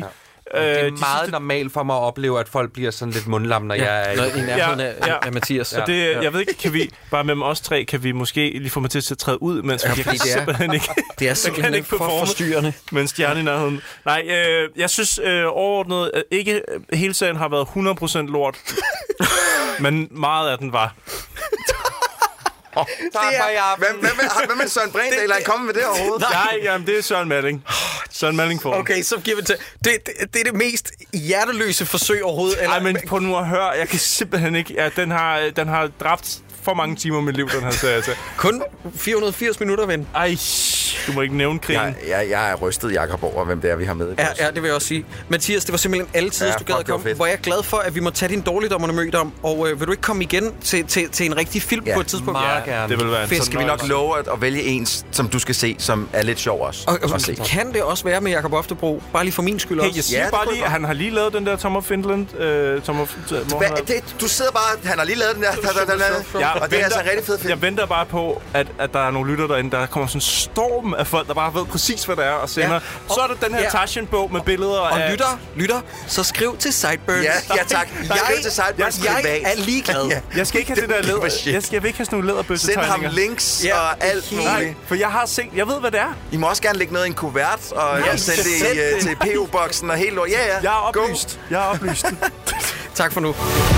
Øh, det er de meget sidste... normalt for mig at opleve, at folk bliver sådan lidt mundlam, når ja. jeg er i nærheden af, ja. af Mathias. Så det, jeg ved ikke, kan vi bare mellem os tre, kan vi måske lige få Mathias til at træde ud, mens ja, vi kan det er, simpelthen ikke, det er simpelthen ikke for forstyrrende. Med en stjerne i nærheden. Nej, øh, jeg synes øh, overordnet, øh, ikke hele serien har været hundrede procent lort, men meget af den var. Oh, det er, hvad, hvad, hvad, hvad med Søren Brindahl? Eller han kommet med det overhovedet? Nej, jamen, det er Søren Malling. Søren Malling for. Okay, så giver vi til. Det, det, det er det mest hjerteløse forsøg overhovedet. Nej, men på nu at høre, jeg kan simpelthen ikke... Ja, den har, den har dræbt for mange timer i mit liv, den her serie. Altså. Kun fire hundrede og firs minutter, ven. Ej, du må ikke nævne krigen. Jeg, jeg, jeg er rystet, Jakob, over, hvem det er, vi har med. Ja, ja, det vil jeg også sige. Mathias, det var simpelthen alle tider, ja, du gad at komme. Hvor jeg er glad for, at vi må tage din dårligdommerne mødt om. Og øh, vil du ikke komme igen til, til, til en rigtig film ja, på et tidspunkt? Meget ja, gerne. Det vil være en Fedt. Skal vi nok love at, at vælge en, som du skal se, som er lidt sjov også? Og, og kan det også være med Jakob Oftebro? Bare lige for min skyld hey, også. Jeg siger ja, bare lige, at han har lige lavet den der Tom of Finland. Øh, Tom of, Hva, det, du sidder bare... Han har lige lavet den der... Ja, og det er altså en rigtig fed film. Jeg venter bare på, at, at der er nogle lytter derinde, der kommer sådan en storm af folk, der bare ved præcis, hvad det er, og sender. Ja. Og, så er der den her ja. Tarzan-bog med billeder og af... Og lytter, lytter, så skriv til Sideburns. Ja, ja tak. Jeg, skriv til Sideburns. Jeg, jeg er ligeglad. Ja. Jeg skal ikke have det, det der læder. Jeg, skal, jeg vil ikke have sådan nogle læderbøssetegninger. Send ham links ja. og alt muligt. For jeg har set... Jeg ved, hvad det er. I må også gerne lægge noget i en kuvert, og ja, sende det i, uh, til P O-boksen og helt lort. Ja, ja. Jeg er oplyst. Jeg er oplyst. Tak for nu.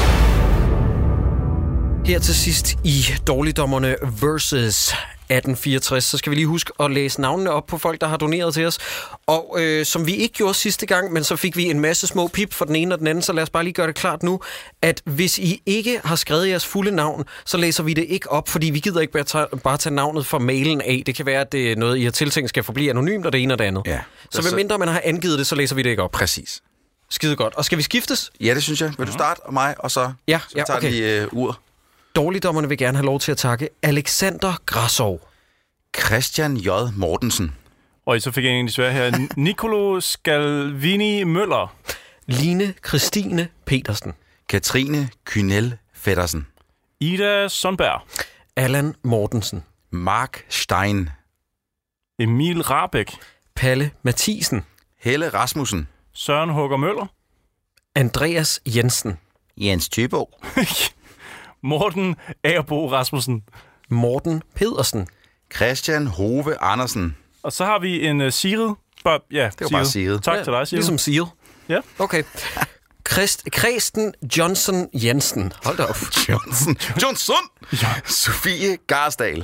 Her til sidst i Dårligdommerne versus atten fireogtres, så skal vi lige huske at læse navnene op på folk, der har doneret til os. Og øh, som vi ikke gjorde sidste gang, men så fik vi en masse små pip for den ene og den anden, så lad os bare lige gøre det klart nu, at hvis I ikke har skrevet jeres fulde navn, så læser vi det ikke op, fordi vi gider ikke bare tage, bare tage navnet fra mailen af. Det kan være, at det er noget, I har tiltænkt skal forblive anonymt, og det ene og det andet. Ja. Så hvem mindre man har angivet det, så læser vi det ikke op. Præcis. Skide godt. Og skal vi skiftes? Ja, det synes jeg. Vil du starte og mig, og så, ja, så ja, tager okay. vi uh, ur. Dårligdommerne vil gerne have lov til at takke Alexander Grasov. Christian J. Mortensen. Og så fik jeg en desværre her. Nicolo Scalvini Møller. Line Christine Petersen. Katrine Kynel Feddersen. Ida Sundberg. Allan Mortensen. Mark Stein. Emil Rabeck. Palle Mathisen. Helle Rasmussen. Søren Hugger Møller. Andreas Jensen. Jens Tøbo. Morten Agerbo Rasmussen. Morten Pedersen. Christian Hove Andersen. Og så har vi en uh, Sigrid. Bare, ja, det var Sigrid. bare Sigrid. Tak ja, til dig, Sigrid. Ligesom Sigrid. Ja. Okay. Christ, Kristen Johnson Jensen. Hold da op. Johnson. Johnson. Ja. Sofie Garsdal.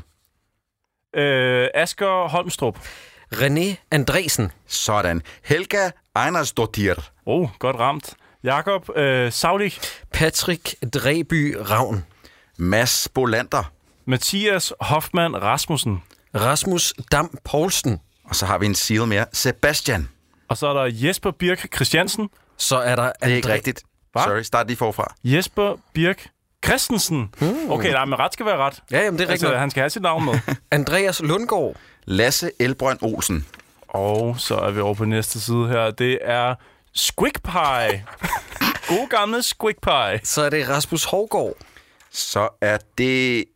Øh, Asger Holmstrup. René Andresen. Sådan. Helga Einarsdottir. Oh, godt ramt. Jakob øh, Saulik. Patrick Dreby Ravn. Mads Bolander. Mathias Hoffmann Rasmussen. Rasmus Dam Poulsen. Og så har vi en seal mere. Sebastian. Og så er der Jesper Birk Christiansen. Så er der... Det er ikke rigtigt. Hva? Sorry, start lige forfra. Jesper Birk Christensen. Hmm. Okay, nej, men ret skal være ret. Ja, jamen det er rigtigt. Altså, han skal have sit navn med. Andreas Lundgaard. Lasse Elbrønd Olsen. Og så er vi over på næste side her. Det er Squig Pie. God gamle Squig Pie. Så er det Rasmus Hovgaard. Så er det...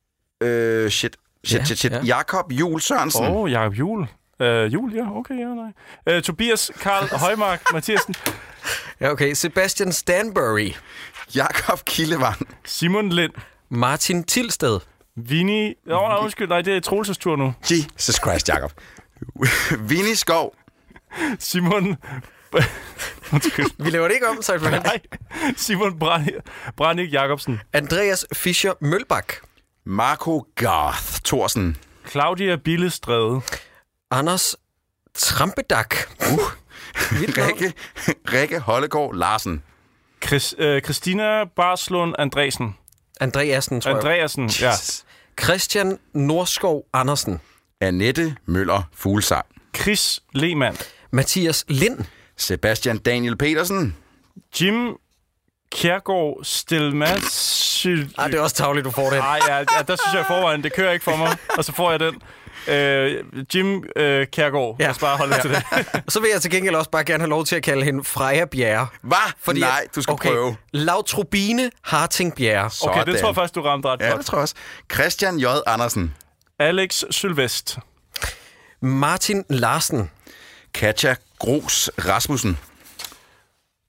Øh, shit, shit, ja, shit, shit. Ja. Jakob Juhl Sørensen. Åh, oh, Jakob Juhl. Uh, Juhl, ja, okay, ja, nej. Uh, Tobias Karl Højmark Mathiasen. Ja, okay. Sebastian Stanbury. Jakob Kildevang. Simon Lind. Martin Tilsted. Vinnie... Åh, oh, nej, undskyld, nej, det er Troelses tur nu. Jesus Christ, Jakob. Vinnie Skov. Simon... Undskyld. Vi laver det ikke om, så nej. Simon Brandik Jacobsen. Andreas Fischer Mølbak. Marco Garth Thorsen. Claudia Billestræde. Anders Trampedak. Uh. Rikke, Rikke Hollegaard Larsen. Chris, øh, Christina Barslund Andresen. Andreasen, tror jeg. Andreasen, ja. Christian Norskov Andersen. Annette Møller Fuglsang. Chris Lehmann. Mathias Lind. Sebastian Daniel Petersen. Jim Kjærgaard Stelmas. Ej, det er også tavligt, du får det. Nej, ja, ja, der synes jeg forvejen, det kører ikke for mig. Og så får jeg den. Øh, Jim øh, Kjærgaard. Ja. Lad os bare holde ja. til det. Så vil jeg til gengæld også bare gerne have lov til at kalde hende Freja Bjerre. Hvad? Fordi nej, du skal okay, prøve. Lautrobine Harting Bjerre. Okay, Sådan. Det tror jeg først, du ramte ret ja, godt. det tror jeg også. Christian J. Andersen. Alex Sylvest. Martin Larsen. Katja Gros Rasmussen.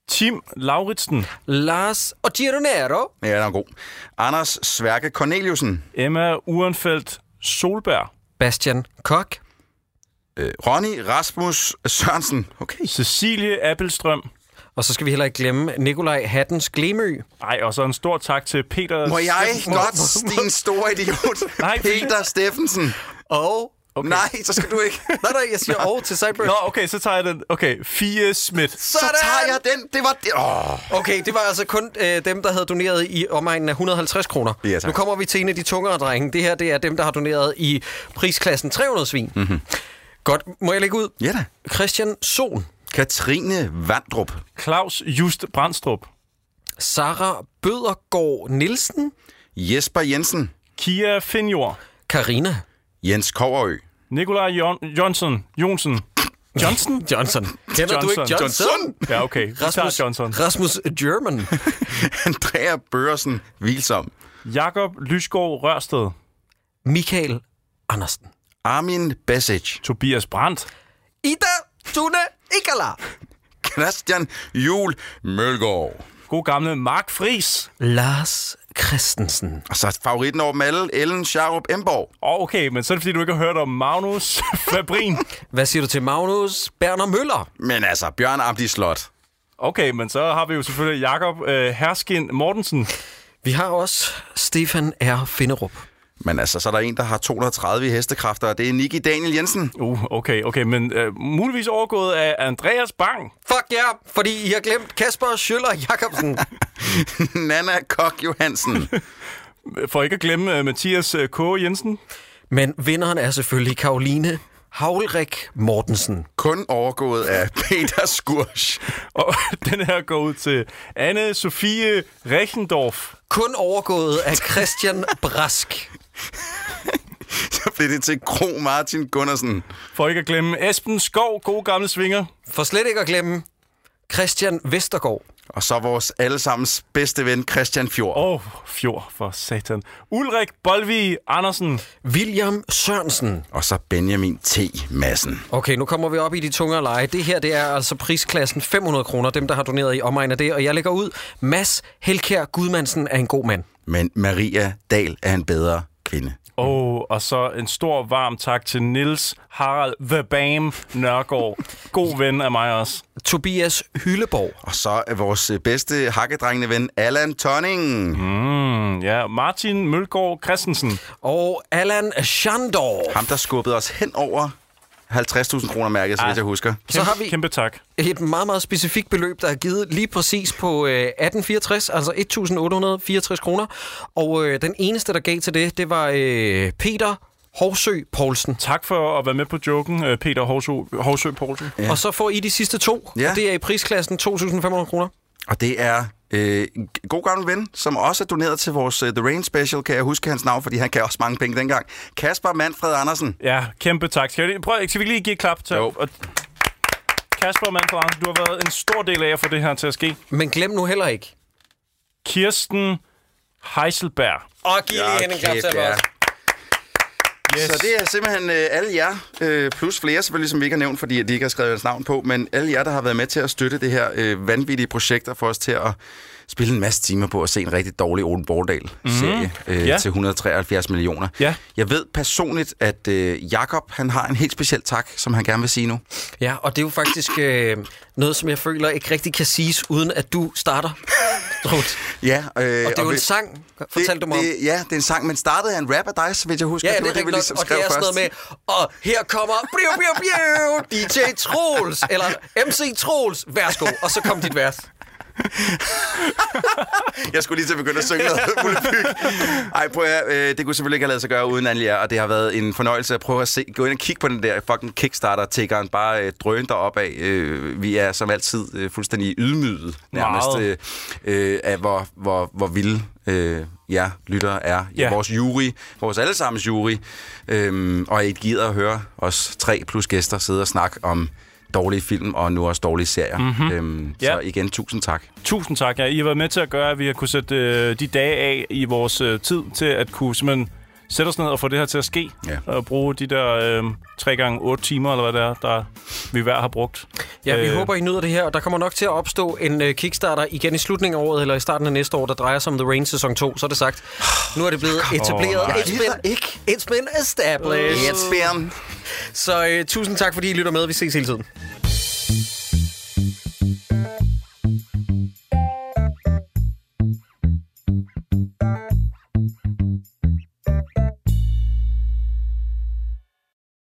Tim Lauritsen. Lars Gironero. Ja, den er god. Anders Sværke Corneliusen. Emma Urenfeldt Solberg. Bastian Kok. Øh, Ronny Rasmus Sørensen. Okay. Cecilie Appelstrøm. Og så skal vi heller ikke glemme Nikolaj Hattens Glemø. Ej, og så en stor tak til Peter... Må jeg godt, din store idiot? Nej, Peter Steffensen. Og... Okay. Nej, så skal du ikke. nej, nej, jeg siger over til Cyber. Nå, okay, så tager jeg den. Okay, Fie Schmidt. Så tager jeg den. Det var det. Oh. Okay, det var altså kun øh, dem, der havde doneret i omegnen af et hundrede og halvtreds kroner. Ja, nu kommer vi til en af de tungere drenge. Det her, det er dem, der har doneret i prisklassen tre hundrede svin. Mm-hmm. Godt, må jeg lægge ud? Ja da. Christian Sohn. Katrine Vandrup. Claus Just Brandstrup. Sara Bødergaard Nielsen. Jesper Jensen. Kia Finjord. Karina. Jens Koverø. Nikolaj Jon- Johnson. Jonsen. Johnson? Johnson. Kender du ikke Johnson? Johnson? Ja, okay. Rasmus, Johnson. Rasmus German. Andrea Børresen Hvilsom. Jakob Lysgaard Rørsted. Michael Andersen. Armin Basic. Tobias Brandt. Ida Tune Ikala. Christian Juhl Mølgaard. God gamle Mark Friis. Lars Christensen. Og så favoritten over dem alle, Ellen Scharup Emborg. Åh, oh, okay, men så er det fordi, du ikke har hørt om Magnus Fabrin. Hvad siger du til Magnus Berner Møller? Men altså, Bjørn Abdi Slot. Okay, men så har vi jo selvfølgelig Jakob øh, Herskin Mortensen. Vi har også Stefan R. Finderup. Men altså, så er der en, der har to hundrede og tredive hestekræfter, og det er Nicky Daniel Jensen. Uh, okay, okay, men øh, muligvis overgået af Andreas Bang. Fuck ja, yeah, fordi I har glemt Kasper Schøller Jacobsen. Nana Kok Johansen. For ikke at glemme uh, Mathias uh, K. Jensen. Men vinderen er selvfølgelig Karoline Havlrik Mortensen. Kun overgået af Peter Skursch. Og den her går ud til Anne Sofie Rechendorf. Kun overgået af Christian Brask. Så bliver det til Kro Martin Gunnarsen. For ikke at glemme Esben Skov, god gamle svinger. For slet ikke at glemme Christian Vestergaard. Og så vores allesammens bedste ven, Christian Fjord. Åh, oh, Fjord for satan. Ulrik Bolvig Andersen. William Sørensen. Og så Benjamin T. Madsen. Okay, nu kommer vi op i de tungere leje. Det her, det er altså prisklassen fem hundrede kroner, dem der har doneret i omegn af det. Og jeg lægger ud, Mads Helkær Gudmandsen er en god mand. Men Maria Dahl er en bedre kvinde. Oh, og så en stor varm tak til Niels Harald The Bam Nørgaard. God ven af mig også. Tobias Hylleborg. Og så er vores bedste hakkedrengende ven, Allan Tonning. Mm, ja, Martin Mølgaard Christensen. Og Allan Schandor. Ham, der skubbede os hen over halvtreds tusind kroner mærket, så vidt jeg husker. Kæmpe, så har vi kæmpe tak. Et meget, meget specifikt beløb, der er givet lige præcis på øh, atten fireogtres, altså et tusind otte hundrede og fireogtres kroner. Og øh, den eneste, der gav til det, det var øh, Peter Horsø Poulsen. Tak for at være med på joken, Peter Horsø, Horsø Poulsen. Ja. Og så får I de sidste to, ja. Og det er i prisklassen to tusind fem hundrede kroner. Og det er øh, en god gammel ven, som også er doneret til vores uh, The Rain Special, kan jeg huske hans navn, fordi han kan også mange penge dengang. Kasper Manfred Andersen. Ja, kæmpe tak. Skal vi, prøv, skal vi lige give et klap til? Jo. Og Kasper Manfred Andersen, du har været en stor del af at få det her til at ske. Men glem nu heller ikke Kirsten Heiselberg. Og giv lige hende en klap til os. Yes. Så det er simpelthen øh, alle jer, øh, plus flere selvfølgelig, som vi ikke har nævnt, fordi de ikke har skrevet deres navn på, men alle jer, der har været med til at støtte det her øh, vanvittige projekt, og få os til at spille en masse timer på at se en rigtig dårlig Ole Borgdal-serie mm-hmm. øh, ja. til et hundrede og treoghalvfjerds millioner. Ja. Jeg ved personligt, at øh, Jakob, han har en helt speciel tak, som han gerne vil sige nu. Ja, og det er jo faktisk øh, noget, som jeg føler ikke rigtig kan siges, uden at du starter. Ja, øh, og det er jo og en sang, fortalte du mig om. Det, ja, det er en sang, men startede af en rap af dig, så vidt jeg husker. Ja, det, det er det, vi ligesom og det er sådan noget med, og her kommer biu, biu, biu, D J Troels, eller M C Troels, værsgo, og så kom dit vers. Jeg skulle lige til at begynde at synge noget Mullebyg. Ej, prøv at, øh, det kunne selvfølgelig ikke have lavet sig gøre uden Anja, og det har været en fornøjelse at prøve at se, gå ind og kigge på den der fucking Kickstarter-tiggeren, bare øh, drøne derop af. Øh, vi er som altid øh, fuldstændig ydmyget nærmest øh, øh, af, hvor, hvor, hvor vilde øh, ja, lyttere er. Ja. Vores jury, vores allesammens jury, øh, og I gider at høre os tre plus gæster sidde og snakke om dårlige film, og nu også dårlige serier. Mm-hmm. Øhm, ja. Så igen, tusind tak. Tusind tak, ja. I har været med til at gøre, at vi har kunne sætte øh, de dage af i vores øh, tid til at kunne simpelthen sætte os ned og få det her til at ske. Ja. Og bruge de der øh, tre gange otte timer, eller hvad det er, der vi hver har brugt. Ja, vi øh, håber, I nyder det her. Og der kommer nok til at opstå en uh, Kickstarter igen i slutningen af året, eller i starten af næste år, der drejer sig om The Rain sæson to. Så er det sagt. Nu er det blevet etableret. Oh, it's, been, ikke. it's been established. It's been. Så uh, tusind tak, fordi I lytter med. Vi ses hele tiden.